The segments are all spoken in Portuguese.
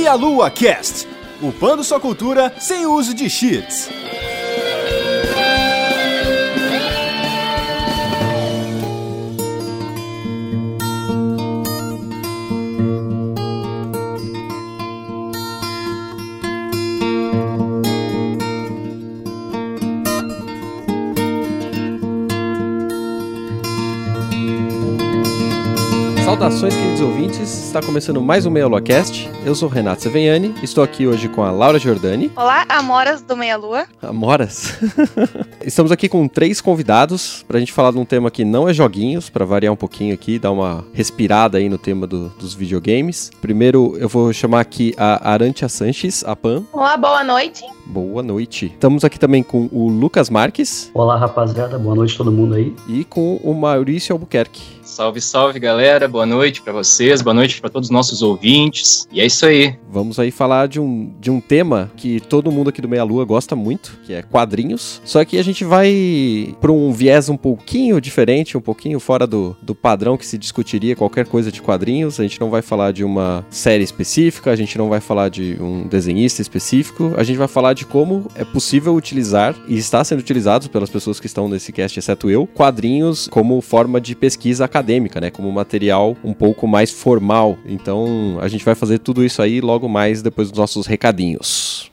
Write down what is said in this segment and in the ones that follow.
Meia Lua Cast, upando sua cultura sem o uso de cheats. Saudações, queridos ouvintes, está começando mais um Meia Lua Cast. Eu sou o Renato Seveniani, estou aqui hoje com a Laura Giordani. Olá, Amoras do Meia Lua. Amoras? Estamos aqui com 3 convidados pra gente falar de um tema que não é joguinhos, pra variar um pouquinho aqui, dar uma respirada aí no tema dos videogames. Primeiro eu vou chamar aqui a Arantia Sanches, a Pan. Olá, boa noite. Boa noite. Estamos aqui também com o Lucas Marques. Olá, rapaziada, boa noite todo mundo aí. E com o Maurício Albuquerque. Salve, salve, galera. Boa noite pra vocês, boa noite pra todos os nossos ouvintes. E é isso aí. Vamos aí falar de um tema que todo mundo aqui do Meia Lua gosta muito, que é quadrinhos. Só que a gente vai pra um viés um pouquinho diferente, um pouquinho fora do padrão que se discutiria qualquer coisa de quadrinhos. A gente não vai falar de uma série específica, a gente não vai falar de um desenhista específico. A gente vai falar de como é possível utilizar, e está sendo utilizado pelas pessoas que estão nesse cast, exceto eu, quadrinhos como forma de pesquisa acadêmica, né? Como material um pouco mais formal. Então, a gente vai fazer tudo isso aí logo mais depois dos nossos recadinhos.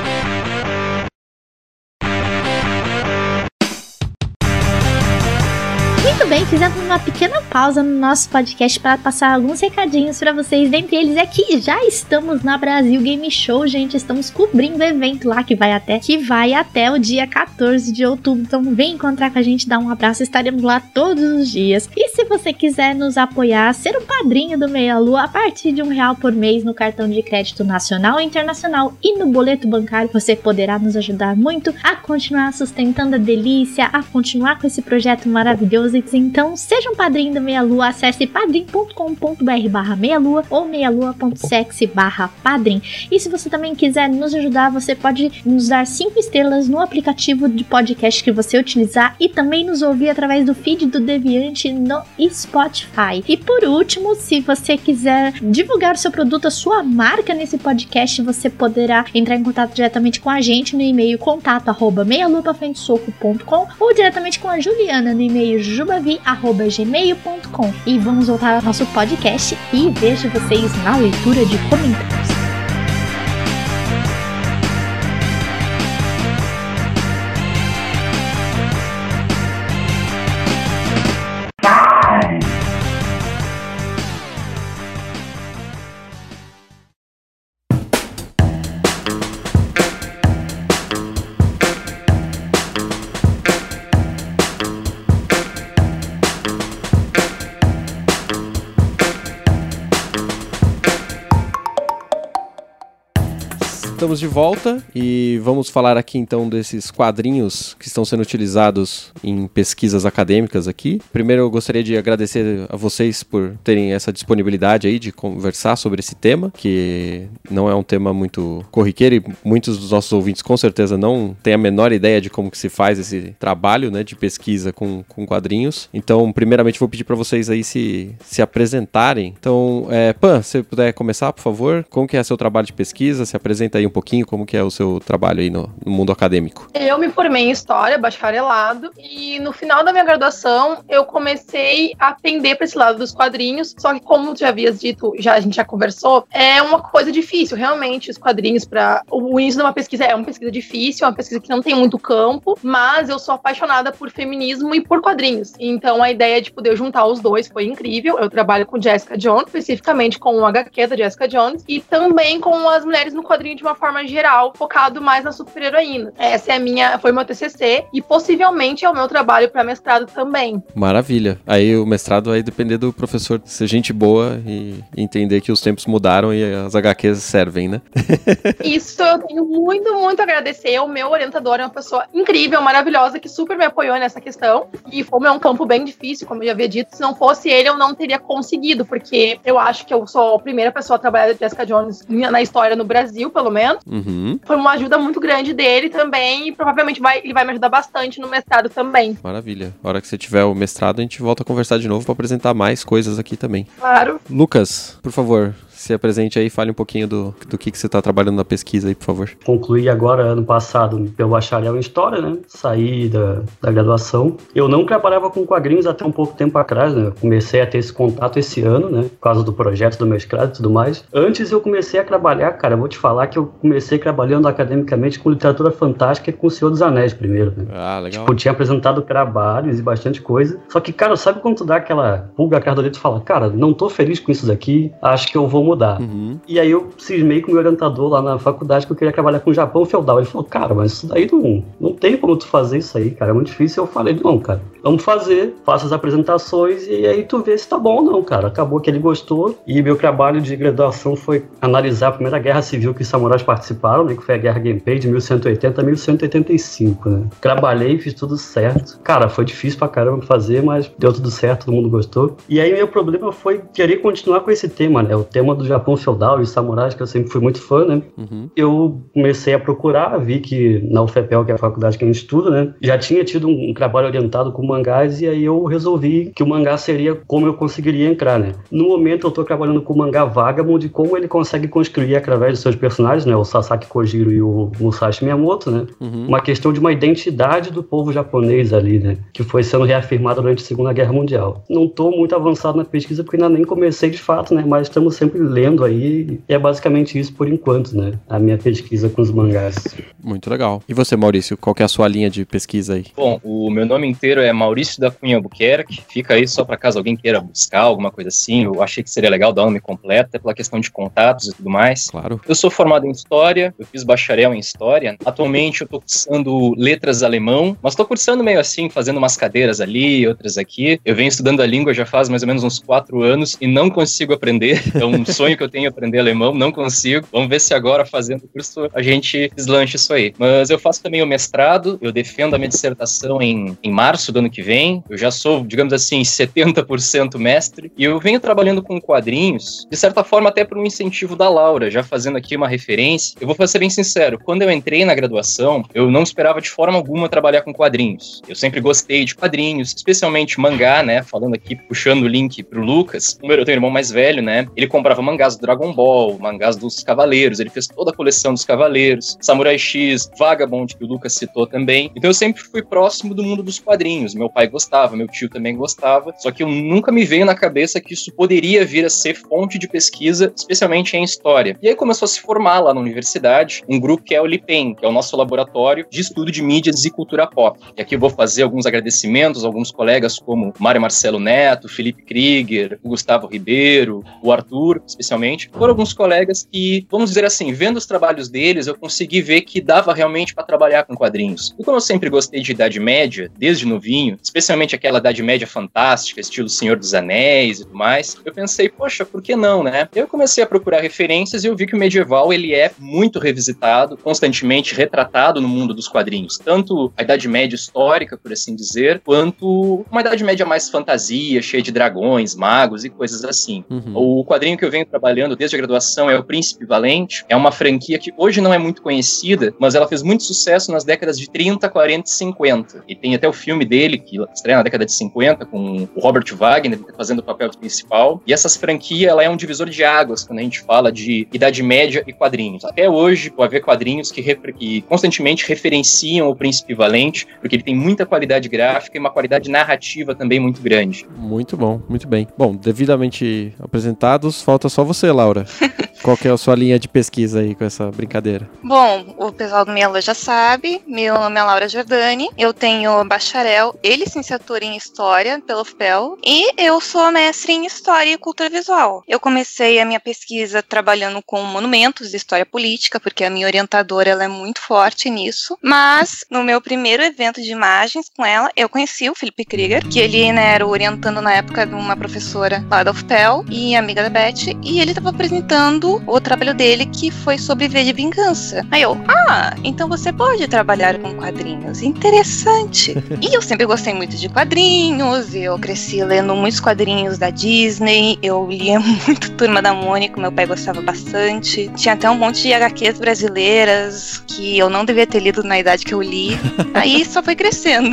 Muito bem, fizemos uma pequena pausa no nosso podcast para passar alguns recadinhos para vocês. Dentre eles é que já estamos na Brasil Game Show, gente. Estamos cobrindo o evento lá que vai até o dia 14 de outubro. Então vem encontrar com a gente, dar um abraço. Estaremos lá todos os dias. E se você quiser nos apoiar, ser um padrinho do Meia Lua a partir de R$1 por mês no cartão de crédito nacional e internacional e no boleto bancário, você poderá nos ajudar muito a continuar sustentando a delícia, a continuar com esse projeto maravilhoso. Então, seja um padrinho do Meia Lua, acesse padrim.com.br/meialua ou meialua.sexy/padrim. E se você também quiser nos ajudar, você pode nos dar 5 estrelas no aplicativo de podcast que você utilizar e também nos ouvir através do feed do Deviante no Spotify. E por último, se você quiser divulgar o seu produto, a sua marca nesse podcast, você poderá entrar em contato diretamente com a gente no e-mail contato@meialuapafrentesoco.com ou diretamente com a Juliana no e-mail jubavi@gmail.com. E vamos voltar ao nosso podcast e vejo vocês na leitura de comentários. Estamos de volta e vamos falar aqui então desses quadrinhos que estão sendo utilizados em pesquisas acadêmicas aqui. Primeiro eu gostaria de agradecer a vocês por terem essa disponibilidade aí de conversar sobre esse tema, que não é um tema muito corriqueiro e muitos dos nossos ouvintes com certeza não têm a menor ideia de como que se faz esse trabalho, né, de pesquisa com quadrinhos. Então, primeiramente vou pedir para vocês aí se apresentarem. Então, Pan, se puder começar, por favor, como que é seu trabalho de pesquisa? Se apresenta aí um pouquinho como que é o seu trabalho aí no mundo acadêmico. Eu me formei em História, bacharelado, e no final da minha graduação eu comecei a pender para esse lado dos quadrinhos, só que como tu já havias dito, a gente já conversou, é uma coisa difícil, realmente, os quadrinhos o início de uma pesquisa é uma pesquisa difícil, é uma pesquisa que não tem muito campo, mas eu sou apaixonada por feminismo e por quadrinhos, então a ideia de poder juntar os dois foi incrível. Eu trabalho com Jessica Jones, especificamente com o HQ da Jessica Jones, e também com as mulheres no quadrinho de uma forma geral, focado mais na super-heroína. Foi meu TCC e possivelmente é o meu trabalho para mestrado também. Maravilha. Aí o mestrado vai depender do professor ser gente boa e entender que os tempos mudaram e as HQs servem, né? Isso eu tenho muito, muito a agradecer. O meu orientador é uma pessoa incrível, maravilhosa, que super me apoiou nessa questão. E como é um campo bem difícil, como eu já havia dito, se não fosse ele, eu não teria conseguido, porque eu acho que eu sou a primeira pessoa a trabalhar de Jessica Jones na história no Brasil, pelo menos. Uhum. Foi uma ajuda muito grande dele também, e provavelmente ele vai me ajudar bastante no mestrado também. Maravilha. A hora que você tiver o mestrado, a gente volta a conversar de novo para apresentar mais coisas aqui também. Claro. Lucas, por favor, se apresente aí e fale um pouquinho do que você está trabalhando na pesquisa aí, por favor. Concluí agora, ano passado, meu bacharel em História, né? Saí da graduação. Eu não trabalhava com quadrinhos até um pouco tempo atrás, né? Comecei a ter esse contato esse ano, né? Por causa do projeto do mestrado e tudo mais. Antes eu comecei a trabalhar, cara, eu vou te falar que eu comecei trabalhando academicamente com literatura fantástica e com O Senhor dos Anéis primeiro, né? Ah, legal. Tipo, eu tinha apresentado trabalhos e bastante coisa. Só que, cara, sabe quando tu dá aquela pulga atrás do dedo e fala, cara, não tô feliz com isso daqui, acho que eu vou mudar. E aí eu cismei com o meu orientador lá na faculdade que eu queria trabalhar com o Japão feudal. Ele falou, cara, mas isso daí não tem como tu fazer isso aí, cara, é muito difícil. Eu falei, não, cara, vamos fazer, faça as apresentações e aí tu vê se tá bom ou não, cara. Acabou que ele gostou e meu trabalho de graduação foi analisar a primeira guerra civil que os samurais participaram, né, que foi a Guerra Genpei de 1180 a 1185, né. Trabalhei, fiz tudo certo. Cara, foi difícil pra caramba fazer, mas deu tudo certo, todo mundo gostou. E aí meu problema foi querer continuar com esse tema, né, o tema do Japão feudal e samurais, que eu sempre fui muito fã, né. Eu comecei a procurar, vi que na UFPEL, que é a faculdade que a gente estuda, né, já tinha tido um trabalho orientado com mangás, e aí eu resolvi que o mangá seria como eu conseguiria entrar, né. No momento eu tô trabalhando com o mangá Vagabond, de como ele consegue construir através dos seus personagens, né, o Sasaki Kojiro e o Musashi Miyamoto, né, uma questão de uma identidade do povo japonês ali, né, que foi sendo reafirmada durante a Segunda Guerra Mundial. Não tô muito avançado na pesquisa porque ainda nem comecei de fato, né, mas estamos sempre lendo aí, e é basicamente isso por enquanto, né, a minha pesquisa com os mangás. Muito legal. E você, Maurício, qual que é a sua linha de pesquisa aí? Bom, o meu nome inteiro é Maurício da Cunha Albuquerque, fica aí só para caso alguém queira buscar alguma coisa assim. Eu achei que seria legal dar o nome completo, até pela questão de contatos e tudo mais. Claro. Eu sou formado em História, eu fiz bacharel em História. Atualmente eu tô cursando Letras Alemão, mas tô cursando meio assim, fazendo umas cadeiras ali, outras aqui. Eu venho estudando a língua já faz mais ou menos uns 4 anos e não consigo aprender. É um sonho que eu tenho aprender alemão, não consigo. Vamos ver se agora, fazendo o curso, a gente deslancha isso aí. Mas eu faço também o mestrado, eu defendo a minha dissertação em março do ano que vem. Eu já sou, digamos assim, 70% mestre. E eu venho trabalhando com quadrinhos, de certa forma até por um incentivo da Laura, já fazendo aqui uma referência. Eu vou ser bem sincero, quando eu entrei na graduação, eu não esperava de forma alguma trabalhar com quadrinhos. Eu sempre gostei de quadrinhos, especialmente mangá, né? Falando aqui, puxando o link pro Lucas. Eu tenho um irmão mais velho, né? Ele comprava mangás do Dragon Ball, mangás dos Cavaleiros, ele fez toda a coleção dos Cavaleiros, Samurai X, Vagabond, que o Lucas citou também. Então eu sempre fui próximo do mundo dos quadrinhos. Meu pai gostava, meu tio também gostava, só que eu nunca me veio na cabeça que isso poderia vir a ser fonte de pesquisa, especialmente em história. E aí começou a se formar lá na universidade um grupo que é o LIPEN, que é o nosso laboratório de estudo de mídias e cultura pop. E aqui eu vou fazer alguns agradecimentos a alguns colegas como Mário Marcelo Neto, Felipe Krieger, o Gustavo Ribeiro, o Arthur, especialmente. Foram alguns colegas que, vamos dizer assim, vendo os trabalhos deles, eu consegui ver que dava realmente para trabalhar com quadrinhos. E como eu sempre gostei de Idade Média, desde novinho, especialmente aquela Idade Média fantástica, estilo Senhor dos Anéis e tudo mais, eu pensei, poxa, por que não, né? Eu comecei a procurar referências e eu vi que o medieval, ele é muito revisitado, constantemente retratado no mundo dos quadrinhos. Tanto a Idade Média histórica, por assim dizer, quanto uma Idade Média mais fantasia, cheia de dragões, magos e coisas assim. O quadrinho que eu venho trabalhando desde a graduação é o Príncipe Valente. É uma franquia que hoje não é muito conhecida, mas ela fez muito sucesso nas décadas de 30, 40 e 50. E tem até o filme dele, que estreia na década de 50, com o Robert Wagner fazendo o papel principal. E essa franquia, ela é um divisor de águas quando a gente fala de Idade Média e quadrinhos. Até hoje, pode haver quadrinhos que constantemente referenciam o Príncipe Valente, porque ele tem muita qualidade gráfica e uma qualidade narrativa também muito grande. Muito bom, muito bem. Bom, devidamente apresentados, falta só você, Laura. Qual que é a sua linha de pesquisa aí com essa brincadeira? Bom, o pessoal do Mielo já sabe, meu nome é Laura Giordani, eu tenho bacharel e licenciatura em História pela UFPEL e eu sou mestre em História e Cultura Visual. Eu comecei a minha pesquisa trabalhando com monumentos de história política, porque a minha orientadora ela é muito forte nisso, mas no meu primeiro evento de imagens com ela, eu conheci o Felipe Krieger, que ele era orientando na época de uma professora lá da UFPEL e amiga da Beth, e ele estava apresentando o trabalho dele, que foi sobre V de Vingança. Aí eu, então você pode trabalhar com quadrinhos, interessante. E eu sempre gostei muito de quadrinhos, eu cresci lendo muitos quadrinhos da Disney, eu lia muito Turma da Mônica, meu pai gostava bastante. Tinha até um monte de HQs brasileiras que eu não devia ter lido na idade que eu li. Aí só foi crescendo.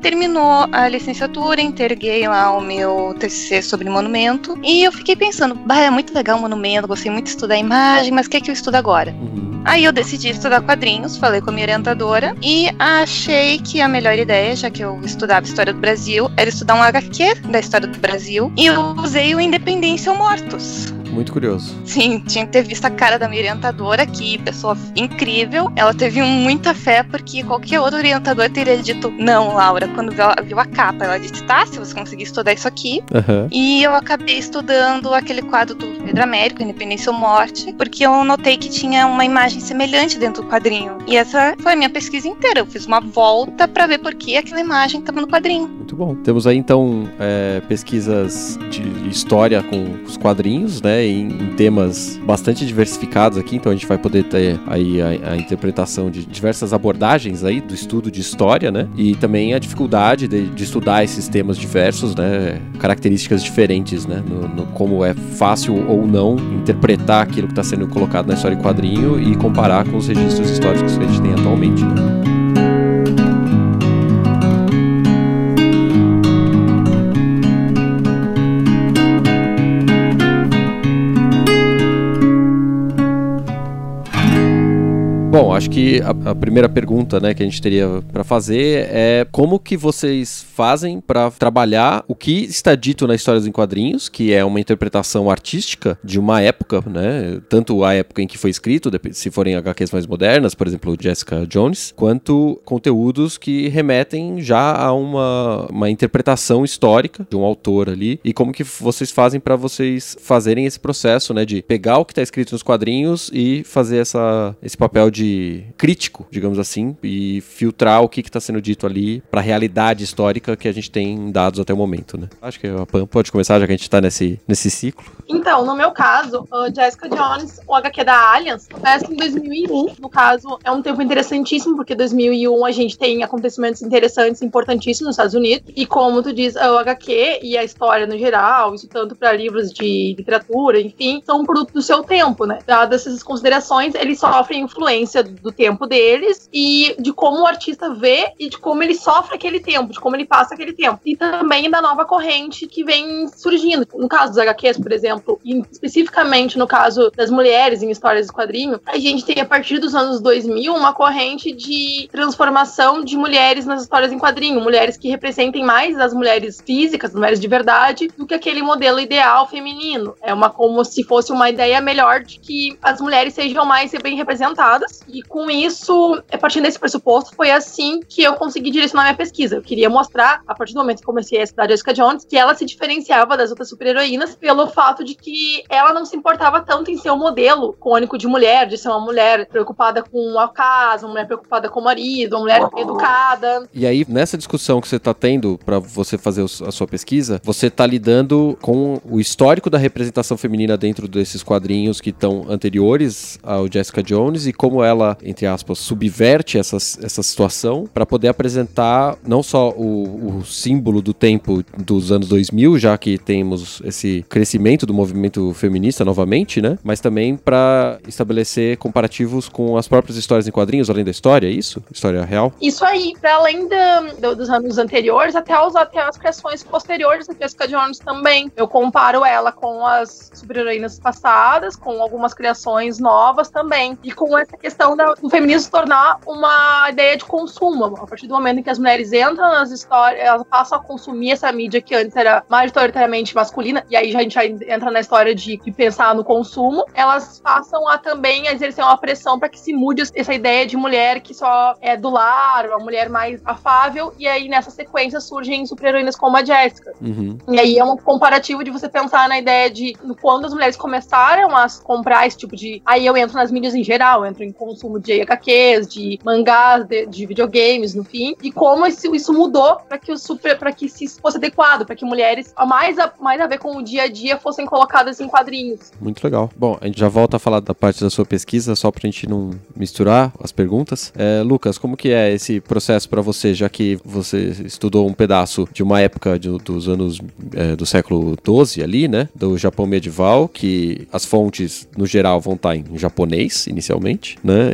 terminou a licenciatura, entreguei lá o meu TCC sobre monumento, e eu fiquei pensando, é muito legal o monumento, gostei muito de estudar a imagem, mas o que é que eu estudo agora? Aí eu decidi estudar quadrinhos, falei com a minha orientadora e achei que a melhor ideia, já que eu estudava História do Brasil, era estudar um HQ da História do Brasil, e eu usei o Independência ou Mortos. Muito curioso. Sim, tinha que ter visto a cara da minha orientadora, que pessoa incrível. Ela teve muita fé, porque qualquer outro orientador teria dito, não, Laura, quando viu a capa, ela disse, tá, se você conseguir estudar isso aqui. E eu acabei estudando aquele quadro do Pedro Américo, Independência ou Morte, porque eu notei que tinha uma imagem semelhante dentro do quadrinho. E essa foi a minha pesquisa inteira. Eu fiz uma volta pra ver por que aquela imagem estava no quadrinho. Muito bom. Temos aí, então, pesquisas de história com os quadrinhos, né, em temas bastante diversificados aqui, então a gente vai poder ter aí a interpretação de diversas abordagens aí do estudo de história, né, e também a dificuldade de estudar esses temas diversos, né, características diferentes, né, no como é fácil ou não interpretar aquilo que está sendo colocado na história em quadrinho e comparar com os registros históricos que a gente tem atualmente, né. Bom, acho que a primeira pergunta, né, que a gente teria para fazer é como que vocês fazem para trabalhar o que está dito na Histórias em Quadrinhos, que é uma interpretação artística de uma época, né, tanto a época em que foi escrito, se forem HQs mais modernas, por exemplo, Jessica Jones, quanto conteúdos que remetem já a uma interpretação histórica de um autor ali, e como que vocês fazem para vocês fazerem esse processo, né, de pegar o que está escrito nos quadrinhos e fazer esse papel de crítico, digamos assim, e filtrar o que está sendo dito ali para a realidade histórica que a gente tem dados até o momento, né? Acho que a Pam pode começar, já que a gente está nesse ciclo. Então, no meu caso, Jessica Jones, o HQ da Aliens, começa em 2001. No caso, é um tempo interessantíssimo, porque em 2001 a gente tem acontecimentos interessantes, importantíssimos nos Estados Unidos, e como tu diz, o HQ e a história no geral, isso tanto para livros de literatura, enfim, são um produto do seu tempo, né? Dadas essas considerações, eles sofrem influência do tempo deles e de como o artista vê e de como ele sofre aquele tempo, de como ele passa aquele tempo. E também da nova corrente que vem surgindo. No caso dos HQs, por exemplo, e especificamente no caso das mulheres em histórias de quadrinho, a gente tem a partir dos anos 2000 uma corrente de transformação de mulheres nas histórias em quadrinho, mulheres que representem mais as mulheres físicas, as mulheres de verdade, do que aquele modelo ideal feminino. É como se fosse uma ideia melhor de que as mulheres sejam mais bem representadas. E com isso, a partir desse pressuposto, foi assim que eu consegui direcionar minha pesquisa. Eu queria mostrar, a partir do momento que comecei a estudar Jessica Jones, que ela se diferenciava das outras super-heroínas pelo fato de que ela não se importava tanto em ser um modelo icônico de mulher, de ser uma mulher preocupada com a casa, uma mulher preocupada com o marido, uma mulher educada. E aí, nessa discussão que você está tendo para você fazer a sua pesquisa, você está lidando com o histórico da representação feminina dentro desses quadrinhos que estão anteriores ao Jessica Jones e como ela, entre aspas, subverte essa situação para poder apresentar não só o símbolo do tempo dos anos 2000, já que temos esse crescimento do movimento feminista novamente, né? Mas também para estabelecer comparativos com as próprias histórias em quadrinhos, além da história, é isso? História real? Isso aí, para além dos anos anteriores, até as criações posteriores da Jessica Jones também. Eu comparo ela com as super-heroínas passadas, com algumas criações novas também. E com essa questão do feminismo se tornar uma ideia de consumo. A partir do momento em que as mulheres entram nas histórias, elas passam a consumir essa mídia que antes era majoritariamente masculina, e aí a gente já entra na história de pensar no consumo, elas passam a também exercer uma pressão para que se mude essa ideia de mulher que só é do lar, uma mulher mais afável, e aí nessa sequência surgem super-heroínas como a Jessica. E aí é um comparativo de você pensar na ideia de quando as mulheres começaram a comprar esse tipo de... Aí eu entro nas mídias em geral, eu entro em consumo de HQs, de mangás, de videogames, no fim, e como isso mudou para que se fosse adequado, para que mulheres mais a ver com o dia a dia fossem colocadas em quadrinhos. Muito legal. Bom, a gente já volta a falar da parte da sua pesquisa, só pra gente não misturar as perguntas. Lucas, como que é esse processo para você, já que você estudou um pedaço de uma época dos anos do século XII ali, né, do Japão medieval, que as fontes, no geral, vão estar em japonês, inicialmente, né,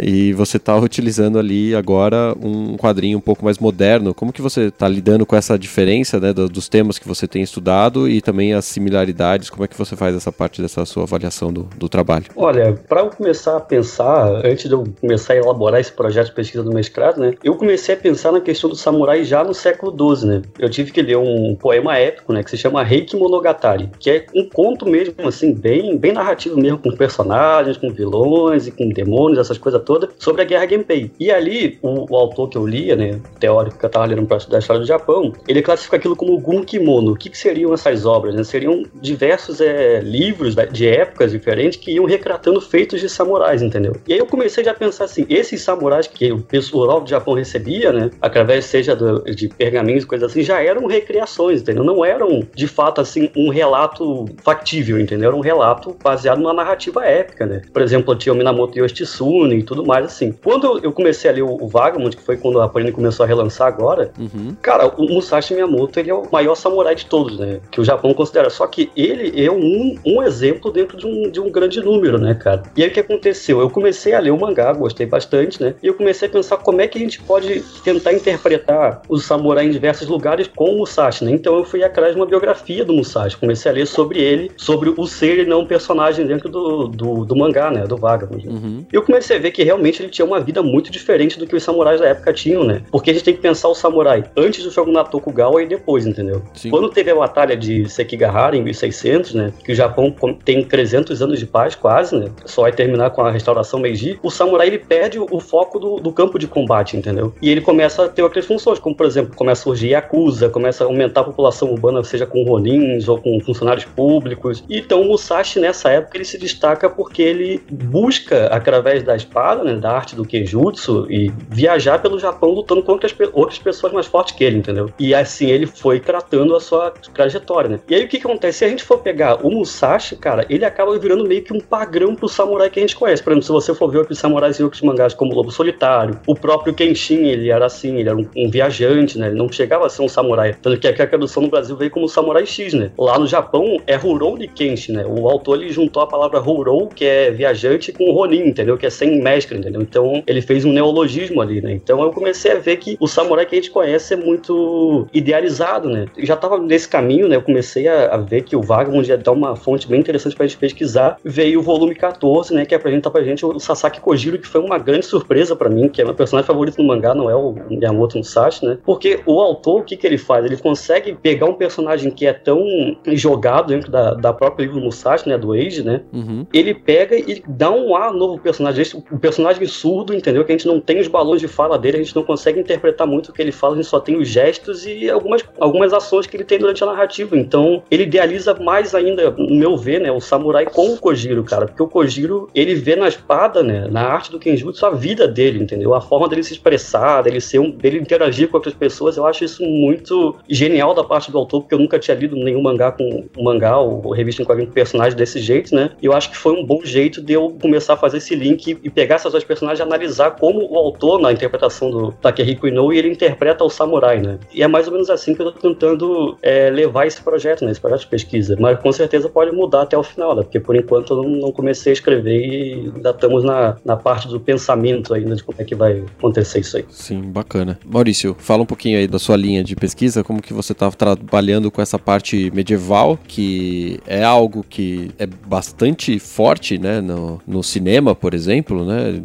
E você tá utilizando ali agora um quadrinho um pouco mais moderno. Como que você tá lidando com essa diferença, né, dos temas que você tem estudado e também as similaridades? Como é que você faz essa parte dessa sua avaliação do trabalho? Olha, para eu começar a pensar, antes de eu começar a elaborar esse projeto de pesquisa do mestrado, né, eu comecei a pensar na questão do samurai já no século XII, né? Eu tive que ler um poema épico, né, que se chama Reiki Monogatari, que é um conto mesmo, assim, bem narrativo mesmo, com personagens, com vilões e com demônios, essas coisas todas, sobre a Guerra Genpei. E ali, o autor que eu lia, né, o teórico que eu estava lendo para estudar a história do Japão, ele classifica aquilo como Gunkimono. O que seriam essas obras, né? Seriam diversos livros de épocas diferentes que iam retratando feitos de samurais, entendeu? E aí eu comecei já a pensar assim, esses samurais que o pessoal do Japão recebia, né, através seja de pergaminhos e coisas assim, já eram recriações, entendeu? Não eram, de fato, assim, um relato factível, entendeu? Era um relato baseado numa narrativa épica, né? Por exemplo, tinha o Minamoto Yoshitsune e tudo mais, assim. Quando eu comecei a ler o Vagabond, que foi quando a Panini começou a relançar agora, cara, o Musashi Miyamoto, ele é o maior samurai de todos, né? Que o Japão considera. Só que ele é um exemplo dentro de um grande número, né, cara? E aí o que aconteceu? Eu comecei a ler o mangá, gostei bastante, né? E eu comecei a pensar como é que a gente pode tentar interpretar os samurais em diversos lugares com o Musashi, né? Então eu fui atrás de uma biografia do Musashi, comecei a ler sobre ele, sobre o ser e não um personagem dentro do mangá, né? Do Vagabond. Eu comecei a ver que realmente ele tinha uma vida muito diferente do que os samurais da época tinham, né? Porque a gente tem que pensar o samurai antes do shogunato Tokugawa e depois, entendeu? Sim. Quando teve a batalha de Sekigahara em 1600, né? Que o Japão tem 300 anos de paz quase, né? Só vai terminar com a restauração Meiji. O samurai, ele perde o foco do campo de combate, entendeu? E ele começa a ter outras funções, como por exemplo, começa a surgir Yakuza, começa a aumentar a população urbana, seja com ronins ou com funcionários públicos. E então o Musashi, nessa época, ele se destaca porque ele busca, através da espada, né, da arte do Kenjutsu, e viajar pelo Japão lutando contra outras pessoas mais fortes que ele, entendeu? E assim ele foi tratando a sua trajetória, né? E aí o que acontece? Se a gente for pegar o Musashi, cara, ele acaba virando meio que um padrão pro samurai que a gente conhece. Por exemplo, se você for ver outros samurais em outros mangás, como o Lobo Solitário, o próprio Kenshin, ele era assim, ele era um viajante, né? Ele não chegava a ser um samurai. Tanto que a tradução no Brasil veio como Samurai X, né? Lá no Japão é Rurouni Kenshin, né? O autor, ele juntou a palavra Rurou, que é viajante, com Ronin, entendeu? Que é sem mestre, entendeu? Então, ele fez um neologismo ali, né? Então, eu comecei a ver que o samurai que a gente conhece é muito idealizado, né? Eu já tava nesse caminho, né? Eu comecei a ver que o Vagabond ia dar uma fonte bem interessante pra gente pesquisar. Veio o volume 14, né? Que apresenta pra gente o Sasaki Kojiro, que foi uma grande surpresa pra mim, que é meu personagem favorito no mangá, não é o Miyamoto Musashi, né? Porque o autor, o que ele faz? Ele consegue pegar um personagem que é tão jogado dentro da própria livro do Musashi, né? Do Age, né? Ele pega e dá um ar novo pro personagem. O personagem surdo, entendeu? Que a gente não tem os balões de fala dele, a gente não consegue interpretar muito o que ele fala, a gente só tem os gestos e algumas ações que ele tem durante a narrativa. Então, ele idealiza mais ainda, no meu ver, né? O samurai com o Kojiro, cara. Porque o Kojiro, ele vê na espada, né? Na arte do Kenjutsu, a vida dele, entendeu? A forma dele se expressar, dele interagir com outras pessoas. Eu acho isso muito genial da parte do autor, porque eu nunca tinha lido nenhum mangá ou revista em quadrinho com personagem desse jeito, né? E eu acho que foi um bom jeito de eu começar a fazer esse link e pegar essas duas personagens e analisar como o autor, na interpretação do Takehiko Inoue, ele interpreta o samurai, né? E é mais ou menos assim que eu tô tentando levar esse projeto, né? Esse projeto de pesquisa. Mas com certeza pode mudar até o final, né? Porque por enquanto eu não comecei a escrever e ainda estamos na parte do pensamento ainda de como é que vai acontecer isso aí. Sim, bacana. Maurício, fala um pouquinho aí da sua linha de pesquisa, como que você tá trabalhando com essa parte medieval, que é algo que é bastante forte, né, no cinema, por exemplo, né,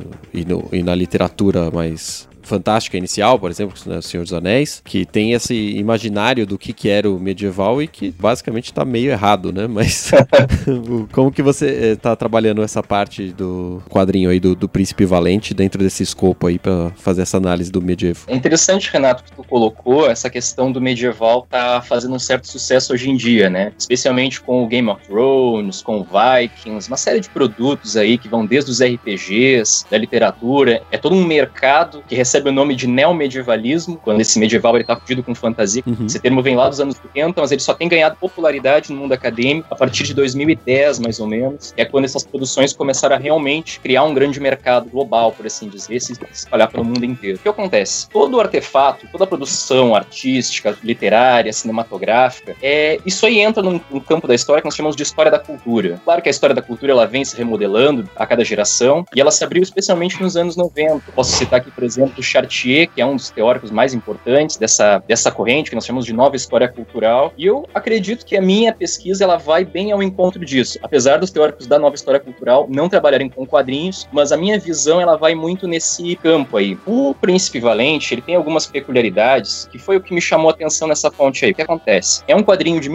e na literatura mais fantástica inicial, por exemplo, né, Senhor dos Anéis, que tem esse imaginário do que era o medieval e que basicamente está meio errado, né? Mas como que você está trabalhando essa parte do quadrinho aí do Príncipe Valente dentro desse escopo aí para fazer essa análise do medievo? É interessante, Renato, que tu colocou, essa questão do medieval tá fazendo um certo sucesso hoje em dia, né? Especialmente com o Game of Thrones, com o Vikings, uma série de produtos aí que vão desde os RPGs, da literatura, é todo um mercado que recebe recebe o nome de neomedievalismo, quando esse medieval ele tá fudido com fantasia. Esse termo vem lá dos anos 80, mas ele só tem ganhado popularidade no mundo acadêmico a partir de 2010, mais ou menos. É quando essas produções começaram a realmente criar um grande mercado global, por assim dizer, se espalhar pelo mundo inteiro. O que acontece? Todo artefato, toda produção artística, literária, cinematográfica, isso aí entra num campo da história que nós chamamos de história da cultura. Claro que a história da cultura ela vem se remodelando a cada geração, e ela se abriu especialmente nos anos 90. Eu posso citar aqui, por exemplo, o Chartier, que é um dos teóricos mais importantes dessa corrente, que nós chamamos de nova história cultural, e eu acredito que a minha pesquisa ela vai bem ao encontro disso. Apesar dos teóricos da nova história cultural não trabalharem com quadrinhos, mas a minha visão ela vai muito nesse campo aí. O Príncipe Valente, ele tem algumas peculiaridades, que foi o que me chamou a atenção nessa fonte aí. O que acontece? É um quadrinho de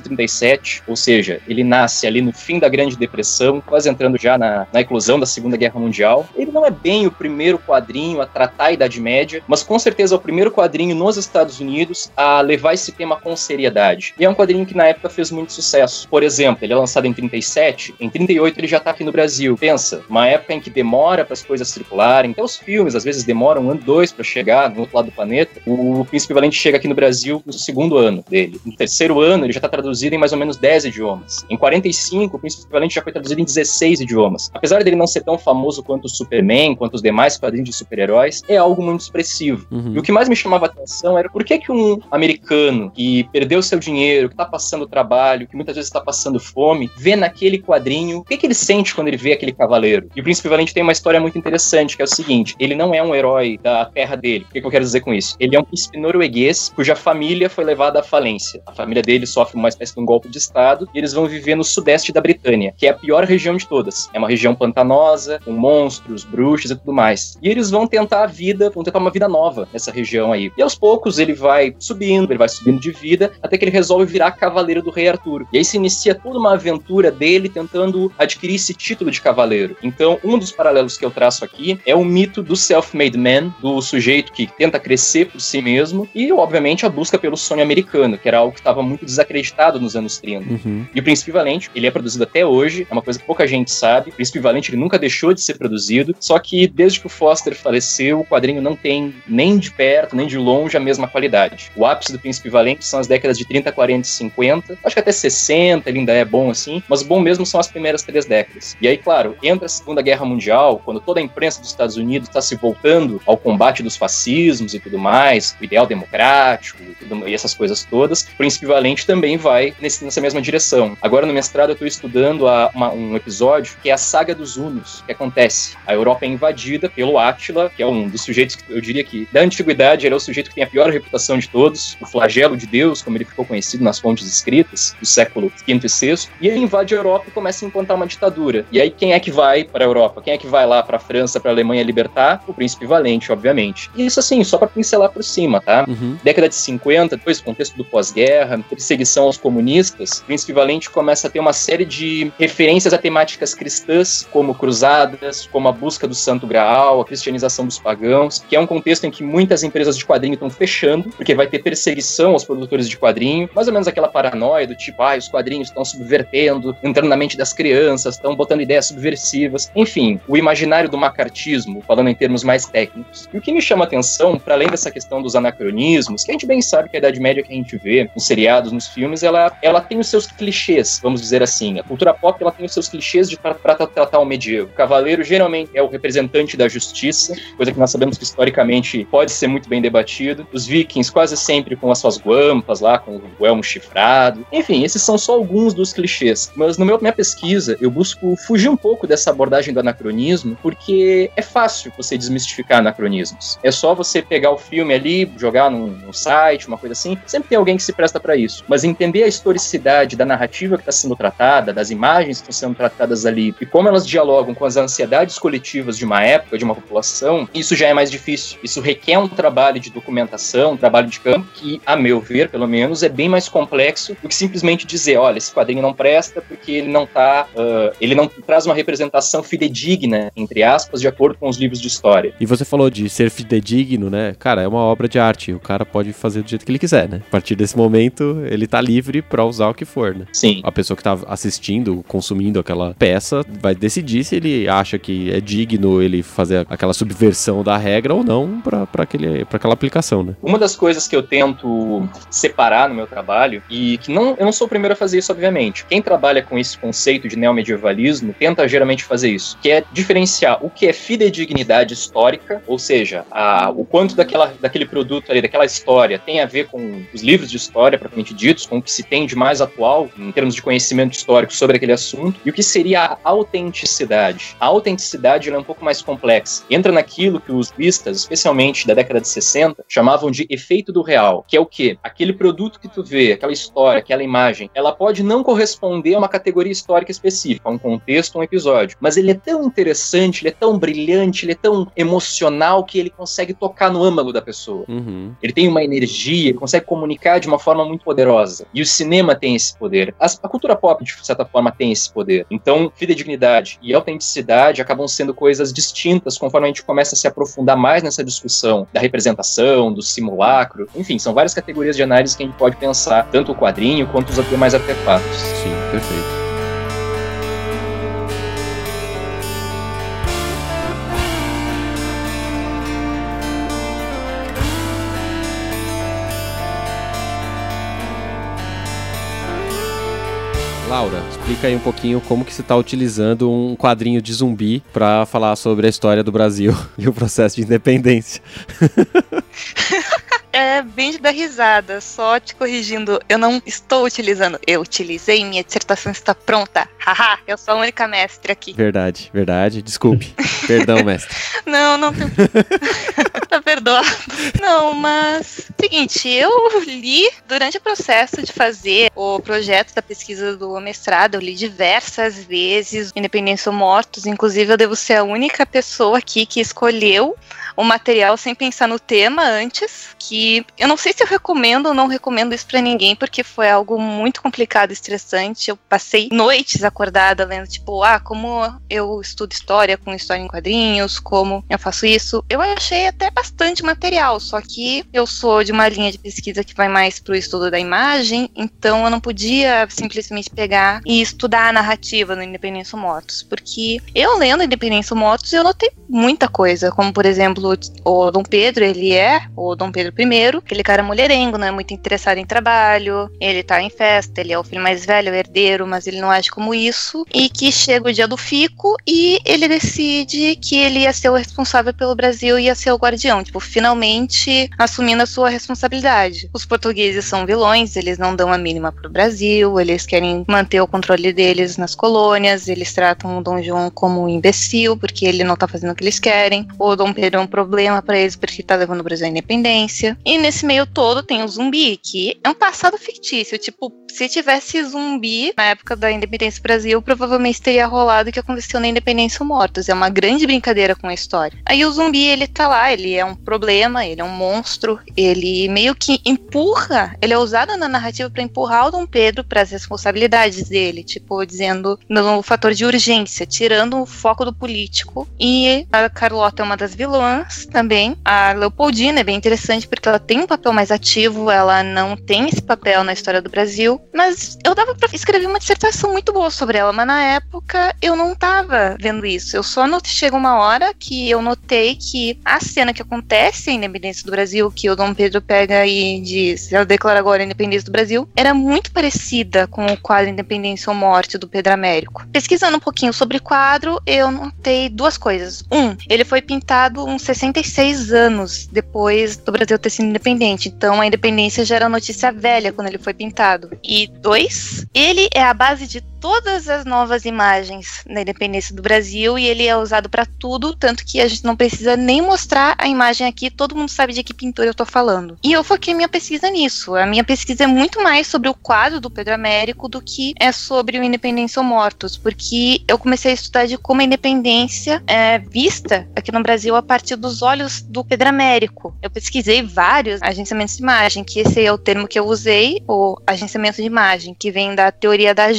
1937, ou seja, ele nasce ali no fim da Grande Depressão, quase entrando já na eclosão da Segunda Guerra Mundial. Ele não é bem o primeiro quadrinho a tratar a Idade Média, mas com certeza é o primeiro quadrinho nos Estados Unidos a levar esse tema com seriedade. E é um quadrinho que na época fez muito sucesso. Por exemplo, ele é lançado em 37, em 38 ele já tá aqui no Brasil. Pensa, uma época em que demora para as coisas circularem, até os filmes às vezes demoram 1 ano, 2 para chegar no outro lado do planeta. O Príncipe Valente chega aqui no Brasil no 2º ano dele. No 3º ano ele já tá traduzido em mais ou menos 10 idiomas. Em 45 o Príncipe Valente já foi traduzido em 16 idiomas. Apesar dele não ser tão famoso quanto o Superman, quanto os demais quadrinhos de super-heróis, é algo muito expressivo. E o que mais me chamava a atenção era por que um americano que perdeu seu dinheiro, que tá passando trabalho, que muitas vezes tá passando fome, vê naquele quadrinho, o que ele sente quando ele vê aquele cavaleiro? E o Príncipe Valente tem uma história muito interessante, que é o seguinte, ele não é um herói da terra dele. O que eu quero dizer com isso? Ele é um príncipe norueguês cuja família foi levada à falência. A família dele sofre uma espécie de um golpe de estado e eles vão viver no sudeste da Britânia, que é a pior região de todas. É uma região pantanosa, com monstros, bruxas e tudo mais. E eles vão tentar uma vida nova nessa região aí. E aos poucos ele vai subindo de vida, até que ele resolve virar cavaleiro do rei Arthur. E aí se inicia toda uma aventura dele tentando adquirir esse título de cavaleiro. Então, um dos paralelos que eu traço aqui é o mito do self-made man, do sujeito que tenta crescer por si mesmo, e, obviamente, a busca pelo sonho americano, que era algo que estava muito desacreditado nos anos 30. E o Príncipe Valente, ele é produzido até hoje, é uma coisa que pouca gente sabe. O Príncipe Valente, ele nunca deixou de ser produzido, só que desde que o Foster faleceu, o quadrinho não tem nem de perto, nem de longe a mesma qualidade. O ápice do Príncipe Valente são as décadas de 30, 40 e 50, acho que até 60 ele ainda é bom assim, mas bom mesmo são as primeiras 3 décadas. E aí, claro, entra a Segunda Guerra Mundial, quando toda a imprensa dos Estados Unidos está se voltando ao combate dos fascismos e tudo mais, o ideal democrático e essas coisas todas, o Príncipe Valente também vai nessa mesma direção. Agora no mestrado eu estou estudando um episódio que é a Saga dos Hunos, que acontece. A Europa é invadida pelo Átila, que é um dos sujeitos que eu diria que da antiguidade ele é o sujeito que tem a pior reputação de todos, o flagelo de Deus, como ele ficou conhecido nas fontes escritas do século V e VI, e ele invade a Europa e começa a implantar uma ditadura. E aí quem é que vai para a Europa? Quem é que vai lá para a França, para a Alemanha libertar? O Príncipe Valente, obviamente. E isso assim, só para pincelar por cima, tá? Década de 50, depois contexto do pós-guerra, perseguição aos comunistas, o Príncipe Valente começa a ter uma série de referências a temáticas cristãs, como cruzadas, como a busca do Santo Graal, a cristianização dos pagãos, que é um contexto em que muitas empresas de quadrinho estão fechando, porque vai ter perseguição aos produtores de quadrinho, mais ou menos aquela paranoia do tipo, os quadrinhos estão subvertendo, entrando na mente das crianças, estão botando ideias subversivas, enfim, o imaginário do macartismo, falando em termos mais técnicos. E o que me chama a atenção, para além dessa questão dos anacronismos, que a gente bem sabe que a Idade Média que a gente vê nos seriados, nos filmes, ela tem os seus clichês, vamos dizer assim. A cultura pop, ela tem os seus clichês para tratar o medievo. O cavaleiro geralmente é o representante da justiça, coisa que nós sabemos que historicamente pode ser muito bem debatido. Os vikings quase sempre com as suas guampas lá, com o elmo chifrado. Enfim, esses são só alguns dos clichês. Mas minha pesquisa, eu busco fugir um pouco dessa abordagem do anacronismo, porque é fácil você desmistificar anacronismos. É só você pegar o filme ali, jogar num site, uma coisa assim. Sempre tem alguém que se presta para isso. Mas entender a historicidade da narrativa que está sendo tratada, das imagens que estão sendo tratadas ali, e como elas dialogam com as ansiedades coletivas de uma época, de uma população, isso já é mais difícil. Isso requer um trabalho de documentação, um trabalho de campo, que, a meu ver, pelo menos, é bem mais complexo do que simplesmente dizer, olha, esse quadrinho não presta porque ele não traz uma representação fidedigna, entre aspas, de acordo com os livros de história. E você falou de ser fidedigno, né? Cara, é uma obra de arte, o cara pode fazer do jeito que ele quiser, né? A partir desse momento, ele tá livre pra usar o que for, né? Sim. A pessoa que tá assistindo, consumindo aquela peça, vai decidir se ele acha que é digno ele fazer aquela subversão da regra ou não para aquela aplicação, né? Uma das coisas que eu tento separar no meu trabalho, e que eu não sou o primeiro a fazer isso, obviamente. Quem trabalha com esse conceito de neomedievalismo tenta geralmente fazer isso, que é diferenciar o que é fidedignidade histórica, ou seja, o quanto daquele produto ali, daquela história, tem a ver com os livros de história, propriamente ditos, com o que se tem de mais atual, em termos de conhecimento histórico sobre aquele assunto, e o que seria a autenticidade. A autenticidade ela é um pouco mais complexa. Entra naquilo que os listas, especialmente da década de 60, chamavam de efeito do real, que é o quê? Aquele produto que tu vê, aquela história, aquela imagem, ela pode não corresponder a uma categoria histórica específica, a um contexto, a um episódio, mas ele é tão interessante, ele é tão brilhante, ele é tão emocional que ele consegue tocar no âmago da pessoa. Uhum. Ele tem uma energia, ele consegue comunicar de uma forma muito poderosa. E o cinema tem esse poder. A cultura pop, de certa forma, tem esse poder. Então, fidedignidade e autenticidade acabam sendo coisas distintas conforme a gente começa a se aprofundar mais nessa discussão da representação, do simulacro. Enfim, são várias categorias de análise que a gente pode pensar, tanto o quadrinho quanto os demais artefatos. Sim, perfeito. Laura, explica aí um pouquinho como que você está utilizando um quadrinho de zumbi para falar sobre a história do Brasil e o processo de independência. É bem de dar risada, só te corrigindo, eu não estou utilizando, eu utilizei, minha dissertação está pronta, haha, eu sou a única mestre aqui. Verdade, desculpe, perdão, mestre. Não tem... Tá perdoado. Não, mas... Seguinte, eu li, durante o processo de fazer o projeto da pesquisa do mestrado, eu li diversas vezes Independência ou Mortos, inclusive eu devo ser a única pessoa aqui que escolheu o material sem pensar no tema antes, que eu não sei se eu recomendo ou não recomendo isso pra ninguém, porque foi algo muito complicado e estressante. Eu passei noites acordada lendo, tipo, como eu estudo história com história em quadrinhos, como eu faço isso. Eu achei até bastante material, só que eu sou de uma linha de pesquisa que vai mais pro estudo da imagem, então eu não podia simplesmente pegar e estudar a narrativa no Independência ou Mortos, porque eu lendo Independência ou Mortos, eu notei muita coisa, como por exemplo, o Dom Pedro, ele é o Dom Pedro I, aquele cara mulherengo, não é muito interessado em trabalho, ele tá em festa, ele é o filho mais velho, o herdeiro, mas ele não age como isso, e que chega o dia do fico e ele decide que ele ia ser o responsável pelo Brasil e ia ser o guardião, tipo, finalmente assumindo a sua responsabilidade. Os portugueses são vilões, eles não dão a mínima pro Brasil, eles querem manter o controle deles nas colônias, eles tratam o Dom João como um imbecil, porque ele não tá fazendo o que eles querem, o Dom Pedro é um problema pra eles porque tá levando o Brasil à independência. E nesse meio todo tem o zumbi, que é um passado fictício, tipo, se tivesse zumbi na época da independência do Brasil, provavelmente teria rolado o que aconteceu na Independência ou Mortos. É uma grande brincadeira com a história. Aí o zumbi, ele tá lá, ele é um problema, ele é um monstro, ele meio que empurra, ele é usado na narrativa pra empurrar o Dom Pedro pras responsabilidades dele, tipo, dizendo no fator de urgência, tirando o foco do político. E a Carlota é uma das vilãs também. A Leopoldina é bem interessante porque ela tem um papel mais ativo, ela não tem esse papel na história do Brasil, mas eu dava pra escrever uma dissertação muito boa sobre ela, mas na época eu não tava vendo isso. Eu só chega uma hora que eu notei que a cena que acontece em Independência do Brasil, que o Dom Pedro pega e diz, ela declara agora a Independência do Brasil, era muito parecida com o quadro Independência ou Morte do Pedro Américo. Pesquisando um pouquinho sobre o quadro, eu notei duas coisas. Ele foi pintado uns 66 anos depois do Brasil ter sido independente, então a independência já era notícia velha quando ele foi pintado. E 2, ele é a base de todas as novas imagens da independência do Brasil e ele é usado pra tudo, tanto que a gente não precisa nem mostrar a imagem aqui, todo mundo sabe de que pintura eu tô falando. E eu foquei minha pesquisa nisso. A minha pesquisa é muito mais sobre o quadro do Pedro Américo do que é sobre o Independência ou Mortos, porque eu comecei a estudar de como a independência é vista aqui no Brasil a partir dos olhos do Pedro Américo. Eu pesquisei vários agenciamentos de imagem, que esse é o termo que eu usei, o agenciamento de imagem, que vem da teoria da agência.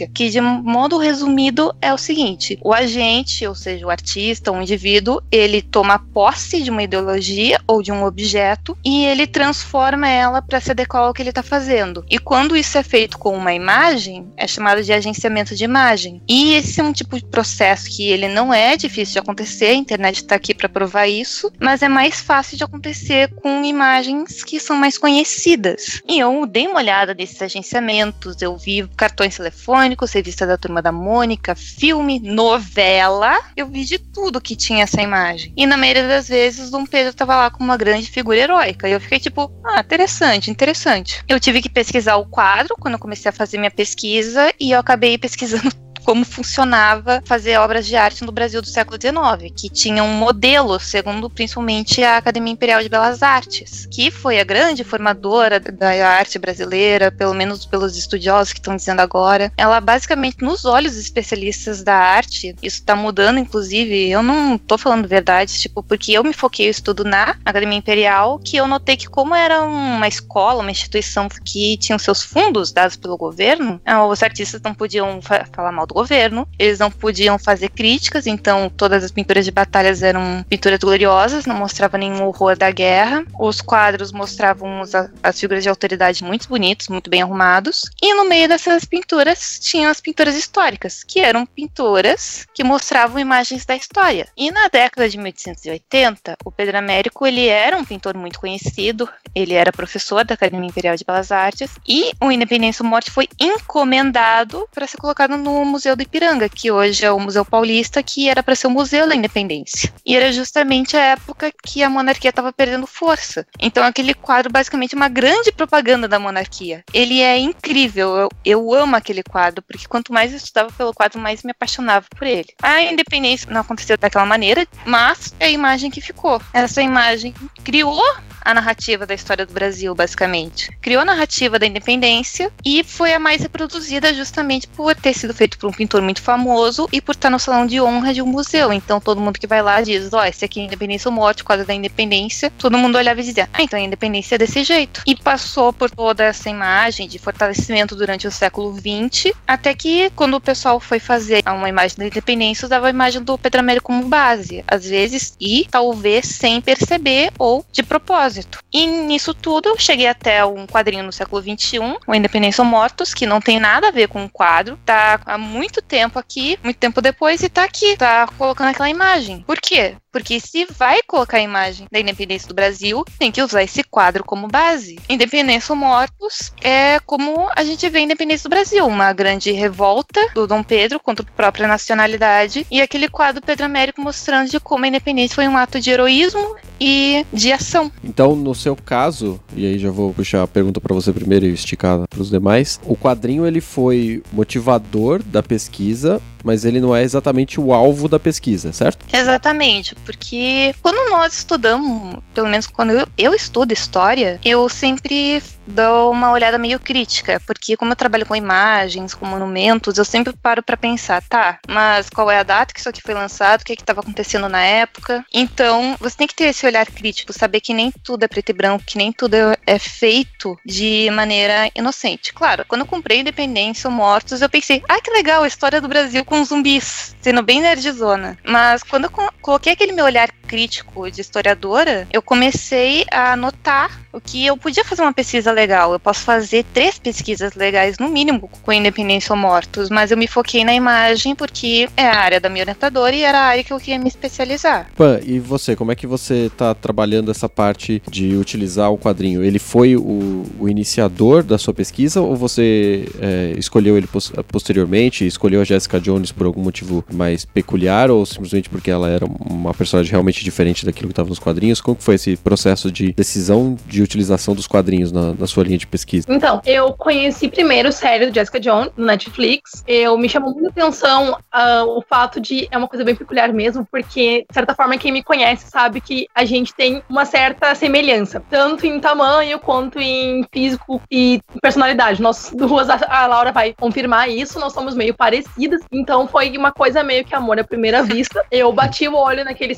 que de modo resumido é o seguinte: o agente, ou seja, o artista, o indivíduo, ele toma posse de uma ideologia ou de um objeto e ele transforma ela para se adequar ao que ele está fazendo. E quando isso é feito com uma imagem, é chamado de agenciamento de imagem. E esse é um tipo de processo que ele não é difícil de acontecer, a internet está aqui para provar isso, mas é mais fácil de acontecer com imagens que são mais conhecidas. E eu dei uma olhada nesses agenciamentos, eu vi cartões telefônicos, revista da Turma da Mônica, filme, novela, eu vi de tudo que tinha essa imagem. E na maioria das vezes, Dom Pedro estava lá com uma grande figura heróica, e eu fiquei tipo, interessante. Eu tive que pesquisar o quadro quando eu comecei a fazer minha pesquisa, e eu acabei pesquisando como funcionava fazer obras de arte no Brasil do século XIX, que tinha um modelo, segundo principalmente a Academia Imperial de Belas Artes, que foi a grande formadora da arte brasileira, pelo menos pelos estudiosos que estão dizendo agora. Ela basicamente, nos olhos dos especialistas da arte, isso está mudando, inclusive, eu não estou falando verdade, porque eu me foquei o estudo na Academia Imperial, que eu notei que como era uma escola, uma instituição que tinha seus fundos dados pelo governo, os artistas não podiam falar mal do governo, eles não podiam fazer críticas, então todas as pinturas de batalhas eram pinturas gloriosas, não mostrava nenhum horror da guerra, os quadros mostravam as figuras de autoridade muito bonitos, muito bem arrumados, e no meio dessas pinturas tinham as pinturas históricas, que eram pinturas que mostravam imagens da história. E na década de 1880, o Pedro Américo, ele era um pintor muito conhecido, ele era professor da Academia Imperial de Belas Artes, e o Independência ou Morte foi encomendado para ser colocado no Museu do Ipiranga, que hoje é o Museu Paulista, que era para ser o Museu da Independência. E era justamente a época que a monarquia estava perdendo força. Então aquele quadro basicamente é uma grande propaganda da monarquia. Ele é incrível, eu amo aquele quadro, porque quanto mais eu estudava pelo quadro, mais me apaixonava por ele. A independência não aconteceu daquela maneira, mas é a imagem que ficou. Essa imagem criou a narrativa da história do Brasil, basicamente. Criou a narrativa da independência e foi a mais reproduzida justamente por ter sido feito por um pintor muito famoso e por estar no salão de honra de um museu. Então todo mundo que vai lá diz, esse aqui é Independência ou Morte, quadro da independência. Todo mundo olhava e dizia, então a independência é desse jeito. E passou por toda essa imagem de fortalecimento durante o século XX, até que quando o pessoal foi fazer uma imagem da independência, usava a imagem do Pedro Américo como base, às vezes, e talvez sem perceber ou de propósito. E nisso tudo, eu cheguei até um quadrinho no século XXI, o Independência ou Mortos, que não tem nada a ver com o quadro, tá há muito tempo aqui, muito tempo depois, e tá aqui, tá colocando aquela imagem. Por quê? Porque se vai colocar a imagem da independência do Brasil, tem que usar esse quadro como base. Independência ou Mortos é como a gente vê a independência do Brasil, uma grande revolta do Dom Pedro contra a própria nacionalidade, e aquele quadro Pedro Américo mostrando de como a independência foi um ato de heroísmo e de ação. Então, no seu caso, e aí já vou puxar a pergunta para você primeiro e esticar para os demais, o quadrinho ele foi motivador da pesquisa, mas ele não é exatamente o alvo da pesquisa, certo? Exatamente, porque quando nós estudamos, pelo menos quando eu estudo história, eu sempre dou uma olhada meio crítica, porque como eu trabalho com imagens, com monumentos, eu sempre paro para pensar, mas qual é a data que isso aqui foi lançado, o que estava acontecendo na época? Então, você tem que ter esse olhar crítico, saber que nem tudo é preto e branco, que nem tudo é feito de maneira inocente. Claro, quando eu comprei Independência ou Mortos, eu pensei, que legal, a história do Brasil com zumbis, sendo bem nerdzona. Mas quando eu coloquei aquele meu olhar crítico de historiadora, eu comecei a notar o que eu podia fazer uma pesquisa legal. Eu posso fazer 3 pesquisas legais, no mínimo, com Independência ou Mortos, mas eu me foquei na imagem porque é a área da minha orientadora e era a área que eu queria me especializar. Pan, e você? Como é que você está trabalhando essa parte de utilizar o quadrinho? Ele foi o iniciador da sua pesquisa ou você escolheu ele posteriormente, escolheu a Jessica Jones por algum motivo mais peculiar ou simplesmente porque ela era uma personagem realmente diferente daquilo que estava nos quadrinhos? Como que foi esse processo de decisão de utilização dos quadrinhos na sua linha de pesquisa? Então, eu conheci primeiro a série do Jessica Jones no Netflix. Me chamou muita atenção o fato de... É uma coisa bem peculiar mesmo, porque, de certa forma, quem me conhece sabe que a gente tem uma certa semelhança, tanto em tamanho quanto em físico e personalidade. Nós duas, a Laura vai confirmar isso, nós somos meio parecidas, então foi uma coisa meio que amor à primeira vista. Eu bati o olho naquele seriado e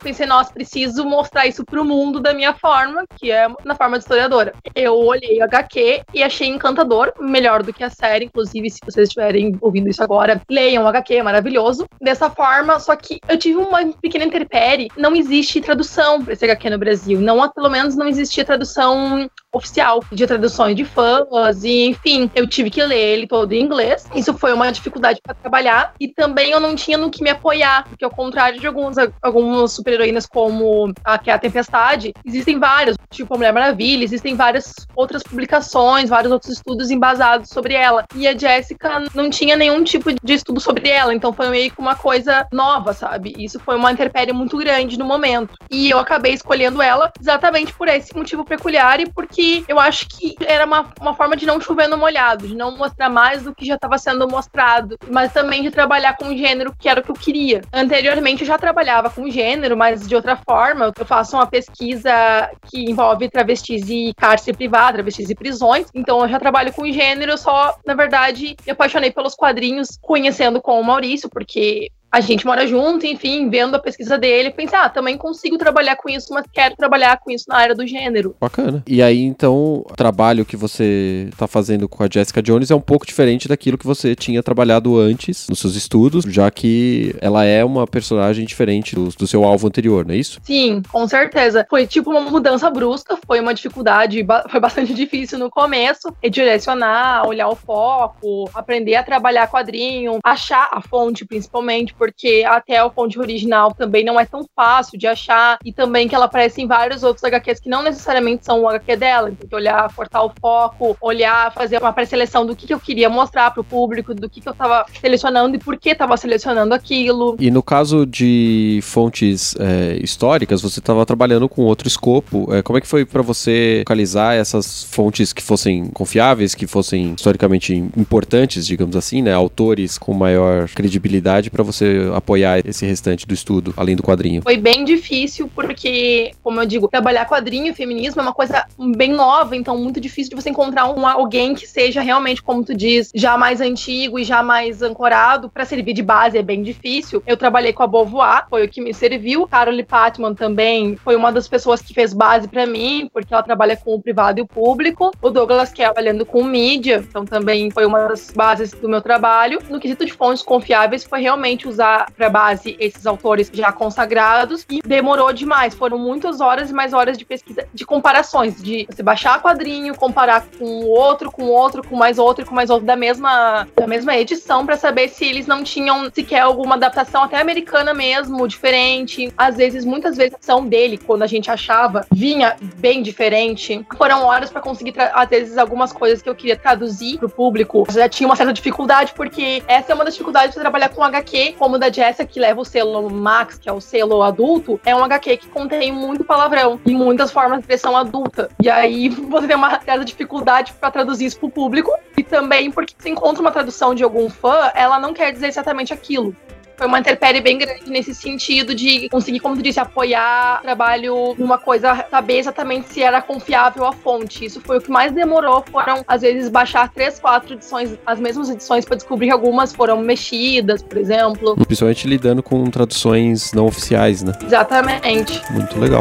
pensei, nossa, preciso mostrar isso pro mundo da minha forma, que é na forma de historiadora. Eu olhei o HQ e achei encantador, melhor do que a série, inclusive, se vocês estiverem ouvindo isso agora, leiam o HQ, é maravilhoso. Dessa forma, só que eu tive uma pequena intempérie, não existe tradução pra esse HQ no Brasil, pelo menos não existia tradução oficial, de traduções de fãs, e enfim, eu tive que ler ele todo em inglês. Isso foi uma dificuldade para trabalhar, e também eu não tinha no que me apoiar, porque ao contrário de algumas super-heroínas como a Tempestade, existem vários, tipo a Mulher Maravilha, existem várias outras publicações, vários outros estudos embasados sobre ela, e a Jessica não tinha nenhum tipo de estudo sobre ela, então foi meio que uma coisa nova, sabe? Isso foi uma intempérie muito grande no momento, e eu acabei escolhendo ela exatamente por esse motivo peculiar, e porque eu acho que era uma forma de não chover no molhado, de não mostrar mais do que já estava sendo mostrado, mas também de trabalhar com gênero, que era o que eu queria. Anteriormente eu já trabalhava com gênero, mas de outra forma. Eu faço uma pesquisa que envolve travestis e cárcere privado, travestis e prisões, então eu já trabalho com gênero, só, na verdade, me apaixonei pelos quadrinhos conhecendo com o Maurício, porque a gente mora junto, enfim, vendo a pesquisa dele, pensar, também consigo trabalhar com isso, mas quero trabalhar com isso na área do gênero. Bacana. E aí, então, o trabalho que você tá fazendo com a Jessica Jones é um pouco diferente daquilo que você tinha trabalhado antes nos seus estudos, já que ela é uma personagem diferente do seu alvo anterior, não é isso? Sim, com certeza. Foi tipo uma mudança brusca, foi uma dificuldade, foi bastante difícil no começo, redirecionar, olhar o foco, aprender a trabalhar quadrinho, achar a fonte, principalmente, porque até a fonte original também não é tão fácil de achar, e também que ela aparece em vários outros HQs que não necessariamente são o HQ dela, tem que olhar, cortar o foco, olhar, fazer uma pré-seleção do que eu queria mostrar pro público, do que eu tava selecionando e por que tava selecionando aquilo. E no caso de fontes históricas, você estava trabalhando com outro escopo, como é que foi para você localizar essas fontes que fossem confiáveis, que fossem historicamente importantes, digamos assim, né, autores com maior credibilidade para você apoiar esse restante do estudo, além do quadrinho? Foi bem difícil porque, como eu digo, trabalhar quadrinho e feminismo é uma coisa bem nova, então muito difícil de você encontrar alguém que seja realmente, como tu diz, já mais antigo e já mais ancorado para servir de base, é bem difícil. Eu trabalhei com a Beauvoir, foi o que me serviu. Carole Patman também foi uma das pessoas que fez base para mim, porque ela trabalha com o privado e o público. O Douglas Kell trabalhando com mídia, então também foi uma das bases do meu trabalho. No quesito de fontes confiáveis, foi realmente usar para base esses autores já consagrados, e demorou demais, foram muitas horas e mais horas de pesquisa, de comparações, de você baixar quadrinho, comparar com outro, com mais outro e com mais outro da mesma edição, para saber se eles não tinham sequer alguma adaptação até americana mesmo, diferente. Muitas vezes a edição dele, quando a gente achava, vinha bem diferente. Foram horas para conseguir, às vezes, algumas coisas que eu queria traduzir pro público. Eu já tinha uma certa dificuldade, porque essa é uma das dificuldades de trabalhar com HQ, como o da Jessica, que leva o selo Max, que é o selo adulto, é um HQ que contém muito palavrão e muitas formas de expressão adulta. E aí você tem uma certa dificuldade para traduzir isso pro público, e também porque você encontra uma tradução de algum fã, ela não quer dizer exatamente aquilo. Foi uma intempérie bem grande nesse sentido de conseguir, como tu disse, apoiar o trabalho numa coisa, saber exatamente se era confiável a fonte. Isso foi o que mais demorou, foram, às vezes, baixar 3, 4 edições, as mesmas edições, para descobrir que algumas foram mexidas, por exemplo. Principalmente lidando com traduções não oficiais, né? Exatamente. Muito legal.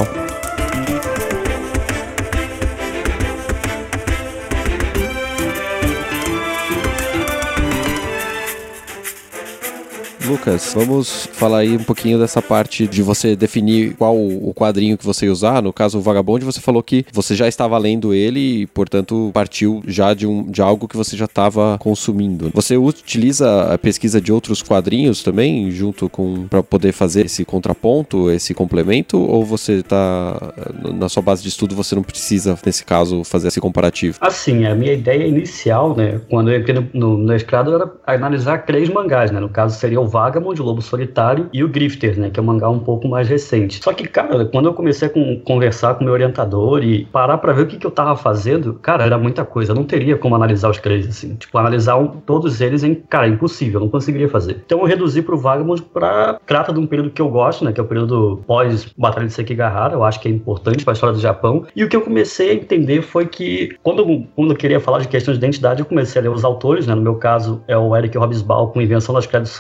Lucas, vamos falar aí um pouquinho dessa parte de você definir qual o quadrinho que você ia usar. No caso, o Vagabond, você falou que você já estava lendo ele e, portanto, partiu já de algo que você já estava consumindo. Você utiliza a pesquisa de outros quadrinhos também, para poder fazer esse contraponto, esse complemento, ou você está na sua base de estudo, você não precisa, nesse caso, fazer esse comparativo? Assim, a minha ideia inicial, né, quando eu entrei no mestrado, era analisar 3 mangás, né, no caso seria o Vagabond, o Lobo Solitário, e o Grifter, né, que é um mangá um pouco mais recente. Só que, cara, quando eu comecei a conversar com o meu orientador e parar pra ver o que eu tava fazendo, cara, era muita coisa. Eu não teria como analisar os 3, assim. Tipo, analisar todos eles, cara, impossível, eu não conseguiria fazer. Então eu reduzi pro Vagabond trata de um período que eu gosto, né, que é o período pós-Batalha de Sekigahara, eu acho que é importante pra história do Japão. E o que eu comecei a entender foi que, quando eu queria falar de questões de identidade, eu comecei a ler os autores, né, no meu caso é o Eric Hobsbawm com Invenção das Tradições, né,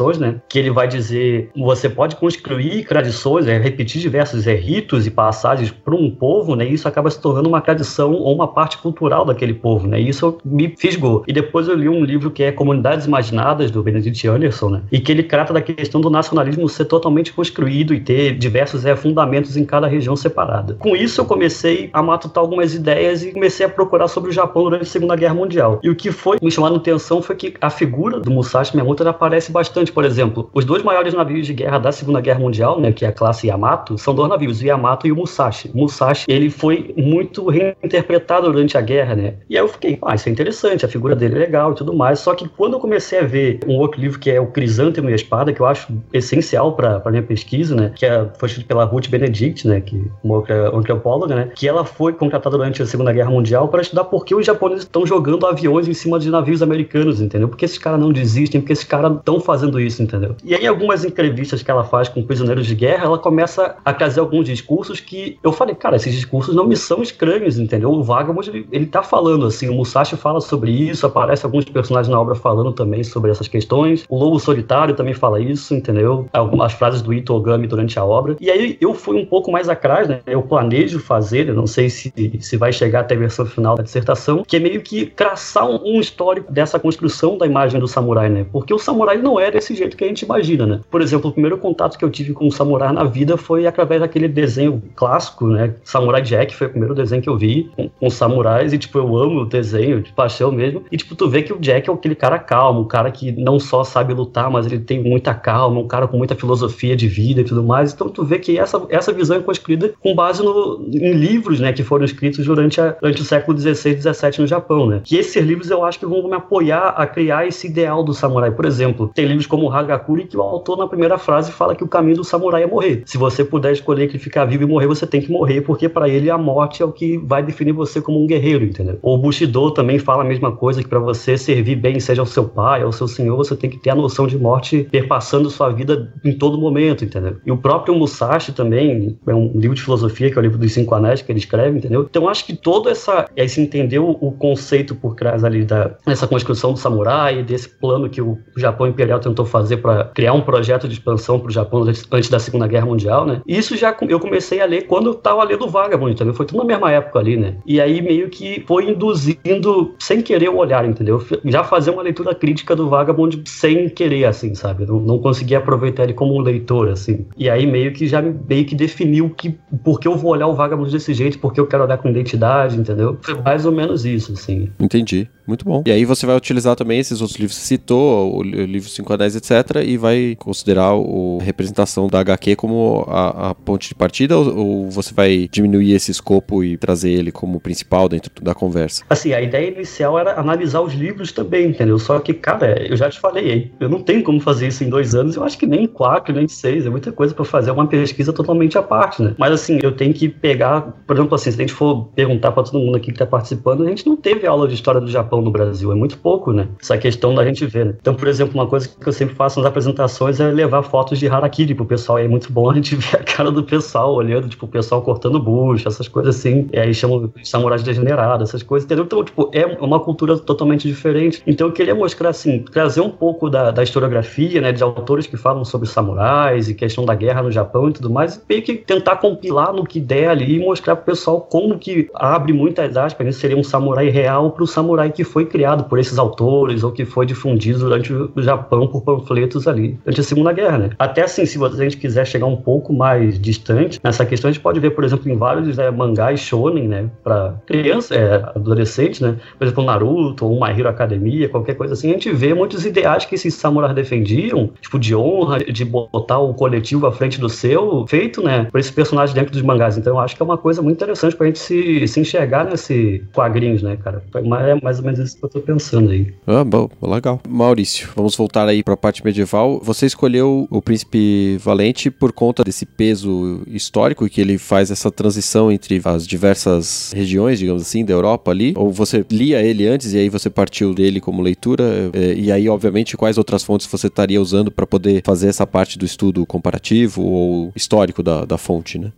que ele vai dizer, você pode construir tradições, repetir diversos ritos e passagens para um povo, né, e isso acaba se tornando uma tradição ou uma parte cultural daquele povo, né, e isso me fisgou. E depois eu li um livro que é Comunidades Imaginadas, do Benedict Anderson, né, e que ele trata da questão do nacionalismo ser totalmente construído e ter diversos fundamentos em cada região separada. Com isso eu comecei a matutar algumas ideias e comecei a procurar sobre o Japão durante a Segunda Guerra Mundial. E o que foi me chamando a atenção foi que a figura do Musashi Miyamoto aparece bastante. Por exemplo, os dois maiores navios de guerra da Segunda Guerra Mundial, né, que é a classe Yamato, são dois navios, o Yamato e o Musashi. O Musashi, ele foi muito reinterpretado durante a guerra, né? E aí eu fiquei, isso é interessante, a figura dele é legal e tudo mais. Só que quando eu comecei a ver um outro livro que é o Crisântemo e a Espada, que eu acho essencial para minha pesquisa, né, que foi escrito pela Ruth Benedict, né, que uma antropóloga, né, que ela foi contratada durante a Segunda Guerra Mundial para estudar por que os japoneses estão jogando aviões em cima de navios americanos, entendeu? Porque esses caras não desistem, porque esses caras estão fazendo isso, entendeu? E aí, algumas entrevistas que ela faz com prisioneiros de guerra, ela começa a trazer alguns discursos que eu falei, cara, esses discursos não me são estranhos, entendeu? O Vagabond, ele tá falando assim, o Musashi fala sobre isso, aparece alguns personagens na obra falando também sobre essas questões, o Lobo Solitário também fala isso, entendeu? Algumas frases do Ito Ogami durante a obra. E aí, eu fui um pouco mais atrás, né? Eu planejo fazer, eu não sei se vai chegar até a versão final da dissertação, que é meio que traçar um histórico dessa construção da imagem do samurai, né? Porque o samurai não é desse jeito que a gente imagina, né? Por exemplo, o primeiro contato que eu tive com o samurai na vida foi através daquele desenho clássico, né? Samurai Jack foi o primeiro desenho que eu vi com samurais e, tipo, eu amo o desenho, de paixão mesmo. E, tipo, tu vê que o Jack é aquele cara calmo, um cara que não só sabe lutar, mas ele tem muita calma, um cara com muita filosofia de vida e tudo mais. Então, tu vê que essa visão é construída com base em livros, né? Que foram escritos durante o século XVI e XVII no Japão, né? Que esses livros eu acho que vão me apoiar a criar esse ideal do samurai. Por exemplo, tem livros como o Hagakure que o autor na primeira frase fala que o caminho do samurai é morrer. Se você puder escolher entre ficar vivo e morrer, você tem que morrer, porque para ele a morte é o que vai definir você como um guerreiro, entendeu? O Bushido também fala a mesma coisa, que para você servir bem, seja ao seu pai, ao seu senhor, você tem que ter a noção de morte perpassando sua vida em todo momento, entendeu? E o próprio Musashi também, é um livro de filosofia, que é o livro dos 5 Anéis que ele escreve, entendeu? Então acho que todo esse entender o conceito por trás ali dessa construção do samurai, desse plano que o Japão Imperial tentou fazer para criar um projeto de expansão para o Japão antes da Segunda Guerra Mundial, né? Isso eu comecei a ler quando eu tava lendo o Vagabond, entendeu? Foi tudo na mesma época ali, né? E aí meio que foi induzindo, sem querer, o olhar, entendeu? Já fazer uma leitura crítica do Vagabond sem querer, assim, sabe? Não conseguia aproveitar ele como um leitor, assim. E aí meio que definiu por que eu vou olhar o Vagabond desse jeito, porque eu quero olhar com identidade, entendeu? Foi mais ou menos isso, assim. Entendi. Muito bom. E aí você vai utilizar também esses outros livros que você citou, o livro 5 a 10, etc., e vai considerar a representação da HQ como a ponte de partida, ou você vai diminuir esse escopo e trazer ele como principal dentro da conversa? Assim, a ideia inicial era analisar os livros também, entendeu? Só que, cara, eu já te falei, eu não tenho como fazer isso em 2 anos, eu acho que nem 4, nem 6, é muita coisa pra fazer uma pesquisa totalmente à parte, né? Mas assim, eu tenho que pegar, por exemplo, assim, se a gente for perguntar pra todo mundo aqui que tá participando, a gente não teve aula de história do Japão no Brasil, é muito pouco, né? Essa questão da gente ver, né? Então, por exemplo, uma coisa que eu sempre faço nas apresentações é levar fotos de harakiri pro pessoal, e é muito bom a gente ver a cara do pessoal olhando, tipo, o pessoal cortando bucho, essas coisas assim, e aí chamam de samurais degenerados, essas coisas, entendeu? Então, tipo, é uma cultura totalmente diferente. Então, eu queria mostrar, assim, trazer um pouco da historiografia, né, de autores que falam sobre samurais e questão da guerra no Japão e tudo mais, e meio que tentar compilar no que der ali e mostrar pro pessoal como que abre muitas aspas, isso seria um samurai real pro samurai que foi criado por esses autores ou que foi difundido durante o Japão por panfletos ali durante a Segunda Guerra, né? Até assim, se a gente quiser chegar um pouco mais distante nessa questão, a gente pode ver, por exemplo, em vários mangás shonen, né, para criança, adolescentes, né, por exemplo, Naruto ou My Hero Academia, qualquer coisa assim, a gente vê muitos ideais que esses samurais defendiam, tipo de honra, de botar o coletivo à frente do seu, feito, né, por esses personagens dentro dos mangás. Então eu acho que é uma coisa muito interessante pra gente se enxergar nesse quadrinhos, né, cara? É mais ou menos isso que eu tô pensando aí. Ah, bom, legal. Maurício, vamos voltar aí pra parte medieval. Você escolheu o Príncipe Valente por conta desse peso histórico que ele faz essa transição entre as diversas regiões, digamos assim, da Europa ali? Ou você lia ele antes e aí você partiu dele como leitura? E aí, obviamente, quais outras fontes você estaria usando para poder fazer essa parte do estudo comparativo ou histórico da fonte, né?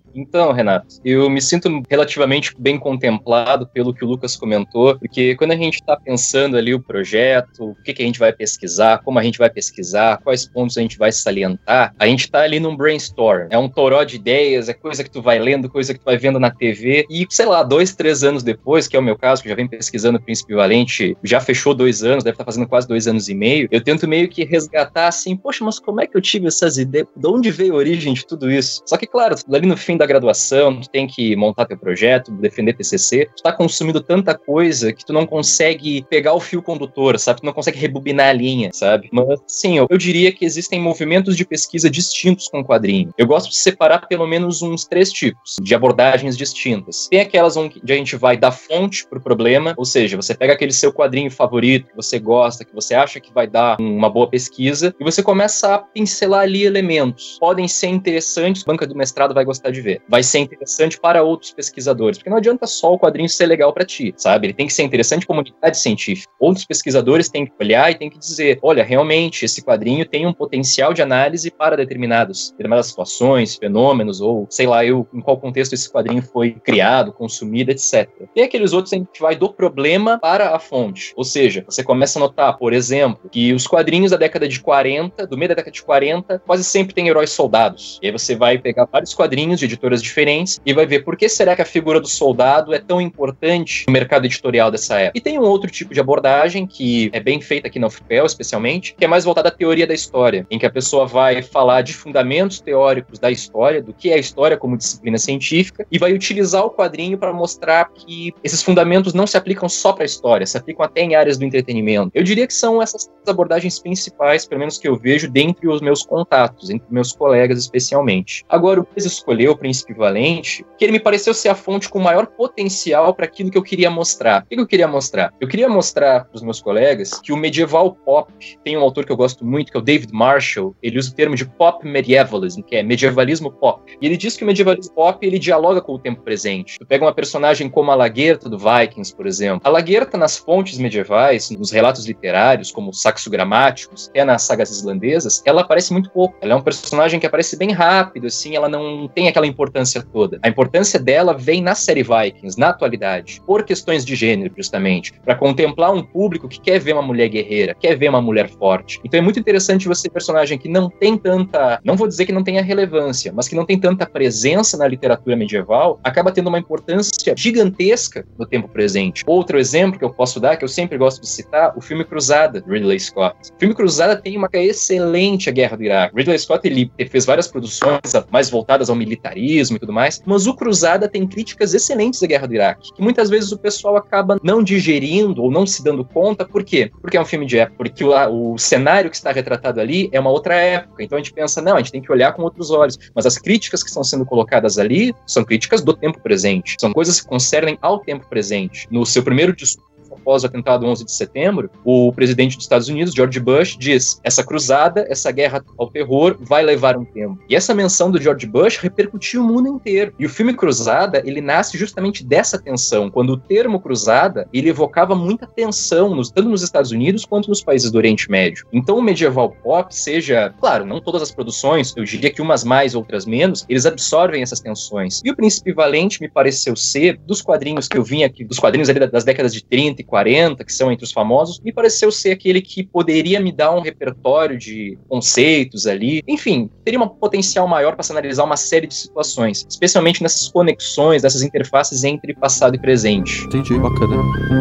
Então, Renato, eu me sinto relativamente bem contemplado pelo que o Lucas comentou, porque quando a gente está pensando ali o projeto, o que a gente vai pesquisar, como a gente vai pesquisar, quais pontos a gente vai salientar, a gente está ali num brainstorm. É um toró de ideias, é coisa que tu vai lendo, coisa que tu vai vendo na TV, e sei lá, 2, 3 anos depois, que é o meu caso, que já venho pesquisando o Príncipe Valente, já fechou 2 anos, deve estar fazendo quase 2 anos e meio, eu tento meio que resgatar assim, poxa, mas como é que eu tive essas ideias? De onde veio a origem de tudo isso? Só que, claro, ali no fim da graduação, tu tem que montar teu projeto, defender TCC, tu tá consumindo tanta coisa que tu não consegue pegar o fio condutor, sabe? Tu não consegue rebobinar a linha, sabe? Mas, sim, eu diria que existem movimentos de pesquisa distintos com o quadrinho. Eu gosto de separar pelo menos uns 3 tipos de abordagens distintas. Tem aquelas onde a gente vai da fonte pro problema, ou seja, você pega aquele seu quadrinho favorito, que você gosta, que você acha que vai dar uma boa pesquisa, e você começa a pincelar ali elementos. Podem ser interessantes, a banca do mestrado vai gostar de ver. Vai ser interessante para outros pesquisadores, porque não adianta só o quadrinho ser legal para ti, sabe? Ele tem que ser interessante para a comunidade científica. Outros pesquisadores têm que olhar e têm que dizer, olha, realmente, esse quadrinho tem um potencial de análise para determinadas situações, fenômenos, ou sei lá, em qual contexto esse quadrinho foi criado, consumido, etc. Tem aqueles outros em que a gente vai do problema para a fonte. Ou seja, você começa a notar, por exemplo, que os quadrinhos da década de 40, do meio da década de 40, quase sempre tem heróis soldados. E aí você vai pegar vários quadrinhos de editoras diferentes e vai ver por que será que a figura do soldado é tão importante no mercado editorial dessa época. E tem um outro tipo de abordagem que é bem feita aqui na UFPEL, especialmente, que é mais voltada à teoria da história, em que a pessoa vai falar de fundamentos teóricos da história, do que é a história como disciplina científica, e vai utilizar o quadrinho para mostrar que esses fundamentos não se aplicam só para a história, se aplicam até em áreas do entretenimento. Eu diria que são essas abordagens principais, pelo menos que eu vejo, dentre os meus contatos, entre meus colegas especialmente. Agora, o Lucas escolheu o Príncipe Valente, que ele me pareceu ser a fonte com maior potencial para aquilo que eu queria mostrar. O que eu queria mostrar? Eu queria mostrar para os meus colegas que o medieval pop, tem um autor que eu gosto muito, que é o David Marshall, ele usa o termo de pop medievalism, que é medievalismo pop. E ele diz que o medievalismo pop, ele dialoga com o tempo presente. Tu pega uma personagem como a Lagertha do Vikings, por exemplo. A Lagertha, nas fontes medievais, nos relatos literários, como saxogramáticos, até nas sagas islandesas, ela aparece muito pouco. Ela é um personagem que aparece bem rápido, assim, ela não tem aquela importância toda. A importância dela vem na série Vikings, na atualidade, por questões de gênero, justamente, para contemplar um público que quer ver uma mulher guerreira, quer ver uma mulher forte. Então é muito interessante você ter personagem que não tem tanta, não vou dizer que não tenha relevância, mas que não tem tanta presença na literatura medieval, acaba tendo uma importância gigantesca no tempo presente. Outro exemplo que eu posso dar, que eu sempre gosto de citar, o filme Cruzada, de Ridley Scott. O filme Cruzada tem uma excelente a Guerra do Iraque. Ridley Scott, ele fez várias produções mais voltadas ao militarismo e tudo mais, mas o Cruzada tem críticas excelentes à Guerra do Iraque, que muitas vezes o pessoal acaba não digerindo ou não se dando conta. Por quê? Porque é um filme de época, porque o cenário que está retratado ali é uma outra época, então a gente pensa, não, a gente tem que olhar com outros olhos, mas as críticas que estão sendo colocadas ali são críticas do tempo presente, são coisas que concernem ao tempo presente. No seu primeiro discurso após o atentado 11 de setembro, o presidente dos Estados Unidos, George Bush, diz: essa cruzada, essa guerra ao terror vai levar um tempo. E essa menção do George Bush repercutiu o mundo inteiro. E o filme Cruzada, ele nasce justamente dessa tensão. Quando o termo cruzada, ele evocava muita tensão, tanto nos Estados Unidos quanto nos países do Oriente Médio. Então o medieval pop, seja, claro, não todas as produções, eu diria que umas mais, outras menos, eles absorvem essas tensões. E o Príncipe Valente me pareceu ser, dos quadrinhos que eu vim aqui, dos quadrinhos ali das décadas de 30 e 40, que são entre os famosos, me pareceu ser aquele que poderia me dar um repertório de conceitos ali. Enfim, teria um potencial maior para se analisar uma série de situações, especialmente nessas conexões, nessas interfaces entre passado e presente. Entendi, bacana.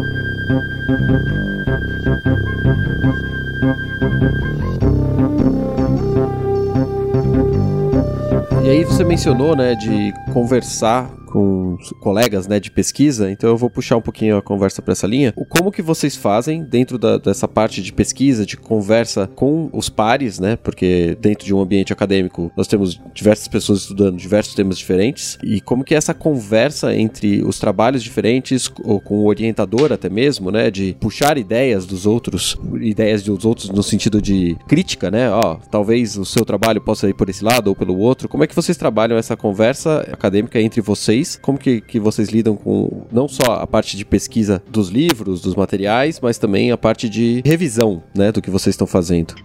E aí você mencionou, né, de conversar com colegas, né, de pesquisa, então eu vou puxar um pouquinho a conversa para essa linha. Como que vocês fazem dentro dessa parte de pesquisa, de conversa com os pares, né, porque dentro de um ambiente acadêmico nós temos diversas pessoas estudando diversos temas diferentes, e como que é essa conversa entre os trabalhos diferentes, ou com o orientador até mesmo, né, de puxar ideias dos outros no sentido de crítica, né, talvez o seu trabalho possa ir por esse lado ou pelo outro. Como é que vocês trabalham essa conversa acadêmica entre vocês? Como que vocês lidam com não só a parte de pesquisa dos livros, dos materiais, mas também a parte de revisão, né, do que vocês estão fazendo? Todo mundo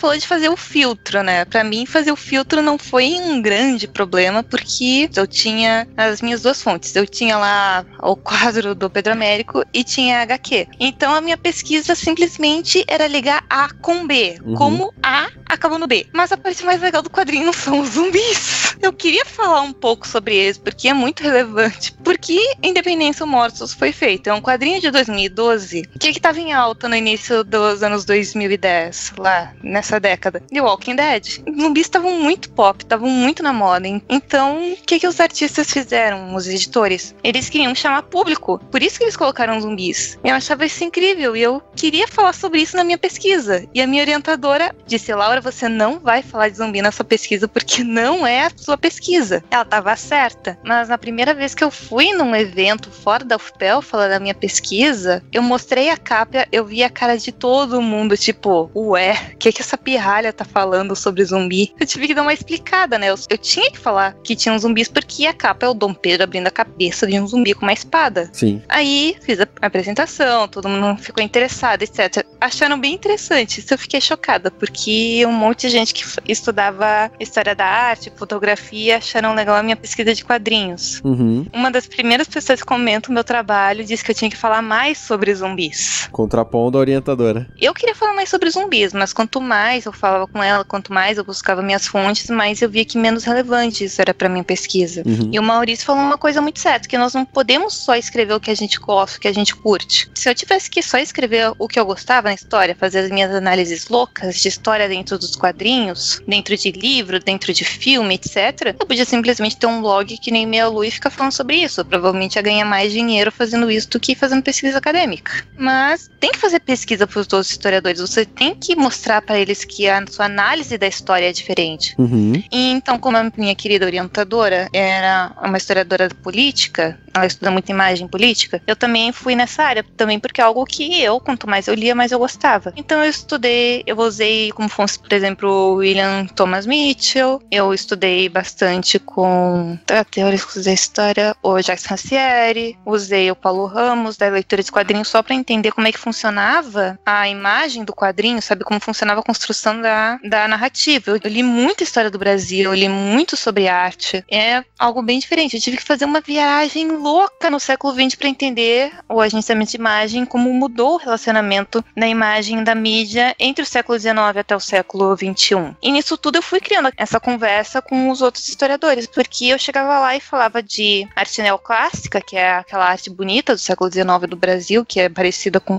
falou de fazer o filtro, né? Pra mim, fazer o filtro não foi um grande problema, porque eu tinha as minhas duas fontes. Eu tinha lá o quadro do Pedro Américo e tinha HQ. Então, a minha pesquisa simplesmente era ligar A com B. Como A acabou no B. Mas a parte mais legal do quadrinho são os zumbis. Eu queria falar um pouco sobre eles, porque é muito relevante. Porque Independência ou Mortos foi feito. É um quadrinho de 2012 que estava em alta no início dos anos 2010, lá nessa década. The Walking Dead. Zumbis estavam muito pop, estavam muito na moda. Então, o que os artistas fizeram, os editores? Eles queriam chamar público. Por isso que eles colocaram zumbis. Eu achava isso incrível e eu queria falar sobre isso na minha pesquisa. E a minha orientadora disse: Laura, você não vai falar de zumbi na sua pesquisa porque não é a sua pesquisa. Ela estava certa. Mas na primeira vez que eu fui num evento fora da UFPEL falar da minha pesquisa, eu mostrei a capa, eu vi a cara de todo mundo, tipo, ué, o que essa pirralha tá falando sobre zumbi? Eu tive que dar uma explicada, né? Eu tinha que falar que tinham zumbis porque a capa é o Dom Pedro abrindo a cabeça de um zumbi com uma espada. Sim. Aí fiz a apresentação, todo mundo ficou interessado, etc. Acharam bem interessante. Isso eu fiquei chocada, porque um monte de gente que estudava história da arte, fotografia, acharam legal a minha pesquisa de quadrinhos. Uma das primeiras pessoas que comentam o meu trabalho disse que eu tinha que falar mais sobre zumbis. Contrapondo a orientadora. Eu queria falar mais sobre zumbis, mas quanto mais eu falava com ela, quanto mais eu buscava minhas fontes, mais eu via que menos relevante isso era pra minha pesquisa. E o Maurício falou uma coisa muito certa, que nós não podemos só escrever o que a gente gosta, o que a gente curte. Se eu tivesse que só escrever o que eu gostava na história, fazer as minhas análises loucas de história dentro dos quadrinhos, dentro de livro, dentro de filme, etc., eu podia simplesmente ter um blog que nem Meia Lua e ficar falando sobre isso. Eu provavelmente ia ganhar mais dinheiro fazendo isso do que fazendo pesquisa acadêmica. Mas tem que fazer pesquisa para os outros historiadores. Você tem que mostrar para eles que a sua análise da história é diferente. E então, como a minha querida orientadora era uma historiadora política, ela estuda muito imagem política, eu também fui nessa área, também porque é algo que quanto mais eu lia, mais eu gostava. Então eu estudei, eu usei como fontes, por exemplo, o William Thomas Mitchell, eu estudei bastante com teóricos da história, o Jacques Rancière, usei o Paulo Ramos, da leitura de quadrinhos, só para entender como é que funcionava a imagem do quadrinho, sabe, como funcionava a construção da narrativa. Eu li muita história do Brasil, eu li muito sobre arte, é algo bem diferente. Eu tive que fazer uma viagem louca no século XX para entender o agenciamento de imagem, como mudou o relacionamento da imagem da mídia entre o século XIX até o século XXI. E nisso tudo eu fui criando essa conversa com os outros historiadores, porque eu chegava lá e falava de arte neoclássica, que é aquela arte bonita do século XIX do Brasil, que é parecida com,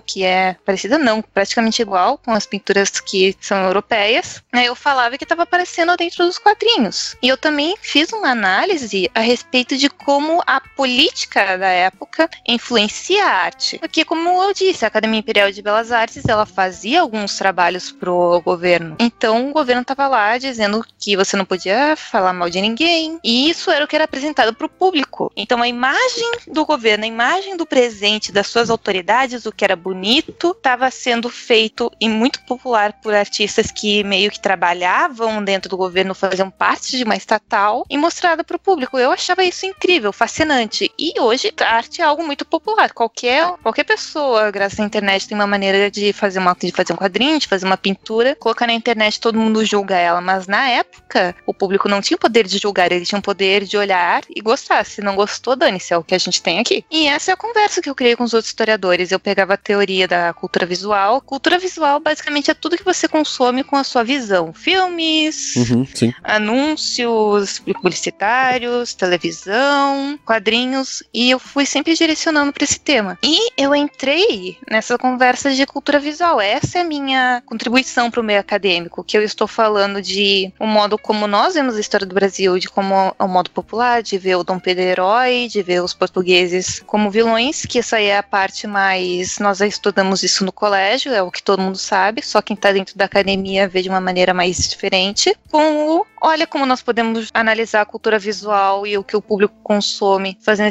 praticamente igual com as pinturas que são europeias. Aí eu falava que estava aparecendo dentro dos quadrinhos. E eu também fiz uma análise a respeito de como a política da época influencia a arte. Porque, como eu disse, a Academia Imperial de Belas Artes, ela fazia alguns trabalhos pro governo. Então, o governo estava lá dizendo que você não podia falar mal de ninguém. E isso era o que era apresentado pro público. Então, a imagem do governo, a imagem do presente, das suas autoridades, o que era bonito, estava sendo feito e muito popular por artistas que meio que trabalhavam dentro do governo, faziam parte de uma estatal e mostrada pro público. Eu achava isso incrível, fascinante. E hoje a arte é algo muito popular. Qualquer pessoa, graças à internet, tem uma maneira de fazer um quadrinho, de fazer uma pintura, colocar na internet, todo mundo julga ela. Mas na época, o público não tinha o poder de julgar, ele tinha o poder de olhar e gostar. Se não gostou, dane-se, é o que a gente tem aqui. E essa é a conversa que eu criei com os outros historiadores. Eu pegava a teoria da cultura visual. Cultura visual, basicamente, é tudo que você consome com a sua visão. Filmes, anúncios publicitários, televisão, quadrinhos, e eu fui sempre direcionando para esse tema. E eu entrei nessa conversa de cultura visual. Essa é a minha contribuição para o meio acadêmico, que eu estou falando de o modo como nós vemos a história do Brasil, de como é o modo popular, de ver o Dom Pedro herói, de ver os portugueses como vilões, que essa aí é a parte mais... Nós já estudamos isso no colégio, é o que todo mundo sabe, só quem está dentro da academia vê de uma maneira mais diferente. Olha como nós podemos analisar a cultura visual e o que o público consome, fazendo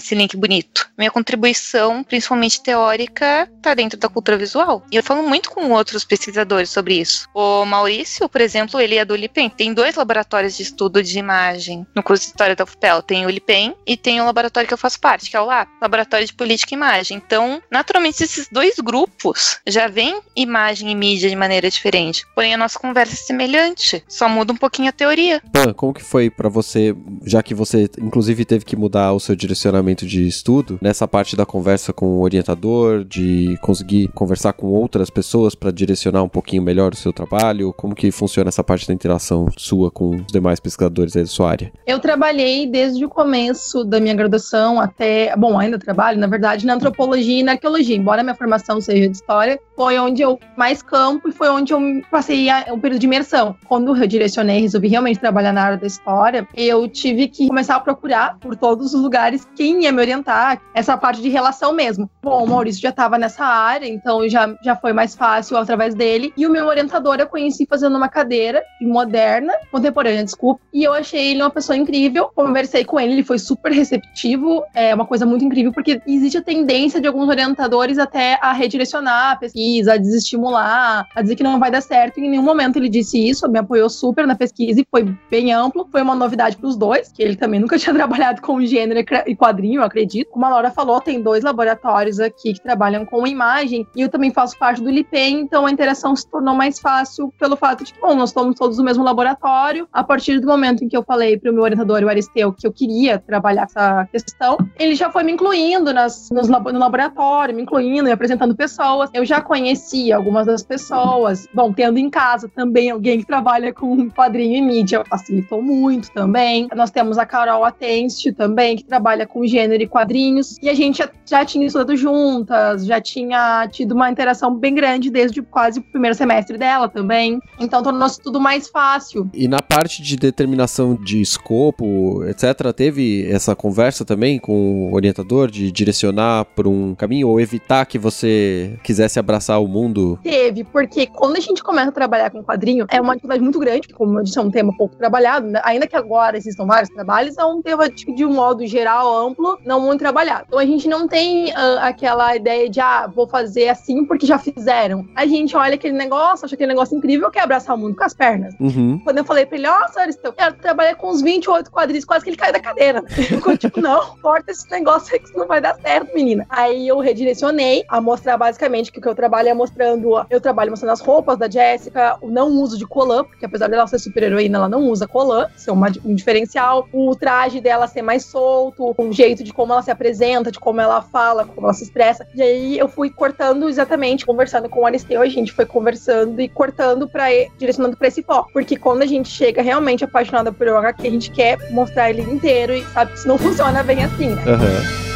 esse link bonito. Minha contribuição, principalmente teórica, tá dentro da cultura visual. E eu falo muito com outros pesquisadores sobre isso. O Maurício, por exemplo, ele é do LIPEN. Tem 2 laboratórios de estudo de imagem no curso de História da UFPEL. Tem o LIPEN e tem o laboratório que eu faço parte, que é o LAP, Laboratório de Política e Imagem. Então, naturalmente, esses 2 grupos já veem imagem e mídia de maneira diferente. Porém, a nossa conversa é semelhante. Só muda um pouquinho a teoria. Como que foi pra você, já que você, inclusive, teve que mudar o seu direcionamento de estudo, nessa parte da conversa com o orientador, de conseguir conversar com outras pessoas pra direcionar um pouquinho melhor o seu trabalho? Como que funciona essa parte da interação sua com os demais pesquisadores aí da sua área? Eu trabalhei desde o começo da minha graduação até... Bom, ainda trabalho, na verdade, na antropologia e na arqueologia. Embora a minha formação seja de história, foi onde eu mais campo e foi onde eu passei um período de imersão. Quando eu direcionei, resolvi realmente trabalhar na área da história, eu tive que começar a procurar por todos os lugares quem ia me orientar, essa parte de relação mesmo. Bom, o Maurício já estava nessa área, então já foi mais fácil através dele. E o meu orientador eu conheci fazendo uma cadeira moderna, contemporânea, desculpa, e eu achei ele uma pessoa incrível. Conversei com ele, ele foi super receptivo, é uma coisa muito incrível, porque existe a tendência de alguns orientadores até a redirecionar a pesquisa, a desestimular, a dizer que não vai dar certo. Em nenhum momento ele disse isso, me apoiou super na pesquisa e foi bem amplo. Foi uma novidade para os 2, que ele também nunca tinha trabalhado com gênero e quadrinho, eu acredito. Como a Laura falou, tem 2 laboratórios aqui que trabalham com imagem e eu também faço parte do LIPEN, então a interação se tornou mais fácil pelo fato de que, bom, nós estamos todos no mesmo laboratório. A partir do momento em que eu falei para o meu orientador, o Aristeu, que eu queria trabalhar essa questão, ele já foi me incluindo no laboratório, me incluindo, me apresentando pessoas. Eu já conhecia algumas das pessoas. Bom, tendo em casa também alguém que trabalha com quadrinho e mídia, facilitou muito também. Nós temos a Carol Atencio também, que trabalha com gênero e quadrinhos, e a gente já tinha estudado juntas, já tinha tido uma interação bem grande desde quase o primeiro semestre dela também. Então tornou-se tudo mais fácil. E na parte de determinação de escopo, etc., teve essa conversa também com o orientador de direcionar por um caminho ou evitar que você quisesse abraçar o mundo? Teve, porque quando a gente começa a trabalhar com quadrinho, é uma dificuldade muito grande, como eu disse, é um tema pouco trabalhado, ainda que agora existam vários trabalhos, é um tema de um modo geral, amplo, não muito trabalhado. Então a gente não tem aquela ideia de, vou fazer assim porque já fizeram. A gente olha aquele negócio, acha aquele negócio incrível, quer abraçar o mundo com as pernas. Uhum. Quando eu falei pra ele, Aristeu, eu quero trabalhar com uns 28 quadrinhos, quase que ele caiu da cadeira. Ficou tipo, não, corta esse negócio aí que isso não vai dar certo, menina. Aí eu redirecionei a mostrar basicamente que o que eu trabalho é mostrando, eu trabalho mostrando as roupas da Jéssica, o não uso de colã, porque apesar dela ser super heroína, ela não usa colã, isso é um diferencial, o traje dela ser mais solto, o jeito de como ela se apresenta, de como ela fala, como ela se expressa. E aí eu fui cortando exatamente, conversando com o Aristeu, a gente foi conversando e cortando direcionando pra esse foco, porque quando a gente chega realmente apaixonada por o HQ, a gente quer mostrar ele inteiro e sabe que isso não funciona bem assim, né? Uhum.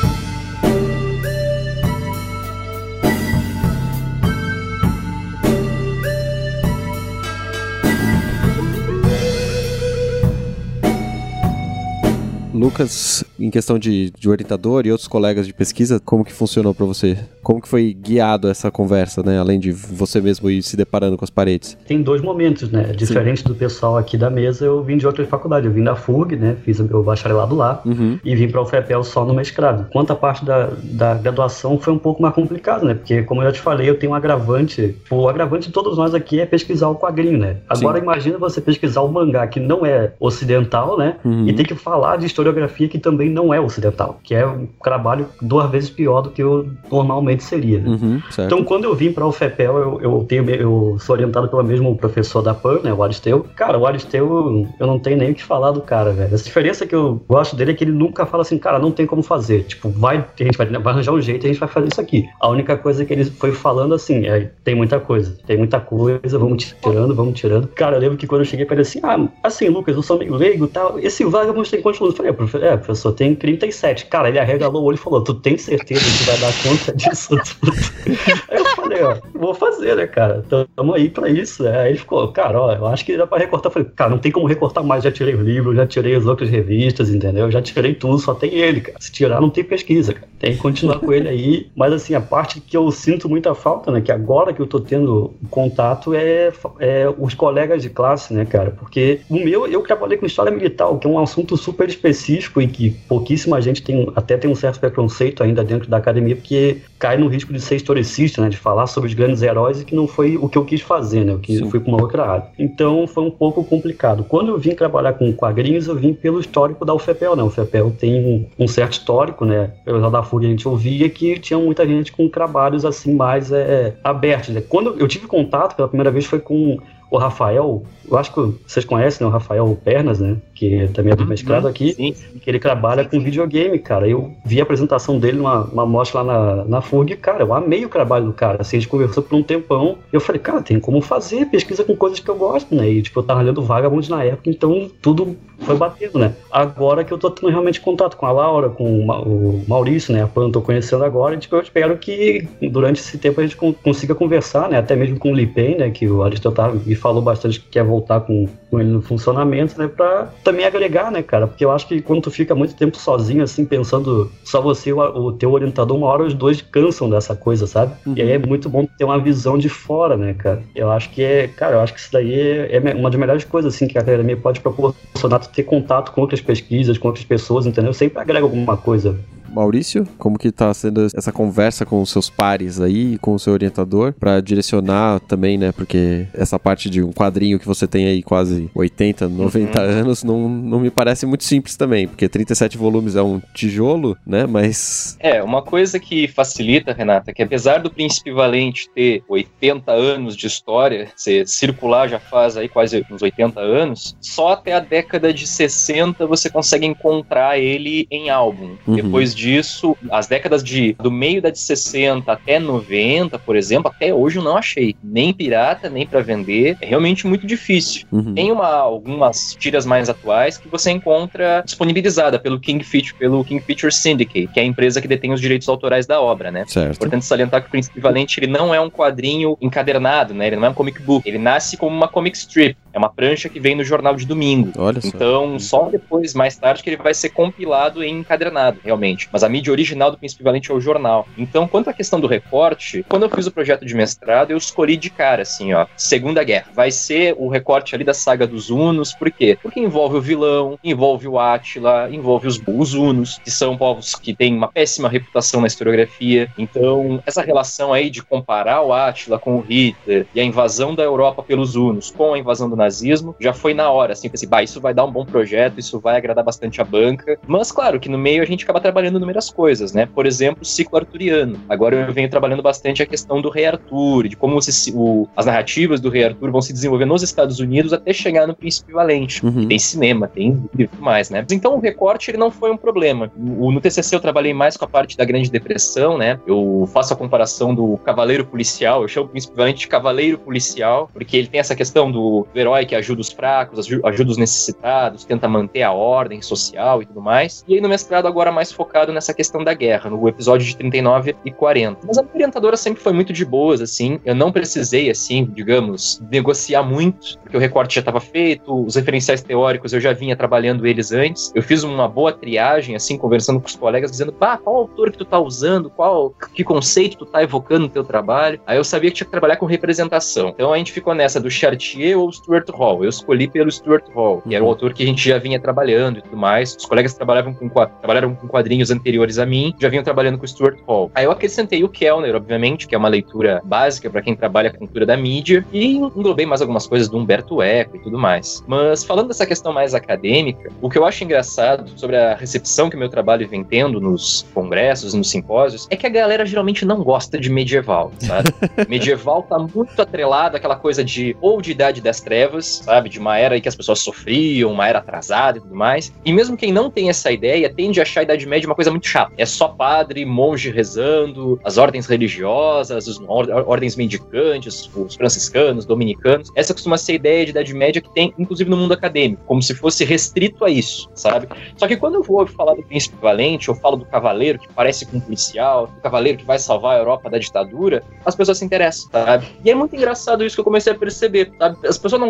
Lucas, em questão de orientador e outros colegas de pesquisa, como que funcionou pra você? Como que foi guiado essa conversa, né? Além de você mesmo ir se deparando com as paredes. Tem 2 momentos, né? Diferente do pessoal aqui da mesa, eu vim de outra faculdade. Eu vim da FURG, né? Fiz o meu bacharelado lá e vim pra UFPEL só no mestrado. Quanto à parte da graduação, foi um pouco mais complicado, né? Porque, como eu já te falei, eu tenho um agravante. O agravante de todos nós aqui é pesquisar o quadrinho, né? Agora, imagina você pesquisar o mangá, que não é ocidental, né? E ter que falar de historiografia que também não é ocidental, que é um trabalho 2 vezes pior do que eu normalmente seria, né? Então, quando eu vim para a UFPEL, eu sou orientado pelo mesmo professor da PAN, né, o Aristeu. Cara, o Aristeu, eu não tenho nem o que falar do cara, velho. A diferença que eu gosto dele é que ele nunca fala assim, cara, não tem como fazer. Tipo, a gente vai arranjar um jeito e a gente vai fazer isso aqui. A única coisa que ele foi falando assim, tem muita coisa, vamos tirando. Cara, eu lembro que quando eu cheguei pra ele assim, Lucas, eu sou meio leigo e tal, esse Vagabond tem quantos anos? Eu falei, professor, tem 37. Cara, ele arregalou o olho e falou, tu tem certeza que vai dar conta disso tudo? Aí eu falei, vou fazer, né, cara? Tamo aí pra isso. Aí ele ficou, cara, eu acho que dá pra recortar. Eu falei, cara, não tem como recortar mais, já tirei o livro, já tirei as outras revistas, entendeu? Já tirei tudo, só tem ele, cara. Se tirar, não tem pesquisa, cara. Tem que continuar com ele aí. Mas, assim, a parte que eu sinto muita falta, né, que agora que eu tô tendo contato é os colegas de classe, né, cara? Porque eu trabalhei com história militar, que é um assunto super específico e que pouquíssima gente tem um certo preconceito ainda dentro da academia, porque cai no risco de ser historicista, né, de falar sobre os grandes heróis, e que não foi o que eu quis fazer, né, eu fui para uma outra área. Então foi um pouco complicado. Quando eu vim trabalhar com quadrinhos, eu vim pelo histórico da UFPEL, né, a UFPEL tem um certo histórico, né, pelo da Fúria a gente ouvia que tinha muita gente com trabalhos assim mais abertos, né. Quando eu tive contato pela primeira vez foi com o Rafael, eu acho que vocês conhecem, né, o Rafael Pernas, né, que também é do mestrado aqui, sim. Que ele trabalha com videogame, cara. Eu vi a apresentação dele numa mostra lá na FURG, cara, eu amei o trabalho do cara, assim, a gente conversou por um tempão, e eu falei, cara, tem como fazer pesquisa com coisas que eu gosto, né, e tipo, eu tava lendo Vagabond na época, então tudo foi batendo, né. Agora que eu tô tendo realmente contato com a Laura, com o Maurício, né, a Pan, tô conhecendo agora, e tipo, eu espero que durante esse tempo a gente consiga conversar, né, até mesmo com o Lipen, né, que o Aristotle me falou bastante que quer voltar com ele no funcionamento, né, pra também agregar, né, cara, porque eu acho que quando tu fica muito tempo sozinho, assim, pensando só você e o teu orientador, uma hora os dois cansam dessa coisa, sabe? E aí é muito bom ter uma visão de fora, né, cara? Eu acho que isso daí é uma das melhores coisas, assim, que a academia pode proporcionar, tu ter contato com outras pesquisas, com outras pessoas, entendeu? Sempre agrega alguma coisa. Maurício, como que tá sendo essa conversa com os seus pares aí, com o seu orientador, pra direcionar também, né, porque essa parte de um quadrinho que você tem aí quase 80, 90 anos, não me parece muito simples também, porque 37 volumes é um tijolo, né, mas... Uma coisa que facilita, Renata, que apesar do Príncipe Valente ter 80 anos de história, você circular já faz aí quase uns 80 anos, só até a década de 60 você consegue encontrar ele em álbum. Depois disso, as décadas do meio da de 60 até 90, por exemplo, até hoje eu não achei. Nem pirata, nem pra vender. É realmente muito difícil. Tem algumas tiras mais atuais que você encontra disponibilizada pelo Kingfisher Syndicate, que é a empresa que detém os direitos autorais da obra, né? Certo. Importante salientar que o Príncipe Valente, ele não é um quadrinho encadernado, né? Ele não é um comic book. Ele nasce como uma comic strip. É uma prancha que vem no jornal de domingo. Olha só. Então, só depois, mais tarde, que ele vai ser compilado em encadernado, realmente. Mas a mídia original do Príncipe Valente é o jornal. Então, quanto à questão do recorte, quando eu fiz o projeto de mestrado, eu escolhi de cara, assim, ó, Segunda Guerra. Vai ser o recorte ali da saga dos Hunos. Por quê? Porque envolve o vilão, envolve o Átila, envolve os Hunos, que são povos que têm uma péssima reputação na historiografia. Então, essa relação aí de comparar o Átila com o Hitler e a invasão da Europa pelos Hunos com a invasão do nazismo, já foi na hora, assim, pensei, isso vai dar um bom projeto, isso vai agradar bastante a banca, mas claro que no meio a gente acaba trabalhando inúmeras coisas, né, por exemplo, o ciclo arturiano. Agora eu venho trabalhando bastante a questão do Rei Arthur, de como as narrativas do Rei Arthur vão se desenvolver nos Estados Unidos até chegar no Príncipe Valente. Tem cinema, tem livro e mais, né. Então o recorte, ele não foi um problema. No TCC eu trabalhei mais com a parte da Grande Depressão, né, eu faço a comparação do cavaleiro policial, eu chamo o Príncipe Valente de cavaleiro policial, porque ele tem essa questão do herói que ajuda os fracos, ajuda os necessitados, tenta manter a ordem social e tudo mais. E aí no mestrado agora mais focado nessa questão da guerra, no episódio de 39 e 40. Mas a minha orientadora sempre foi muito de boas, assim, eu não precisei, assim, digamos, negociar muito, porque o recorte já estava feito, os referenciais teóricos eu já vinha trabalhando eles antes, eu fiz uma boa triagem, assim, conversando com os colegas, dizendo, qual autor que tu tá usando, que conceito tu tá evocando no teu trabalho. Aí eu sabia que tinha que trabalhar com representação. Então a gente ficou nessa do Chartier ou Stuart Hall. Eu escolhi pelo Stuart Hall, que era o autor que a gente já vinha trabalhando e tudo mais. Os colegas trabalharam com quadrinhos anteriores a mim, já vinham trabalhando com o Stuart Hall. Aí eu acrescentei o Kellner, obviamente, que é uma leitura básica para quem trabalha com a cultura da mídia, e englobei mais algumas coisas do Humberto Eco e tudo mais. Mas falando dessa questão mais acadêmica, o que eu acho engraçado sobre a recepção que o meu trabalho vem tendo nos congressos, nos simpósios, é que a galera geralmente não gosta de medieval, sabe? Medieval tá muito atrelado àquela coisa de Idade das Trevas, sabe? De uma era em que as pessoas sofriam, uma era atrasada e tudo mais. E mesmo quem não tem essa ideia, tende a achar a Idade Média uma coisa muito chata. É só padre, monge rezando, as ordens religiosas, as ordens mendicantes, os franciscanos, dominicanos. Essa costuma ser a ideia de Idade Média que tem, inclusive, no mundo acadêmico, como se fosse restrito a isso, sabe? Só que quando eu vou falar do Príncipe Valente, eu falo do cavaleiro que parece com um policial, do cavaleiro que vai salvar a Europa da ditadura, as pessoas se interessam, sabe? E é muito engraçado isso que eu comecei a perceber, sabe? As pessoas não gostam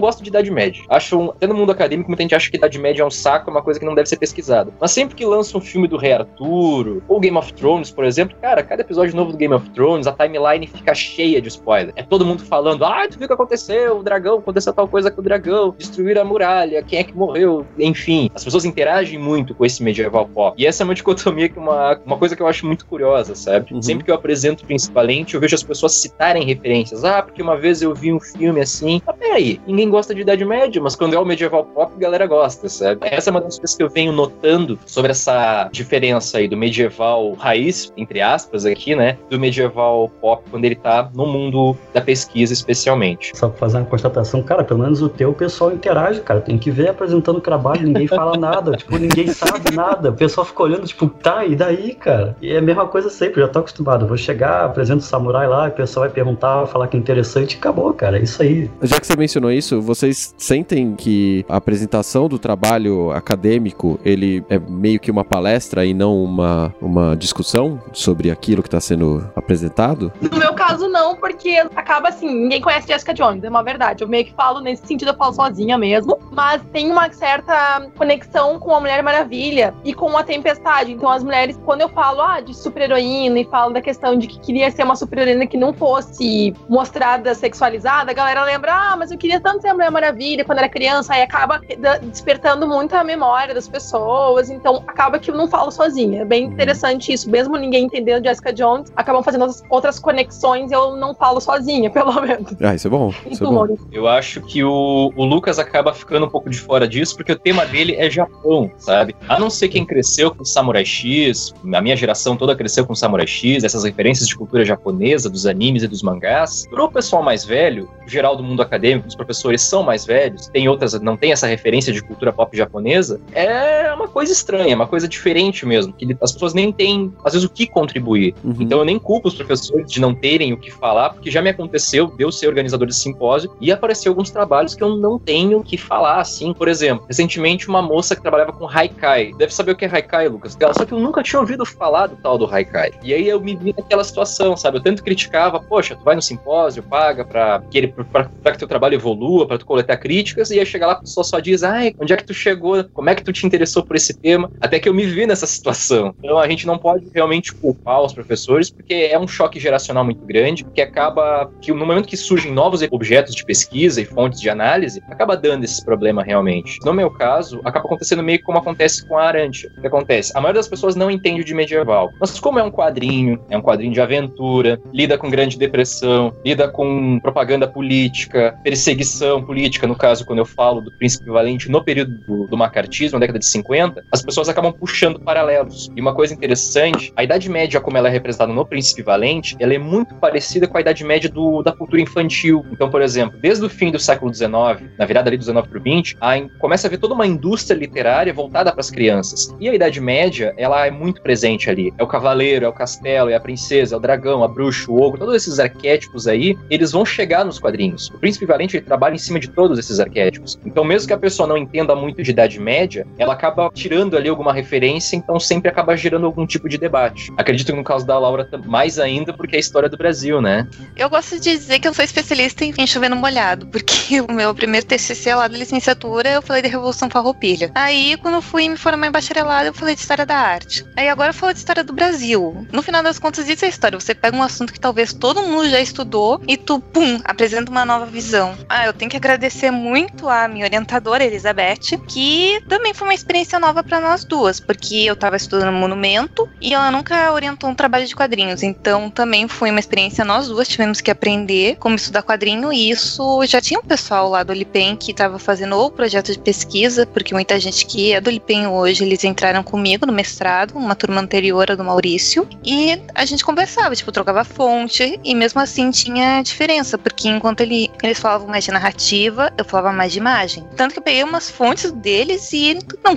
gosto de Idade Média. Até no mundo acadêmico, muita gente acha que Idade Média é um saco, é uma coisa que não deve ser pesquisada. Mas sempre que lança um filme do Rei Arturo, ou Game of Thrones, por exemplo, cara, cada episódio novo do Game of Thrones, a timeline fica cheia de spoiler. É todo mundo falando, tu viu o que aconteceu? O dragão, aconteceu tal coisa com o dragão, destruíram a muralha, quem é que morreu? Enfim, as pessoas interagem muito com esse medieval pop. E essa é uma dicotomia, uma coisa que eu acho muito curiosa, sabe? Sempre que eu apresento Principalmente, eu vejo as pessoas citarem referências. Porque uma vez eu vi um filme assim. Peraí, ninguém gosta de Idade Média, mas quando é o medieval pop, a galera gosta, sabe? Essa é uma das coisas que eu venho notando sobre essa diferença aí do medieval raiz, entre aspas, aqui, né? Do medieval pop, quando ele tá no mundo da pesquisa, especialmente. Só pra fazer uma constatação, cara, pelo menos o teu pessoal interage, cara. Tem que ver apresentando o trabalho, ninguém fala nada, tipo, ninguém sabe nada. O pessoal fica olhando, tipo, e daí, cara? E é a mesma coisa sempre, eu já tô acostumado. Eu vou chegar, apresento o samurai lá, o pessoal vai perguntar, vai falar que é interessante, acabou, cara. É isso aí. Já que você mencionou isso, vocês sentem que a apresentação do trabalho acadêmico, ele é meio que uma palestra e não uma discussão sobre aquilo que está sendo apresentado? No meu caso, não, porque acaba assim, ninguém conhece Jessica Jones, é uma verdade. Eu meio que falo nesse sentido, eu falo sozinha mesmo, mas tem uma certa conexão com a Mulher Maravilha e com a Tempestade. Então as mulheres, quando eu falo de super-heroína e falo da questão de que queria ser uma super-heroína que não fosse mostrada sexualizada, a galera lembra, mas eu queria tanto ser a Mulher Maravilha quando era criança, aí acaba despertando muito a memória das pessoas, então acaba que eu não falo sozinha. É bem interessante isso, mesmo ninguém entendendo Jessica Jones, acabam fazendo outras conexões e eu não falo sozinha, pelo menos. Isso é bom. Isso é bom. Eu acho que o Lucas acaba ficando um pouco de fora disso, porque o tema dele é Japão, sabe? A não ser quem cresceu com Samurai X, a minha geração toda cresceu com Samurai X, essas referências de cultura japonesa, dos animes e dos mangás. Pro pessoal mais velho, o geral do mundo acadêmico, os professores são mais velhos, não tem essa referência de cultura pop japonesa, é uma coisa estranha, uma coisa diferente mesmo, que as pessoas nem têm, às vezes, o que contribuir. Então eu nem culpo os professores de não terem o que falar, porque já me aconteceu de eu ser organizador de simpósio e aparecer alguns trabalhos que eu não tenho o que falar, assim. Por exemplo, recentemente uma moça que trabalhava com Haikai. Deve saber o que é Haikai, Lucas? Só que eu nunca tinha ouvido falar do tal do Haikai. E aí eu me vi naquela situação, sabe? Eu tanto criticava, poxa, tu vai no simpósio, paga pra que teu trabalho evolua, pra tu coletar críticas, e aí chegar lá, a pessoa só diz, onde é que tu chegou? Como é que tu te interessou por esse tema? Até que eu me vi nessa situação. Então a gente não pode realmente culpar os professores, porque é um choque geracional muito grande, que acaba que no momento que surgem novos objetos de pesquisa e fontes de análise, acaba dando esse problema realmente. No meu caso, acaba acontecendo meio como acontece com a Arantia. O que acontece? A maioria das pessoas não entende de medieval, mas como é um quadrinho de aventura, lida com grande depressão, lida com propaganda política, perseguição política, no caso, quando eu falo do Príncipe Valente no período do macartismo, na década de 50, as pessoas acabam puxando paralelos. E uma coisa interessante, a Idade Média, como ela é representada no Príncipe Valente, ela é muito parecida com a Idade Média da cultura infantil. Então, por exemplo, desde o fim do século XIX, na virada ali do 19 para o 20, começa a haver toda uma indústria literária voltada para as crianças. E a Idade Média, ela é muito presente ali. É o cavaleiro, é o castelo, é a princesa, é o dragão, a bruxa, o ogro, todos esses arquétipos aí, eles vão chegar nos quadrinhos. O Príncipe Valente, ele trabalha em cima de todos esses arquétipos. Então, mesmo que a pessoa não entenda muito de Idade Média, ela acaba tirando ali alguma referência, então sempre acaba gerando algum tipo de debate. Acredito que no caso da Laura, mais ainda, porque é a história do Brasil, né? Eu gosto de dizer que eu sou especialista em chover no molhado, porque o meu primeiro TCC lá da licenciatura, eu falei de Revolução Farroupilha. Aí, quando eu fui me formar em bacharelado, eu falei de História da Arte. Aí agora eu falo de História do Brasil. No final das contas, isso é história. Você pega um assunto que talvez todo mundo já estudou e tu, apresenta uma nova visão. Eu tenho que agradecer muito a minha orientadora, Elizabeth, que também foi uma experiência nova pra nós duas, porque eu tava estudando Monumento e ela nunca orientou um trabalho de quadrinhos, então também foi uma experiência, nós duas tivemos que aprender como estudar quadrinho, e isso já tinha um pessoal lá do Lipen que tava fazendo o projeto de pesquisa, porque muita gente que é do Lipen hoje, eles entraram comigo no mestrado, uma turma anterior a do Maurício, e a gente conversava, trocava fonte, e mesmo assim tinha diferença, porque enquanto eles falavam mais de narrativa, eu falava mais de imagem. Tanto que eu peguei umas fontes deles e não funcionava.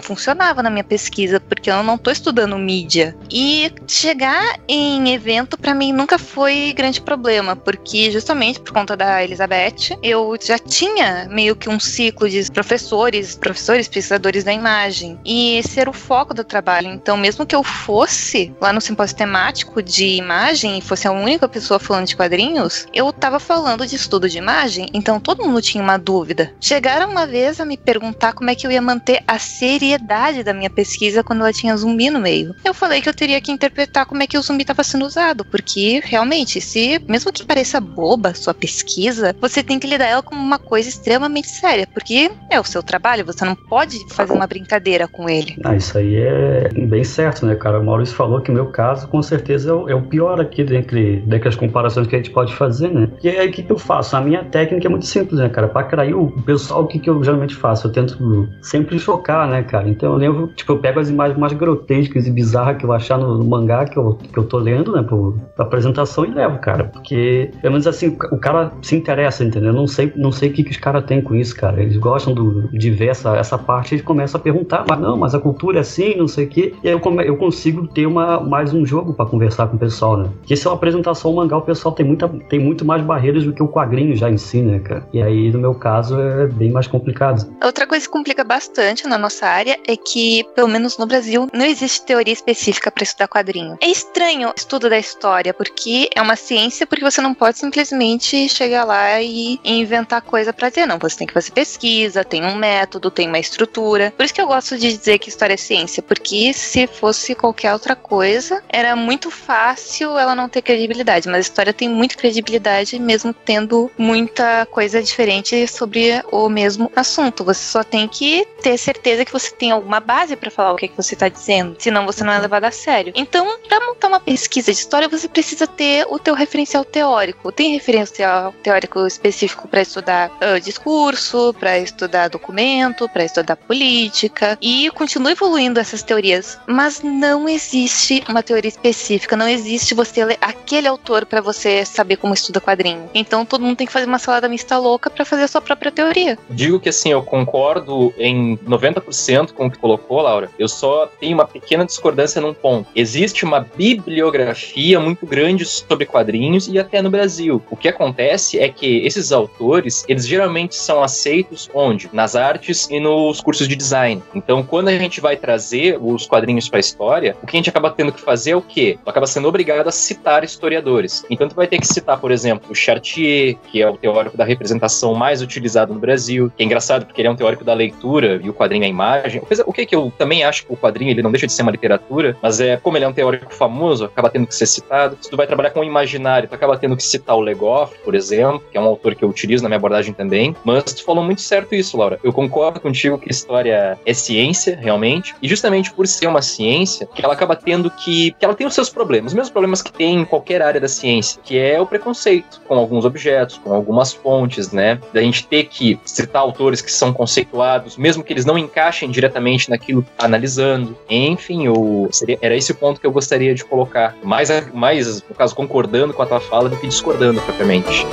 funcionava na minha pesquisa, porque eu não tô estudando mídia. E chegar em evento, pra mim, nunca foi grande problema, porque justamente por conta da Elizabeth, eu já tinha meio que um ciclo de professores, pesquisadores da imagem, e esse era o foco do trabalho. Então, mesmo que eu fosse lá no simpósio temático de imagem e fosse a única pessoa falando de quadrinhos, eu tava falando de estudo de imagem, então todo mundo tinha uma dúvida. Chegaram uma vez a me perguntar como é que eu ia manter a seriedade da minha pesquisa quando ela tinha zumbi no meio. Eu falei que eu teria que interpretar como é que o zumbi estava sendo usado, porque realmente, mesmo que pareça boba a sua pesquisa, você tem que lidar ela como uma coisa extremamente séria, porque é o seu trabalho, você não pode fazer uma brincadeira com ele. Isso aí é bem certo, né, cara? O Maurício falou que o meu caso, com certeza, é o pior aqui dentre as comparações que a gente pode fazer, né? E aí, o que eu faço? A minha técnica é muito simples, né, cara? Pra atrair o pessoal, o que eu geralmente faço? Eu tento sempre chocar, né, cara? Então eu lembro, eu pego as imagens mais grotescas e bizarras que eu achar no mangá que eu tô lendo, né, pra apresentação, e levo, cara. Porque, pelo menos assim, o cara se interessa, entendeu? Eu não sei o que os caras têm com isso, cara. Eles gostam de ver essa parte, eles começam a perguntar, mas a cultura é assim, não sei o quê. E aí eu consigo ter mais um jogo pra conversar com o pessoal, né? Porque se é uma apresentação, o mangá, o pessoal tem muito mais barreiras do que o quadrinho já em si, né, cara? E aí, no meu caso, é bem mais complicado. Outra coisa que complica bastante na nossa área é que, pelo menos no Brasil, não existe teoria específica para estudar quadrinho. É estranho o estudo da história, porque é uma ciência, porque você não pode simplesmente chegar lá e inventar coisa pra dizer, não. Você tem que fazer pesquisa, tem um método, tem uma estrutura. Por isso que eu gosto de dizer que história é ciência, porque se fosse qualquer outra coisa, era muito fácil ela não ter credibilidade, mas a história tem muita credibilidade, mesmo tendo muita coisa diferente sobre o mesmo assunto. Você só tem que ter certeza que você tem alguma base pra falar o que você tá dizendo, senão você não é levado a sério. Então, pra montar uma pesquisa de história, você precisa ter o teu referencial teórico. Tem referencial teórico específico pra estudar discurso, pra estudar documento, pra estudar política, e continua evoluindo essas teorias, mas não existe uma teoria específica, não existe você ler aquele autor pra você saber como estuda quadrinho. Então todo mundo tem que fazer uma salada mista louca pra fazer a sua própria teoria. Digo que assim, eu concordo em 90% com o que colocou, Laura. Eu só tenho uma pequena discordância num ponto. Existe uma bibliografia muito grande sobre quadrinhos e até no Brasil. O que acontece é que esses autores, eles geralmente são aceitos onde? Nas artes e nos cursos de design. Então, quando a gente vai trazer os quadrinhos pra história, o que a gente acaba tendo que fazer é o quê? Acaba sendo obrigado a citar historiadores. Então, tu vai ter que citar, por exemplo, o Chartier, que é o teórico da representação mais utilizado no Brasil, que é engraçado porque ele é um teórico da leitura e o quadrinho é a imagem. O que eu também acho que o quadrinho ele não deixa de ser uma literatura, mas como ele é um teórico famoso, acaba tendo que ser citado. Se tu vai trabalhar com o imaginário, tu acaba tendo que citar o Legoff, por exemplo, que é um autor que eu utilizo na minha abordagem também. Mas tu falou muito certo isso, Laura. Eu concordo contigo que história é ciência, realmente, e justamente por ser uma ciência, que ela acaba tendo que ela tem os seus problemas, os mesmos problemas que tem em qualquer área da ciência, que é o preconceito com alguns objetos, com algumas fontes, né? Da gente ter que citar autores que são conceituados, mesmo que eles não encaixem diretamente naquilo que tá analisando. Enfim, era esse o ponto que eu gostaria de colocar. Mais, no caso, concordando com a tua fala do que discordando propriamente.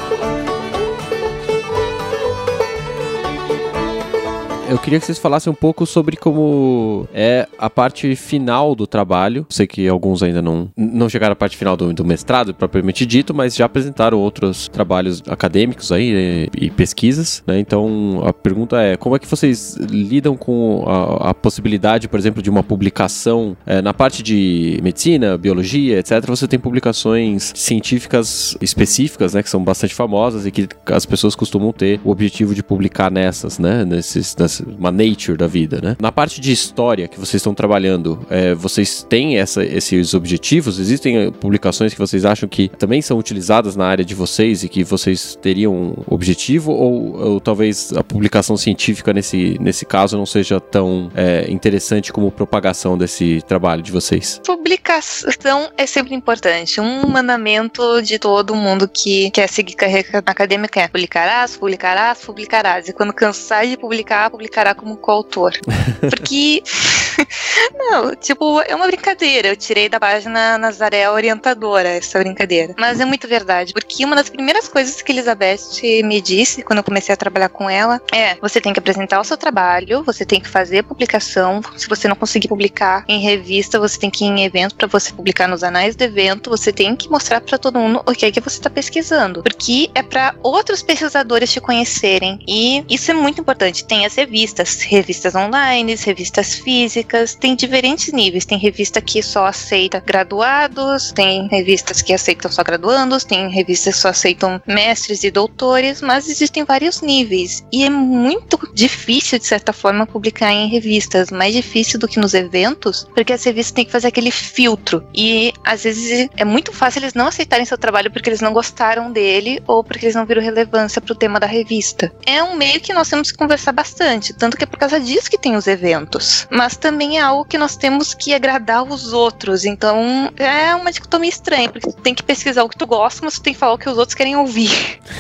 Eu queria que vocês falassem um pouco sobre como é a parte final do trabalho. Sei que alguns ainda não chegaram à parte final do mestrado, propriamente dito, mas já apresentaram outros trabalhos acadêmicos aí e pesquisas, né? Então, a pergunta é, como é que vocês lidam com a possibilidade, por exemplo, de uma publicação na parte de medicina, biologia, etc. Você tem publicações científicas específicas, né, que são bastante famosas e que as pessoas costumam ter o objetivo de publicar nessas, né, uma nature da vida, né? Na parte de história que vocês estão trabalhando, vocês têm esses objetivos? Existem publicações que vocês acham que também são utilizadas na área de vocês e que vocês teriam um objetivo? Ou talvez a publicação científica nesse caso não seja tão interessante como propagação desse trabalho de vocês? Publicação é sempre importante. Um mandamento de todo mundo que quer seguir carreira acadêmica é publicarás. E quando cansar de publicará como coautor. Porque Não, tipo, é uma brincadeira. Eu tirei da página Nazaré Orientadora essa brincadeira. Mas é muito verdade, porque uma das primeiras coisas que Elizabeth me disse quando eu comecei a trabalhar com ela é: você tem que apresentar o seu trabalho, você tem que fazer publicação. Se você não conseguir publicar em revista, você tem que ir em evento para você publicar nos anais do evento. Você tem que mostrar para todo mundo o que é que você está pesquisando, porque é para outros pesquisadores te conhecerem. E isso é muito importante. Tem as revistas online, revistas físicas, tem diferentes níveis. Tem revista que só aceita graduados, tem revistas que aceitam só graduandos, tem revistas que só aceitam mestres e doutores, mas existem vários níveis. E é muito difícil, de certa forma, publicar em revistas. Mais difícil do que nos eventos, porque as revistas têm que fazer aquele filtro. E, às vezes, é muito fácil eles não aceitarem seu trabalho porque eles não gostaram dele ou porque eles não viram relevância pro tema da revista. É um meio que nós temos que conversar bastante, tanto que é por causa disso que tem os eventos. Mas também é algo que nós temos que agradar os outros. Então, é uma dicotomia estranha, porque tu tem que pesquisar o que tu gosta, mas tu tem que falar o que os outros querem ouvir.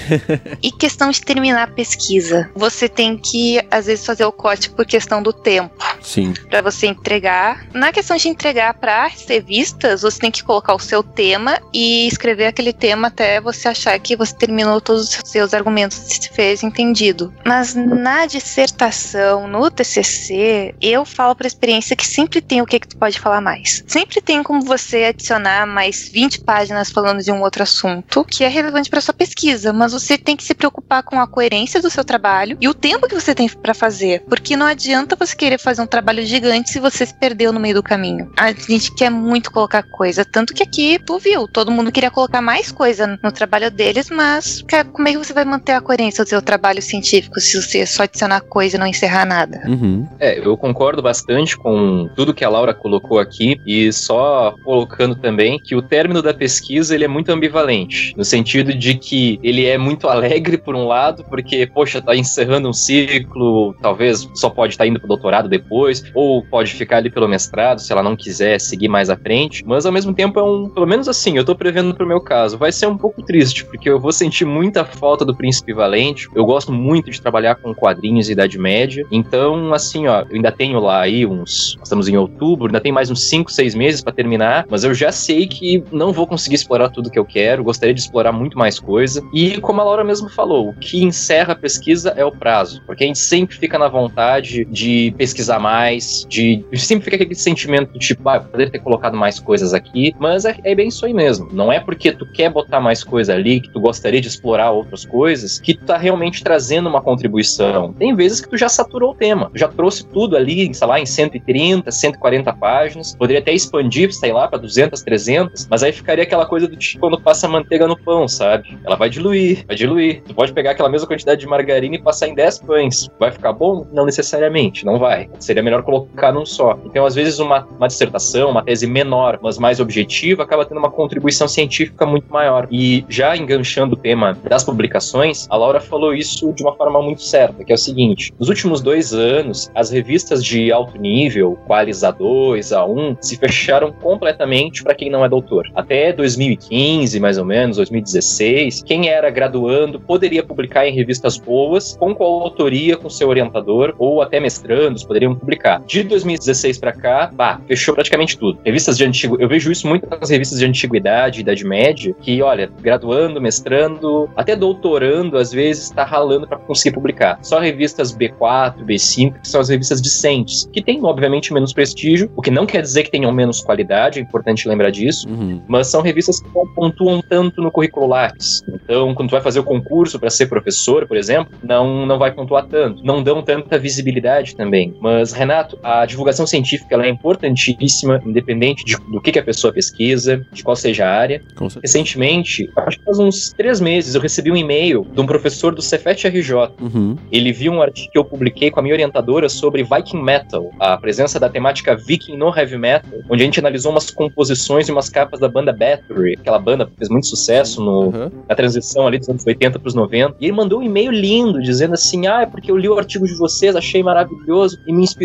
E questão de terminar a pesquisa. Você tem que, às vezes, fazer o corte por questão do tempo. Sim. Pra você entregar. Na questão de entregar para revistas, você tem que colocar o seu tema e escrever aquele tema até você achar que você terminou todos os seus argumentos e se fez entendido. Mas na dissertação, no TCC, eu falo por experiência que sempre tem o que tu pode falar mais. Sempre tem como você adicionar mais 20 páginas falando de um outro assunto que é relevante para sua pesquisa, mas você tem que se preocupar com a coerência do seu trabalho e o tempo que você tem para fazer, porque não adianta você querer fazer um trabalho gigante se você se perdeu no meio do caminho. A gente quer muito colocar coisa, tanto que aqui, tu viu, todo mundo queria colocar mais coisa no trabalho deles, mas como é que você vai manter a coerência do seu trabalho científico se você só adicionar coisa e não encerrar nada? Uhum. Eu concordo bastante com tudo que a Laura colocou aqui, e só colocando também que o término da pesquisa, ele é muito ambivalente, no sentido de que ele é muito alegre por um lado, porque, poxa, tá encerrando um ciclo, talvez só pode estar indo pro doutorado depois, ou pode ficar ali pelo mestrado, se ela não quiser seguir mais à frente, mas ao mesmo tempo pelo menos assim, eu tô prevendo pro meu caso, vai ser um pouco triste, porque eu vou sentir muita falta do Príncipe Valente. Eu gosto muito de trabalhar com quadrinhos e Idade Média, então assim, ó, eu ainda tenho lá aí nós estamos em outubro, ainda tem mais uns 5, 6 meses pra terminar, mas eu já sei que não vou conseguir explorar tudo que eu quero, gostaria de explorar muito mais coisa, e como a Laura mesmo falou, o que encerra a pesquisa é o prazo, porque a gente sempre fica na vontade de pesquisar mais, sempre fica aquele sentimento do tipo, eu poderia ter colocado mais coisas aqui, mas é bem isso aí mesmo, não é porque tu quer botar mais coisa ali, que tu gostaria de explorar outras coisas, que tu tá realmente trazendo uma contribuição. Tem vezes que tu já saturou o tema, já trouxe tudo ali, sei lá, em 130, 140 páginas, poderia até expandir, sei lá, pra 200, 300, mas aí ficaria aquela coisa do tipo quando passa manteiga no pão, sabe? Ela vai diluir. Tu pode pegar aquela mesma quantidade de margarina e passar em 10 pães. Vai ficar bom? Não necessariamente, não vai. Seria melhor colocar num só. Então, às vezes, uma dissertação, uma tese menor, mas mais objetiva, acaba tendo uma contribuição científica muito maior. E já enganchando o tema das publicações, a Laura falou isso de uma forma muito certa, que é o seguinte: nos últimos 2 anos, as revistas de alto nível, Qualis A2, A1, se fecharam completamente para quem não é doutor. Até 2015, mais ou menos, 2016, quem era graduando poderia publicar em revistas boas, com coautoria com seu orientador, ou até mestrandos poderiam publicar. De 2016 para cá, fechou praticamente tudo. Revistas de eu vejo isso muito nas revistas de antiguidade, Idade Média, que, olha, graduando, mestrando, até doutorando, às vezes, tá ralando para conseguir publicar. Só revistas B4, B5, que são as revistas discentes, que têm, obviamente, menos prestígio, o que não quer dizer que tenham menos qualidade, é importante lembrar disso, mas são revistas que não pontuam tanto no currículo Lattes. Então, quando tu vai fazer o concurso para ser professor, por exemplo, não vai pontuar tanto, não dão tanta visibilidade também. Mas, Renato, a divulgação científica ela é importantíssima, independente do que a pessoa pesquisa, de qual seja a área. Recentemente, acho que faz uns 3 meses, eu recebi um e-mail de um professor do Cefet-RJ. Ele viu um artigo que eu publiquei com a minha orientadora sobre Viking Metal, a presença da temática Viking no Heavy Metal, onde a gente analisou umas composições e umas capas da banda Battery, aquela banda que fez muito sucesso na transição ali dos anos 80 para os 90, e ele mandou um e-mail lindo, dizendo assim, é porque eu li o artigo de vocês, achei maravilhoso, e me inspirou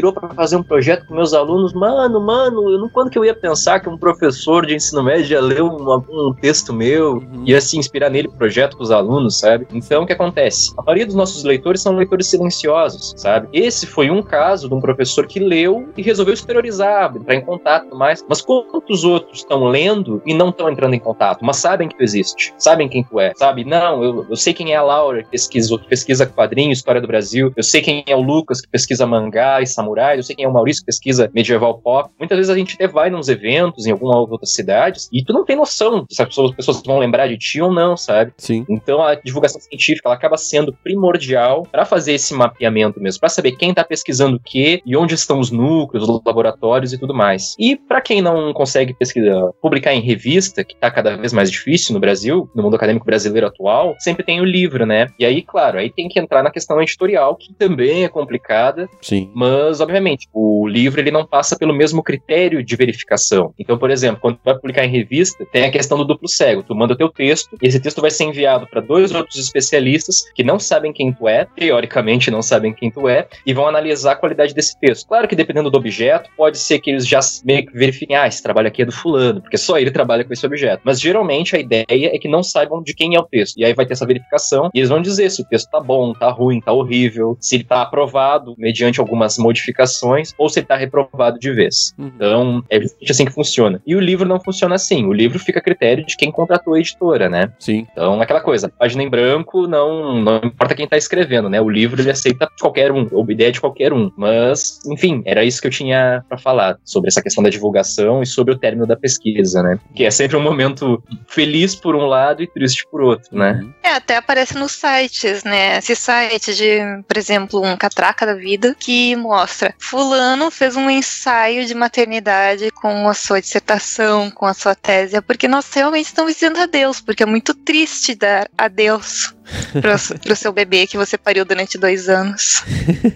virou para fazer um projeto com meus alunos. Mano, quando que eu ia pensar que um professor de ensino médio ia ler um texto meu, ia se inspirar nele pro projeto com os alunos, sabe? Então, o que acontece? A maioria dos nossos leitores são leitores silenciosos, sabe? Esse foi um caso de um professor que leu e resolveu exteriorizar, entrar em contato e tudo mais. Mas quantos outros estão lendo e não estão entrando em contato, mas sabem que tu existe, sabem quem tu é, sabe? Não, eu sei quem é a Laura, que pesquisa quadrinho, história do Brasil, eu sei quem é o Lucas, que pesquisa mangá e samurai, eu sei quem é o Maurício, que pesquisa medieval pop. Muitas vezes a gente até vai nos eventos em alguma outra cidade e tu não tem noção se as pessoas vão lembrar de ti ou não, sabe? Sim. Então a divulgação científica, ela acaba sendo primordial para fazer esse mapeamento mesmo, para saber quem tá pesquisando o quê e onde estão os núcleos, os laboratórios e tudo mais. E para quem não consegue publicar em revista, que tá cada vez mais difícil no Brasil, no mundo acadêmico brasileiro atual, sempre tem o livro, né? E aí, claro, aí tem que entrar na questão editorial, que também é complicada. Sim. Mas, obviamente, o livro ele não passa pelo mesmo critério de verificação. Então, por exemplo, quando tu vai publicar em revista, tem a questão do duplo cego. Tu manda o teu texto, e esse texto vai ser enviado para 2 outros especialistas que não sabem quem tu é, teoricamente não sabem quem tu é, e vão analisar a qualidade desse texto. Claro que dependendo do objeto, pode ser que eles já meio que verifiquem, esse trabalho aqui é do fulano, porque só ele trabalha com esse objeto. Mas geralmente a ideia é que não saibam de quem é o texto. E aí vai ter essa verificação, e eles vão dizer se o texto tá bom, tá ruim, tá horrível, se ele tá aprovado mediante algumas modificações, ou se ele tá reprovado de vez. Então, é justamente assim que funciona. E o livro não funciona assim. O livro fica a critério de quem contratou a editora, né? Sim. Então, aquela coisa, página em branco, não importa quem tá escrevendo, né? O livro, ele aceita qualquer um, ou ideia de qualquer um. Mas, enfim, era isso que eu tinha pra falar sobre essa questão da divulgação e sobre o término da pesquisa, né? Que é sempre um momento feliz por um lado e triste por outro, né? Até aparece nos sites, né? Esse site de, por exemplo, um Catraca da Vida, que mostra fulano fez um ensaio de maternidade com a sua dissertação, com a sua tese, porque nós realmente estamos dizendo adeus, porque é muito triste dar adeus pro seu bebê que você pariu durante 2 anos.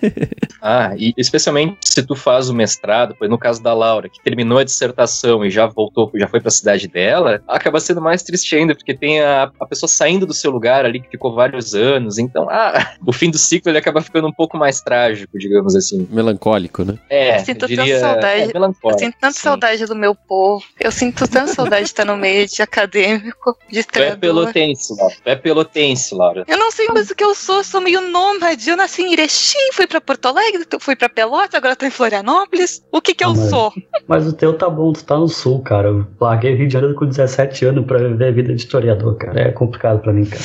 E especialmente se tu faz o mestrado, pois no caso da Laura, que terminou a dissertação e já foi pra cidade dela, acaba sendo mais triste ainda, porque tem a pessoa saindo do seu lugar ali, que ficou vários anos, então, o fim do ciclo ele acaba ficando um pouco mais trágico, digamos assim. Melancólico, né? Eu sinto tanta saudade. Eu sinto tanta saudade do meu povo. Eu sinto tanta saudade de estar no meio de acadêmico, de historiador. Tu é pelotense, Laura. Eu não sei mais o que eu sou meio nômade. Eu nasci em Erechim, fui pra Porto Alegre, fui pra Pelotas, agora tô em Florianópolis. O que eu sou? Mas o teu tá bom, tu tá no sul, cara. Eu larguei Rio de Janeiro com 17 anos pra viver a vida de historiador, cara. É complicado pra mim, cara.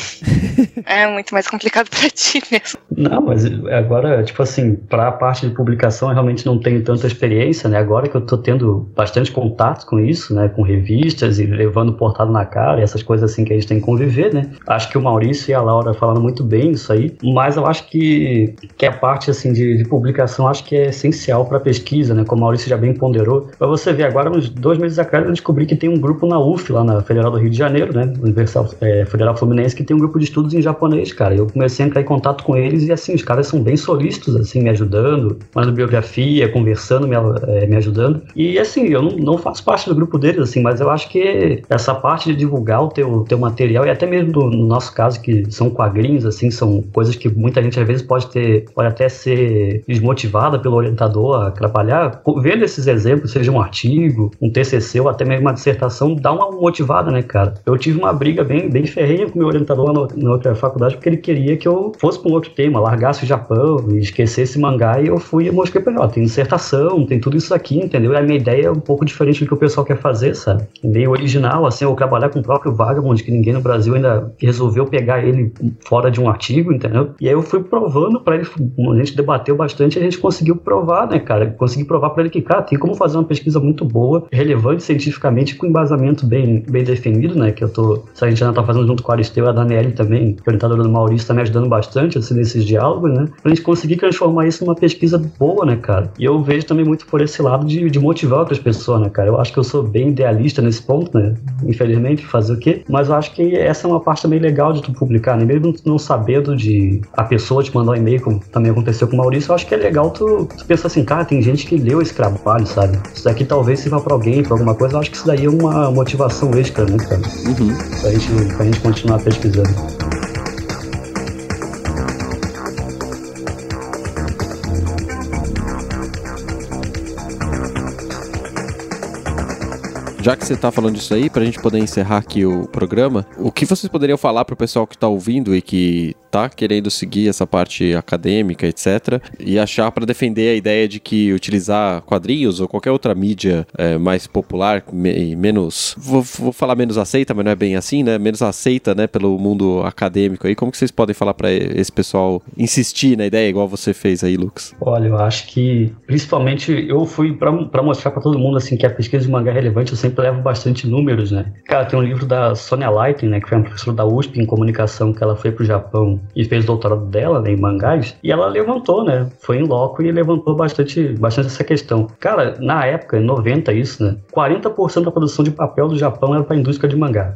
É muito mais complicado pra ti mesmo. Não, mas agora, tipo assim, pra parte de publicação eu realmente não tenho tanta experiência, né? Agora que eu tô tendo bastante contato com isso, né? Com revistas e levando portado na cara e essas coisas assim que a gente tem que conviver, né? Acho que o Maurício e a Laura falaram muito bem isso aí, mas eu acho que a parte, assim, de publicação acho que é essencial pra pesquisa, né? Como o Maurício já bem ponderou. Pra você ver, agora, uns 2 meses atrás, eu descobri que tem um grupo na UF, lá na Federal do Rio de Janeiro, né? Federal Fluminense, que tem um grupo de estudos em japonês, cara. Eu comecei a entrar em contato com eles e, assim, os caras são bem solícitos, assim, me ajudando, mandando biografia, conversando, me ajudando. E, assim, eu não faço parte do grupo deles, assim, mas eu acho que essa parte de divulgar o teu material, e até mesmo no nosso caso, que são quadrinhos, assim, são coisas que muita gente, às vezes, pode até ser desmotivada pelo orientador a trabalhar. Vendo esses exemplos, seja um artigo, um TCC ou até mesmo uma dissertação, dá uma motivada, né, cara? Eu tive uma briga bem ferrenha com o meu orientador na outra faculdade, porque ele queria que eu fosse para um outro tema, largasse o Japão e esquecesse mangá, e eu fui e mostrei pra ele, tem dissertação, tem tudo isso aqui, entendeu? E a minha ideia é um pouco diferente do que o pessoal quer fazer, sabe? Meio original, assim, eu trabalhar com o próprio Vagabond, que ninguém no Brasil ainda resolveu pegar ele fora de um artigo, entendeu? E aí eu fui provando pra ele, a gente debateu bastante e a gente conseguiu provar, né, cara? Consegui provar pra ele que, cara, tem como fazer uma pesquisa muito boa, relevante cientificamente, com embasamento bem definido, né? Que a gente já tá fazendo junto com a Aristeu e a Daniele também, que a orientadora do Maurício tá me ajudando bastante, assim, nesses diálogos, né? Pra gente conseguir transformar isso numa pesquisa boa, né, cara? E eu vejo também muito por esse lado de motivar outras pessoas, né, cara? Eu acho que eu sou bem idealista nesse ponto, né? Infelizmente, fazer o quê? Mas eu acho que essa é uma parte também legal de tu publicar, né? Mesmo não sabendo de a pessoa te mandar um e-mail, como também aconteceu com o Maurício, eu acho que é legal tu pensar assim, cara, tem gente que leu esse trabalho, sabe? Isso daqui talvez sirva pra alguém, pra alguma coisa. Eu acho que isso daí é uma motivação extra, né, cara? Pra gente continuar pesquisando. já que você tá falando disso aí, pra gente poder encerrar aqui o programa, o que vocês poderiam falar pro pessoal que tá ouvindo e que tá querendo seguir essa parte acadêmica, etc., e achar pra defender a ideia de que utilizar quadrinhos ou qualquer outra mídia mais popular e menos, vou falar menos aceita, mas não é bem assim, né? Menos aceita, né, pelo mundo acadêmico aí. Como que vocês podem falar pra esse pessoal insistir na ideia, igual você fez aí, Lucas? Olha, eu acho que, principalmente, eu fui pra mostrar pra todo mundo, assim, que a pesquisa de mangá é relevante, eu sempre levo bastante números, né? Cara, tem um livro da Sonia Lighting, né, que foi uma professora da USP em comunicação, que ela foi pro Japão e fez o doutorado dela, né, em mangás, e ela levantou, né, foi em loco e levantou bastante essa questão. Cara, na época, em 90 isso, né, 40% da produção de papel do Japão era pra indústria de mangá.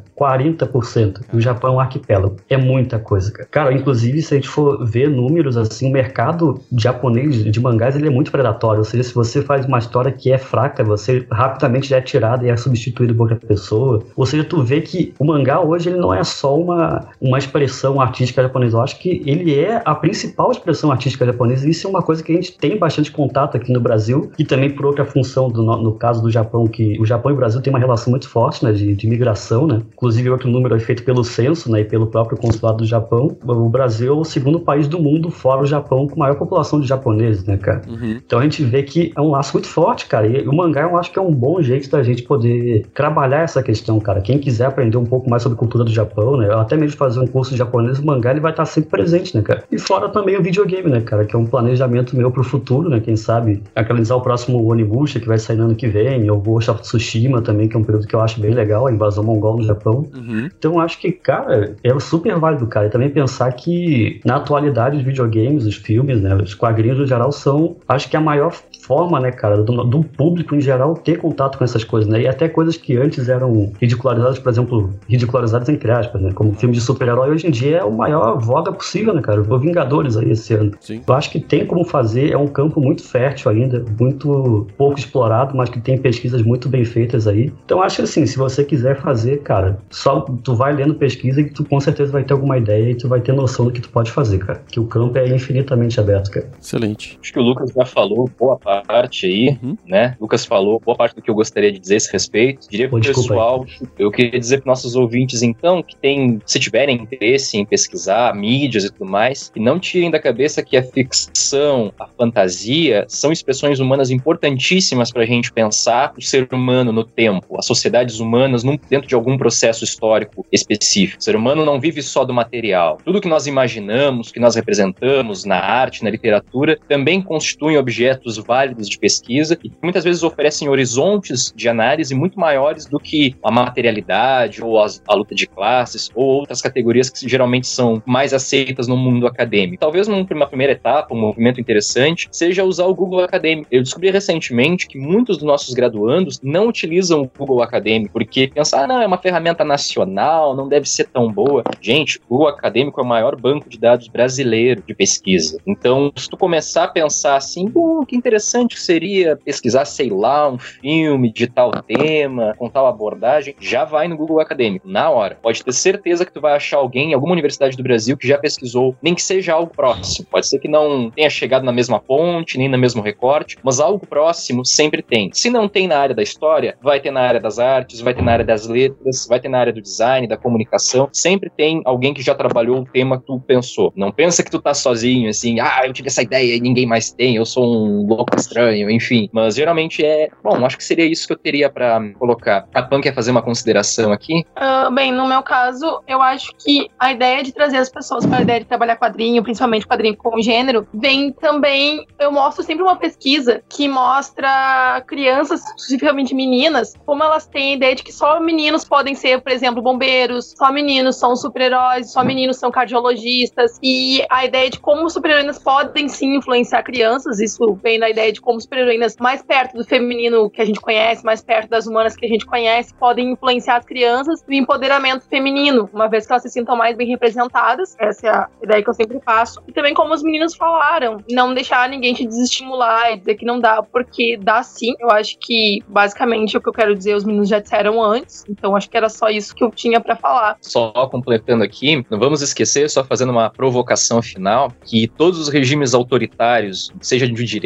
40%. E o Japão é um arquipélago. É muita coisa, cara. Cara, inclusive, se a gente for ver números, assim, o mercado japonês de mangás, ele é muito predatório, ou seja, se você faz uma história que é fraca, você rapidamente já é tirada e é substituído por outra pessoa. Ou seja, tu vê que o mangá hoje ele não é só uma expressão artística japonesa. Eu acho que ele é a principal expressão artística japonesa, e isso é uma coisa que a gente tem bastante contato aqui no Brasil, e também por outra função, no caso do Japão, que o Japão e o Brasil tem uma relação muito forte, né, de migração, né? Inclusive, outro número é feito pelo censo, né, e pelo próprio consulado do Japão. O Brasil é o segundo país do mundo, fora o Japão, com maior população de japoneses, né, cara? Então a gente vê que é um laço muito forte, cara, e o mangá eu acho que é um bom jeito da gente poder trabalhar essa questão, cara. Quem quiser aprender um pouco mais sobre a cultura do Japão, né, até mesmo fazer um curso de japonês, o mangá ele vai estar sempre presente, né, cara? E fora também o videogame, né, cara, que é um planejamento meu pro futuro, né, quem sabe analisar o próximo Onimusha, que vai sair no ano que vem, ou o Ghost of Tsushima também, que é um período que eu acho bem legal, a invasão mongol no Japão. Então eu acho que, cara, é super válido, cara, e também pensar que na atualidade os videogames, os filmes, né, os quadrinhos no geral são, acho que a maior forma, né, cara, do público em geral ter contato com essas coisas, né, e até coisas que antes eram ridicularizadas, por exemplo, ridicularizadas entre aspas, né, como filme de super-herói, hoje em dia é o maior voga possível, né, cara, o Vingadores aí esse ano. Sim. Eu acho que tem como fazer, é um campo muito fértil ainda, muito pouco explorado, mas que tem pesquisas muito bem feitas aí. Então acho que assim, se você quiser fazer, cara, só tu vai lendo pesquisa e tu com certeza vai ter alguma ideia e tu vai ter noção do que tu pode fazer, cara, que o campo é infinitamente aberto, cara. Excelente. Acho que o Lucas já falou boa parte aí, né? Lucas falou boa parte do que eu gostaria de dizer a esse respeito. Diria pro pessoal, eu queria dizer para nossos ouvintes, então, que se tiverem interesse em pesquisar mídias e tudo mais, que não tirem da cabeça que a ficção, a fantasia, são expressões humanas importantíssimas pra gente pensar o ser humano no tempo, as sociedades humanas dentro de algum processo histórico específico. O ser humano não vive só do material. Tudo que nós imaginamos, que nós representamos na arte, na literatura, também constituem objetos válidos de pesquisa e muitas vezes oferecem horizontes de análise muito maiores do que a materialidade ou a luta de classes ou outras categorias que geralmente são mais aceitas no mundo acadêmico. Talvez numa primeira etapa, um movimento interessante, seja usar o Google Acadêmico. Eu descobri recentemente que muitos dos nossos graduandos não utilizam o Google Acadêmico porque pensam, não, é uma ferramenta nacional, não deve ser tão boa. Gente, o Google Acadêmico é o maior banco de dados brasileiro de pesquisa. Então, se tu começar a pensar assim, que interessante seria pesquisar, sei lá, um filme de tal tema, com tal abordagem, já vai no Google Acadêmico, na hora. Pode ter certeza que tu vai achar alguém em alguma universidade do Brasil que já pesquisou, nem que seja algo próximo. Pode ser que não tenha chegado na mesma ponte, nem no mesmo recorte, mas algo próximo sempre tem. Se não tem na área da história, vai ter na área das artes, vai ter na área das letras, vai ter na área do design, da comunicação. Sempre tem alguém que já trabalhou o tema que tu pensou. Não pensa que tu tá sozinho, assim, eu tive essa ideia e ninguém mais tem, eu sou um louco estranho, enfim. Mas geralmente acho que seria isso que eu teria pra colocar. A Pan quer fazer uma consideração aqui? Bem, no meu caso, eu acho que a ideia de trazer as pessoas para a ideia de trabalhar quadrinho, principalmente quadrinho com gênero, vem também, eu mostro sempre uma pesquisa que mostra crianças, especificamente meninas, como elas têm a ideia de que só meninos podem ser, por exemplo, bombeiros, só meninos são super-heróis, só meninos são cardiologistas, e a ideia de como super-heroínas podem sim influenciar crianças, isso vem da ideia de como super-heroínas mais perto do feminino que a gente conhece, mais perto das humanas que a gente conhece, podem influenciar as crianças no empoderamento feminino, uma vez que elas se sintam mais bem representadas. Essa é a ideia que eu sempre passo. E também como os meninos falaram, não deixar ninguém te desestimular e dizer que não dá, porque dá sim. Eu acho que basicamente o que eu quero dizer os meninos já disseram antes, então acho que era só isso que eu tinha pra falar. Só completando aqui, não vamos esquecer, só fazendo uma provocação final, que todos os regimes autoritários, seja de direita ou de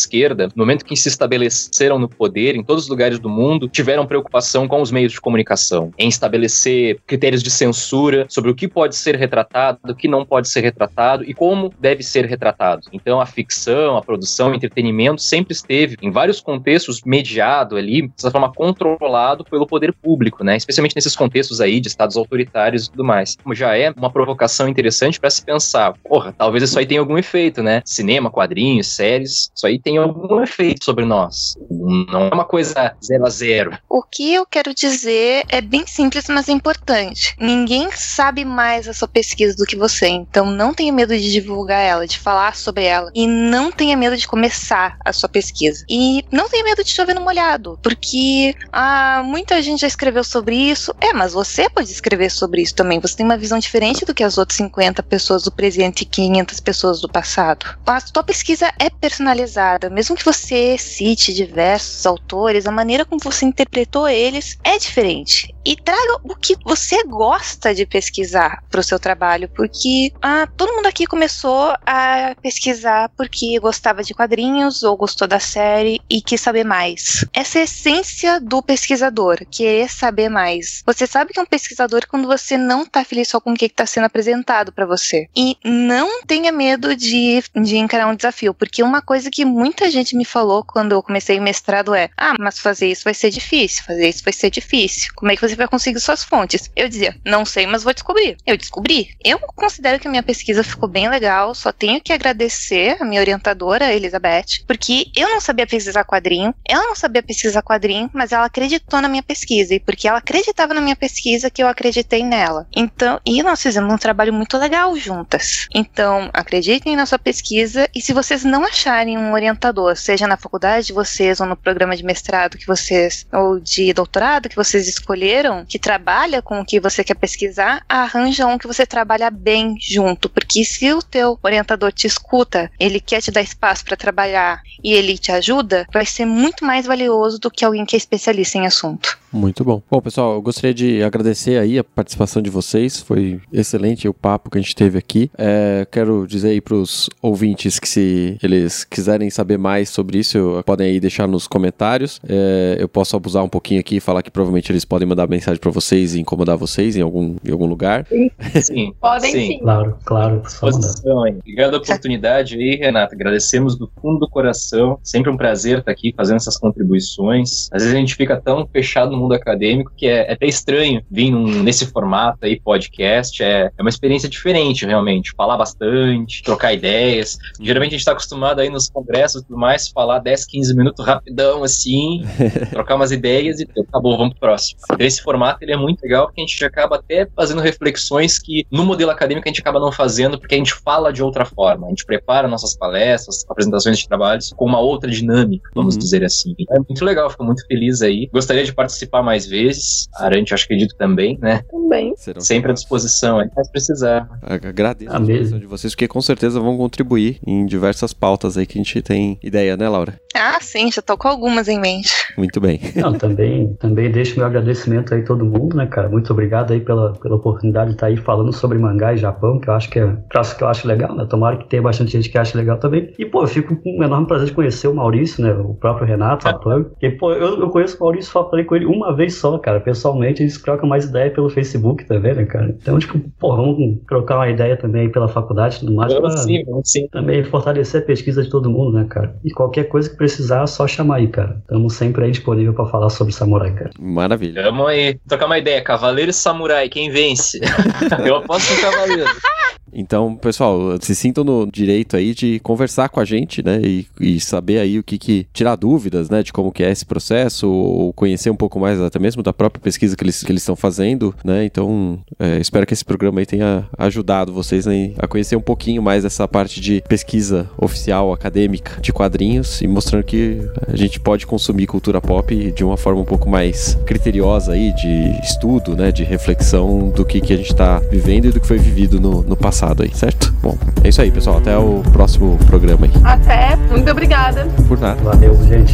esquerda, no momento que se estabeleceram no poder, em todos os lugares do mundo, tiveram preocupação com os meios de comunicação, em estabelecer critérios de censura sobre o que pode ser retratado, o que não pode ser retratado e como deve ser retratado. Então a ficção, a produção, o entretenimento sempre esteve, em vários contextos, mediado ali, de certa forma controlado pelo poder público, né? Especialmente nesses contextos aí de estados autoritários e tudo mais. Como já é uma provocação interessante para se pensar, porra, talvez isso aí tenha algum efeito, né? Cinema, quadrinhos, séries, isso aí tem algum efeito sobre nós. Não é uma coisa 0 a 0. O que eu quero dizer é bem simples, mas é importante. Ninguém sabe mais a sua pesquisa do que você, então não tenha medo de divulgar ela, de falar sobre ela, e não tenha medo de começar a sua pesquisa. E não tenha medo de chover no molhado, porque muita gente já escreveu sobre isso. Mas você pode escrever sobre isso também. Você tem uma visão diferente do que as outras 50 pessoas do presente e 500 pessoas do passado. A sua pesquisa é personalizada, mesmo que você cite diversos autores, a maneira como você interpretou eles é diferente. E traga o que você gosta de pesquisar para o seu trabalho, porque todo mundo aqui começou a pesquisar porque gostava de quadrinhos ou gostou da série e quis saber mais. Essa é a essência do pesquisador, querer saber mais. Você sabe que é um pesquisador quando você não está feliz só com o que está sendo apresentado para você. E não tenha medo de encarar um desafio, porque uma coisa que muita gente me falou quando eu comecei o mestrado é: mas fazer isso vai ser difícil, como é que você vai conseguir suas fontes? Eu dizia, não sei, mas vou descobrir. Eu descobri. Eu considero que a minha pesquisa ficou bem legal, só tenho que agradecer a minha orientadora, Elizabeth, porque eu não sabia pesquisar quadrinho, ela não sabia pesquisar quadrinho, mas ela acreditou na minha pesquisa, e porque ela acreditava na minha pesquisa que eu acreditei nela. Então, e nós fizemos um trabalho muito legal juntas. Então, acreditem na sua pesquisa, e se vocês não acharem um orientador, seja na faculdade de vocês, ou no programa de mestrado que vocês, ou de doutorado que vocês escolheram, que trabalha com o que você quer pesquisar, arranja um que você trabalha bem junto, porque se o teu orientador te escuta, ele quer te dar espaço para trabalhar e ele te ajuda, vai ser muito mais valioso do que alguém que é especialista em assunto. Muito bom. Bom, pessoal, eu gostaria de agradecer aí a participação de vocês, foi excelente o papo que a gente teve aqui. Quero dizer aí pros ouvintes que se eles quiserem saber mais sobre isso, podem aí deixar nos comentários. Eu posso abusar um pouquinho aqui e falar que provavelmente eles podem mandar mensagem pra vocês e incomodar vocês em algum lugar. Sim. Podem sim. Claro. Obrigado pela oportunidade aí, Renata. Agradecemos do fundo do coração. Sempre um prazer estar aqui fazendo essas contribuições. Às vezes a gente fica tão fechado no mundo acadêmico que é até estranho vir nesse formato aí, podcast. É uma experiência diferente, realmente. Falar bastante, trocar ideias. Geralmente a gente está acostumado aí nos congressos e tudo mais, falar 10, 15 minutos rapidão, assim, trocar umas ideias e acabou, vamos pro próximo. Esse formato ele é muito legal porque a gente acaba até fazendo reflexões que no modelo acadêmico a gente acaba não fazendo porque a gente fala de outra forma. A gente prepara nossas palestras, apresentações de trabalhos com uma outra dinâmica, vamos dizer assim. É muito legal, fico muito feliz aí. Gostaria de participar mais vezes. A Arante, eu acredito também, né? Também. Sempre à disposição, aí se precisar. Agradeço a disposição de vocês, porque com certeza vão contribuir em diversas pautas aí que a gente tem ideia, né, Laura? Sim, já tô com algumas em mente. Muito bem. Não, também deixo meu agradecimento aí a todo mundo, né, cara? Muito obrigado aí pela oportunidade de estar aí falando sobre mangá e Japão, que eu acho que eu acho legal, né? Tomara que tenha bastante gente que acha legal também. E, pô, eu fico com um enorme prazer de conhecer o Maurício, né? O próprio Renato, porque, pô, eu conheço o Maurício, só falei com ele uma vez só, cara. Pessoalmente, eles trocam mais ideia pelo Facebook também, né, cara? Então, tipo, pô, vamos trocar uma ideia também aí pela faculdade e tudo mais. Vamos sim. Também fortalecer a pesquisa de todo mundo, né, cara? E qualquer coisa que precisar, é só chamar aí, cara. Estamos sempre aí disponível pra falar sobre samurai, cara. Maravilha. Vamos aí, trocar uma ideia. Cavaleiro e samurai, quem vence? Eu aposto no cavaleiro. Então, pessoal, se sintam no direito aí de conversar com a gente, né, e saber aí o que tirar dúvidas, né, de como que é esse processo, ou conhecer um pouco mais até mesmo da própria pesquisa que eles estão fazendo, né, então espero que esse programa aí tenha ajudado vocês, né, a conhecer um pouquinho mais essa parte de pesquisa oficial, acadêmica, de quadrinhos, e mostrando que a gente pode consumir cultura pop de uma forma um pouco mais criteriosa aí, de estudo, né, de reflexão do que a gente está vivendo e do que foi vivido no passado aí, certo? Bom, é isso aí, pessoal. Até o próximo programa aí. Até. Muito obrigada. Por nada. Valeu, gente.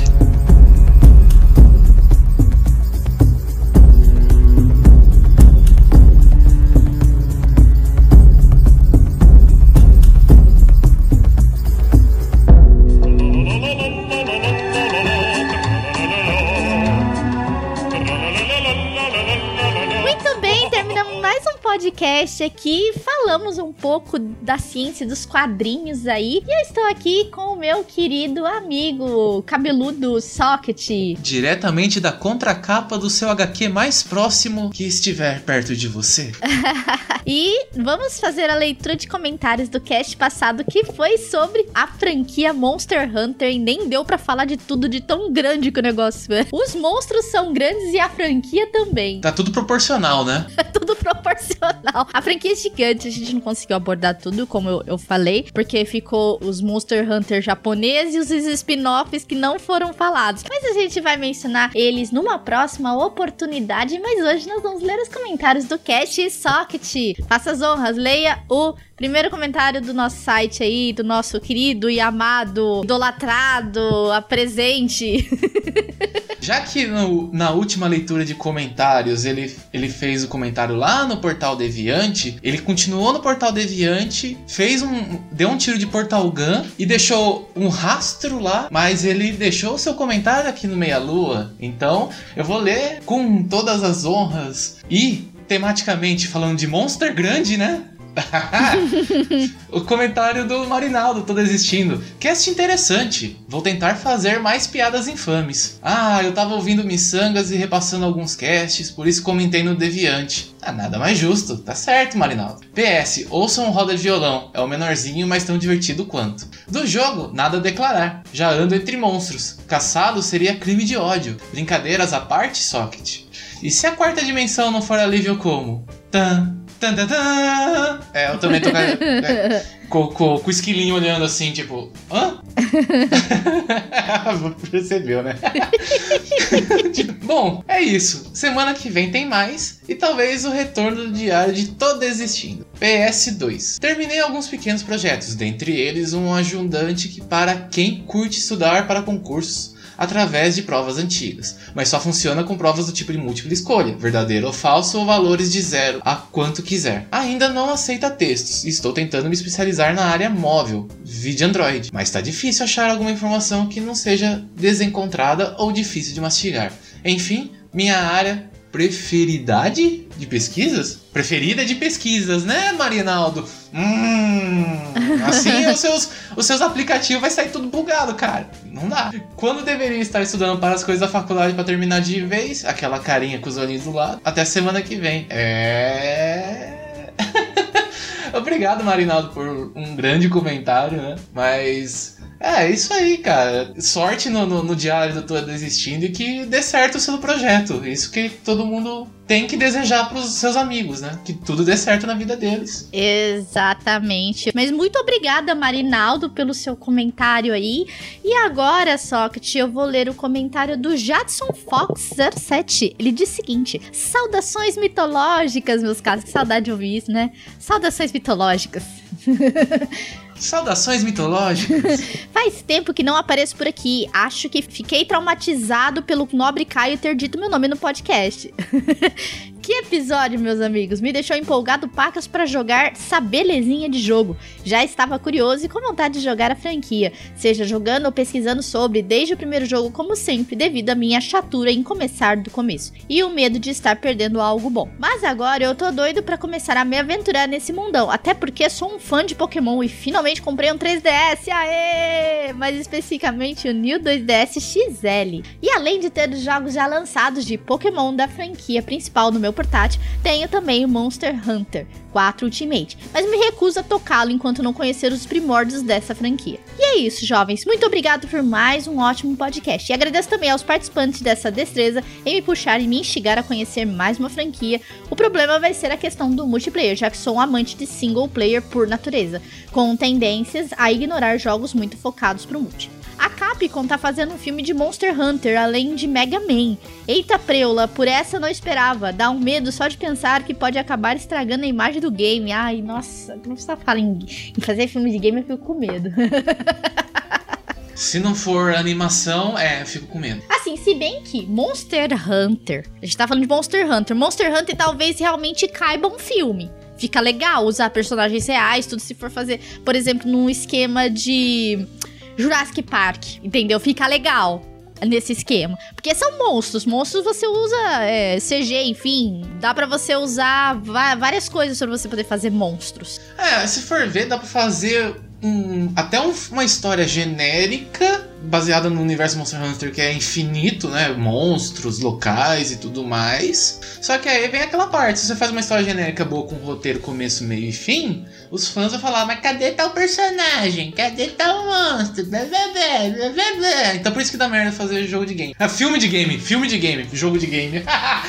podcast aqui, falamos um pouco da ciência dos quadrinhos aí. E eu estou aqui com o meu querido amigo cabeludo Socket. Diretamente da contracapa do seu HQ mais próximo que estiver perto de você. E vamos fazer a leitura de comentários do cast passado, que foi sobre a franquia Monster Hunter. E nem deu pra falar de tudo, de tão grande que o negócio é. Os monstros são grandes e a franquia também. Tá tudo proporcional, né? Tudo proporcional. A franquia é gigante, a gente não conseguiu abordar tudo, como eu falei, porque ficou os Monster Hunter japoneses e os spin-offs que não foram falados. Mas a gente vai mencionar eles numa próxima oportunidade. Mas hoje nós vamos ler os comentários do cast. Socket, faça as honras, leia o primeiro comentário do nosso site aí, do nosso querido e amado, idolatrado, apresente. Já que na última leitura de comentários ele fez o comentário lá no Portal Deviante, ele continuou no Portal Deviante, deu um tiro de Portal Gun e deixou um rastro lá, mas ele deixou o seu comentário aqui no Meia Lua. Então eu vou ler com todas as honras e tematicamente falando de monster grande, né? O comentário do Marinaldo, tô desistindo. Cast interessante. Vou tentar fazer mais piadas infames. Eu tava ouvindo miçangas e repassando alguns casts, por isso comentei no Deviante. Nada mais justo. Tá certo, Marinaldo. PS, ouçam um Roda de Violão. É o menorzinho, mas tão divertido quanto. Do jogo, nada a declarar. Já ando entre monstros. Caçado seria crime de ódio. Brincadeiras à parte, Socket. E se a quarta dimensão não for alívio como? Eu também tô com o esquilinho olhando assim, tipo... Hã? Percebeu, né? Bom, é isso. Semana que vem tem mais. E talvez o retorno do diário de Tô Desistindo. PS2. Terminei alguns pequenos projetos. Dentre eles, um ajudante que para quem curte estudar para concursos através de provas antigas, mas só funciona com provas do tipo de múltipla escolha, verdadeiro ou falso, ou valores de 0 a quanto quiser. Ainda não aceita textos e estou tentando me especializar na área móvel, vídeo Android, mas tá difícil achar alguma informação que não seja desencontrada ou difícil de mastigar. Enfim, minha área preferida de pesquisas, né, Marinaldo? Assim os seus aplicativos vai sair tudo bugado, cara. Não dá. Quando deveria estar estudando para as coisas da faculdade para terminar de vez, aquela carinha com os olhinhos do lado, até semana que vem. Obrigado, Marinaldo, por um grande comentário, né? Mas... é isso aí, cara. Sorte no diário do Tô Desistindo e que dê certo o seu projeto. Isso que todo mundo tem que desejar pros seus amigos, né? Que tudo dê certo na vida deles. Exatamente. Mas muito obrigada, Marinaldo, pelo seu comentário aí. E agora, Socket, eu vou ler o comentário do Jadson Fox 07. Ele diz o seguinte: saudações mitológicas, meus caros. Que saudade de ouvir isso, né? Saudações mitológicas. Saudações mitológicas. Faz tempo que não apareço por aqui. Acho que fiquei traumatizado pelo nobre Caio ter dito meu nome no podcast. Que episódio, meus amigos. Me deixou empolgado pacas pra jogar essa belezinha de jogo. Já estava curioso e com vontade de jogar a franquia, seja jogando ou pesquisando sobre, desde o primeiro jogo, como sempre, devido à minha chatura em começar do começo e o medo de estar perdendo algo bom. Mas agora eu tô doido pra começar a me aventurar nesse mundão, até porque sou um fã de Pokémon e finalmente comprei um 3DS, aê! Mais especificamente o New 2DS XL. E além de ter os jogos já lançados de Pokémon da franquia principal no meu portátil, tenho também o Monster Hunter 4 Ultimate, mas me recuso a tocá-lo enquanto não conhecer os primórdios dessa franquia. E é isso, jovens, muito obrigado por mais um ótimo podcast, e agradeço também aos participantes dessa destreza em me puxar e me instigar a conhecer mais uma franquia. O problema vai ser a questão do multiplayer, já que sou um amante de single player por natureza, com tendências a ignorar jogos muito focados pro multi. A Capcom tá fazendo um filme de Monster Hunter, além de Mega Man. Eita preula, por essa não esperava. Dá um medo só de pensar que pode acabar estragando a imagem do game. Ai, nossa, não precisa falar em fazer filme de game, eu fico com medo. Se não for animação, eu fico com medo. Assim, se bem que Monster Hunter... A gente tá falando de Monster Hunter. Monster Hunter talvez realmente caiba um filme. Fica legal usar personagens reais, tudo se for fazer, por exemplo, num esquema de... Jurassic Park, entendeu? Fica legal. nesse esquema. Porque são monstros. Monstros você usa CG, enfim. Dá pra você usar várias coisas pra você poder fazer monstros. Se for ver, dá pra fazer uma história genérica baseada no universo Monster Hunter, que é infinito, né? Monstros, locais e tudo mais. Só que aí vem aquela parte, se você faz uma história genérica boa com roteiro, começo, meio e fim, os fãs vão falar, mas cadê tal personagem? Cadê tal monstro? Blá, blá, blá, blá, blá. Então por isso que dá merda fazer jogo de game. Filme de game, jogo de game.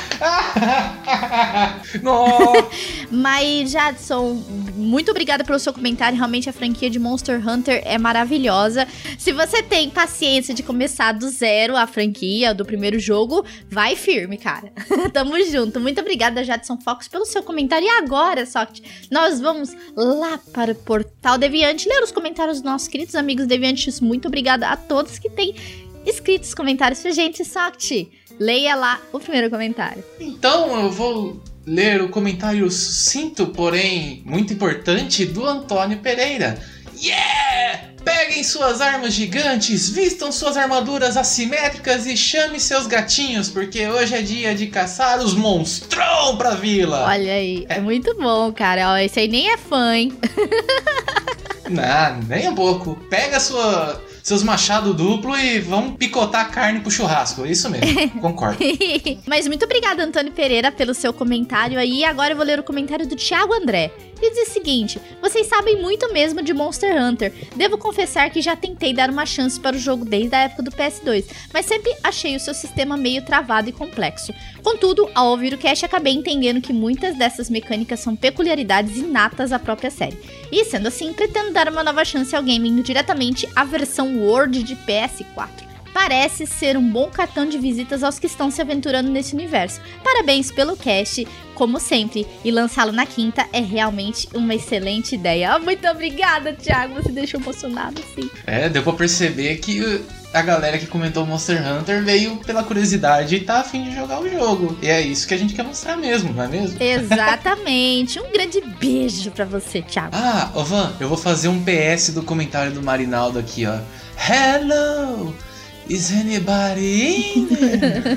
Mas, Jadson, muito obrigada pelo seu comentário. Realmente a franquia de Monster Hunter é maravilhosa. Se você tem paciência de começar do zero a franquia do primeiro jogo, vai firme, cara. Tamo junto. Muito obrigada, Jadson Fox, pelo seu comentário. E agora, Socket, nós vamos lá para o Portal Deviante ler os comentários dos nossos queridos amigos deviantes. Muito obrigada a todos que têm escrito os comentários pra gente. Socket, leia lá o primeiro comentário. Então eu vou ler o comentário sucinto, porém muito importante, do Antônio Pereira. Yeah! Peguem suas armas gigantes, vistam suas armaduras assimétricas e chame seus gatinhos, porque hoje é dia de caçar os monstrão pra vila. Olha aí, é muito bom, cara. Ó, esse aí nem é fã, hein? Não, nem um pouco. Pega seus machados duplos e vamos picotar a carne pro churrasco. Isso mesmo, concordo. Mas muito obrigada, Antônio Pereira, pelo seu comentário aí. Agora eu vou ler o comentário do Thiago André. Ele diz o seguinte: vocês sabem muito mesmo de Monster Hunter. Devo confessar que já tentei dar uma chance para o jogo desde a época do PS2, mas sempre achei o seu sistema meio travado e complexo. Contudo, ao ouvir o cast, acabei entendendo que muitas dessas mecânicas são peculiaridades inatas à própria série. E sendo assim, pretendo dar uma nova chance ao game indo diretamente à versão World de PS4. Parece ser um bom cartão de visitas aos que estão se aventurando nesse universo. Parabéns pelo cast, como sempre, e lançá-lo na quinta é realmente uma excelente ideia. Muito obrigada, Thiago, você deixou emocionado, sim. Deu pra perceber que a galera que comentou Monster Hunter veio pela curiosidade e tá a fim de jogar o jogo. E é isso que a gente quer mostrar mesmo, não é mesmo? Exatamente. Um grande beijo pra você, Thiago. Ô Van, eu vou fazer um PS do comentário do Marinaldo aqui, ó. Hello! Is anybody in there?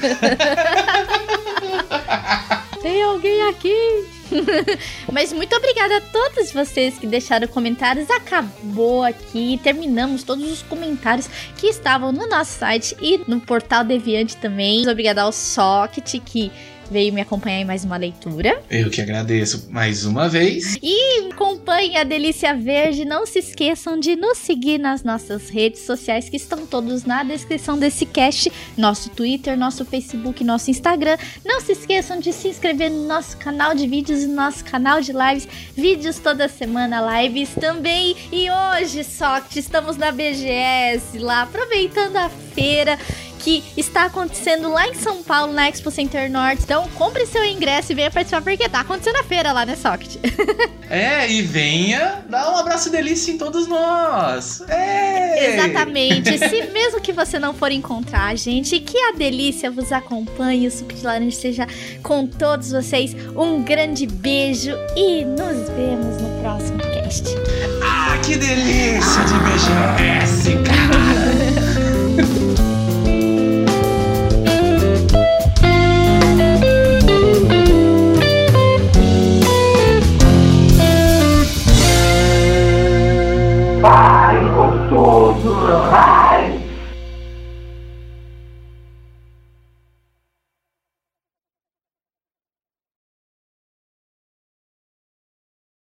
Tem alguém aqui? Mas muito obrigada a todos vocês que deixaram comentários. Acabou aqui, terminamos todos os comentários que estavam no nosso site e no Portal Deviante também. Muito obrigada ao Socket, que veio me acompanhar em mais uma leitura. Eu que agradeço mais uma vez. E acompanhe a Delícia Verde. Não se esqueçam de nos seguir nas nossas redes sociais, que estão todos na descrição desse cast. Nosso Twitter, nosso Facebook, nosso Instagram. Não se esqueçam de se inscrever no nosso canal de vídeos e no nosso canal de lives. Vídeos toda semana, lives também. E hoje, só que estamos na BGS, lá aproveitando a feira que está acontecendo lá em São Paulo, na Expo Center Norte. Então, compre seu ingresso e venha participar, porque tá acontecendo a feira lá, né, Socket? E venha dar um abraço delícia em todos nós. Exatamente. Se mesmo que você não for encontrar a gente, que a delícia vos acompanhe, o suco de laranja seja com todos vocês. Um grande beijo e nos vemos no próximo cast. Que delícia de BGS, cara! Vai com tudo!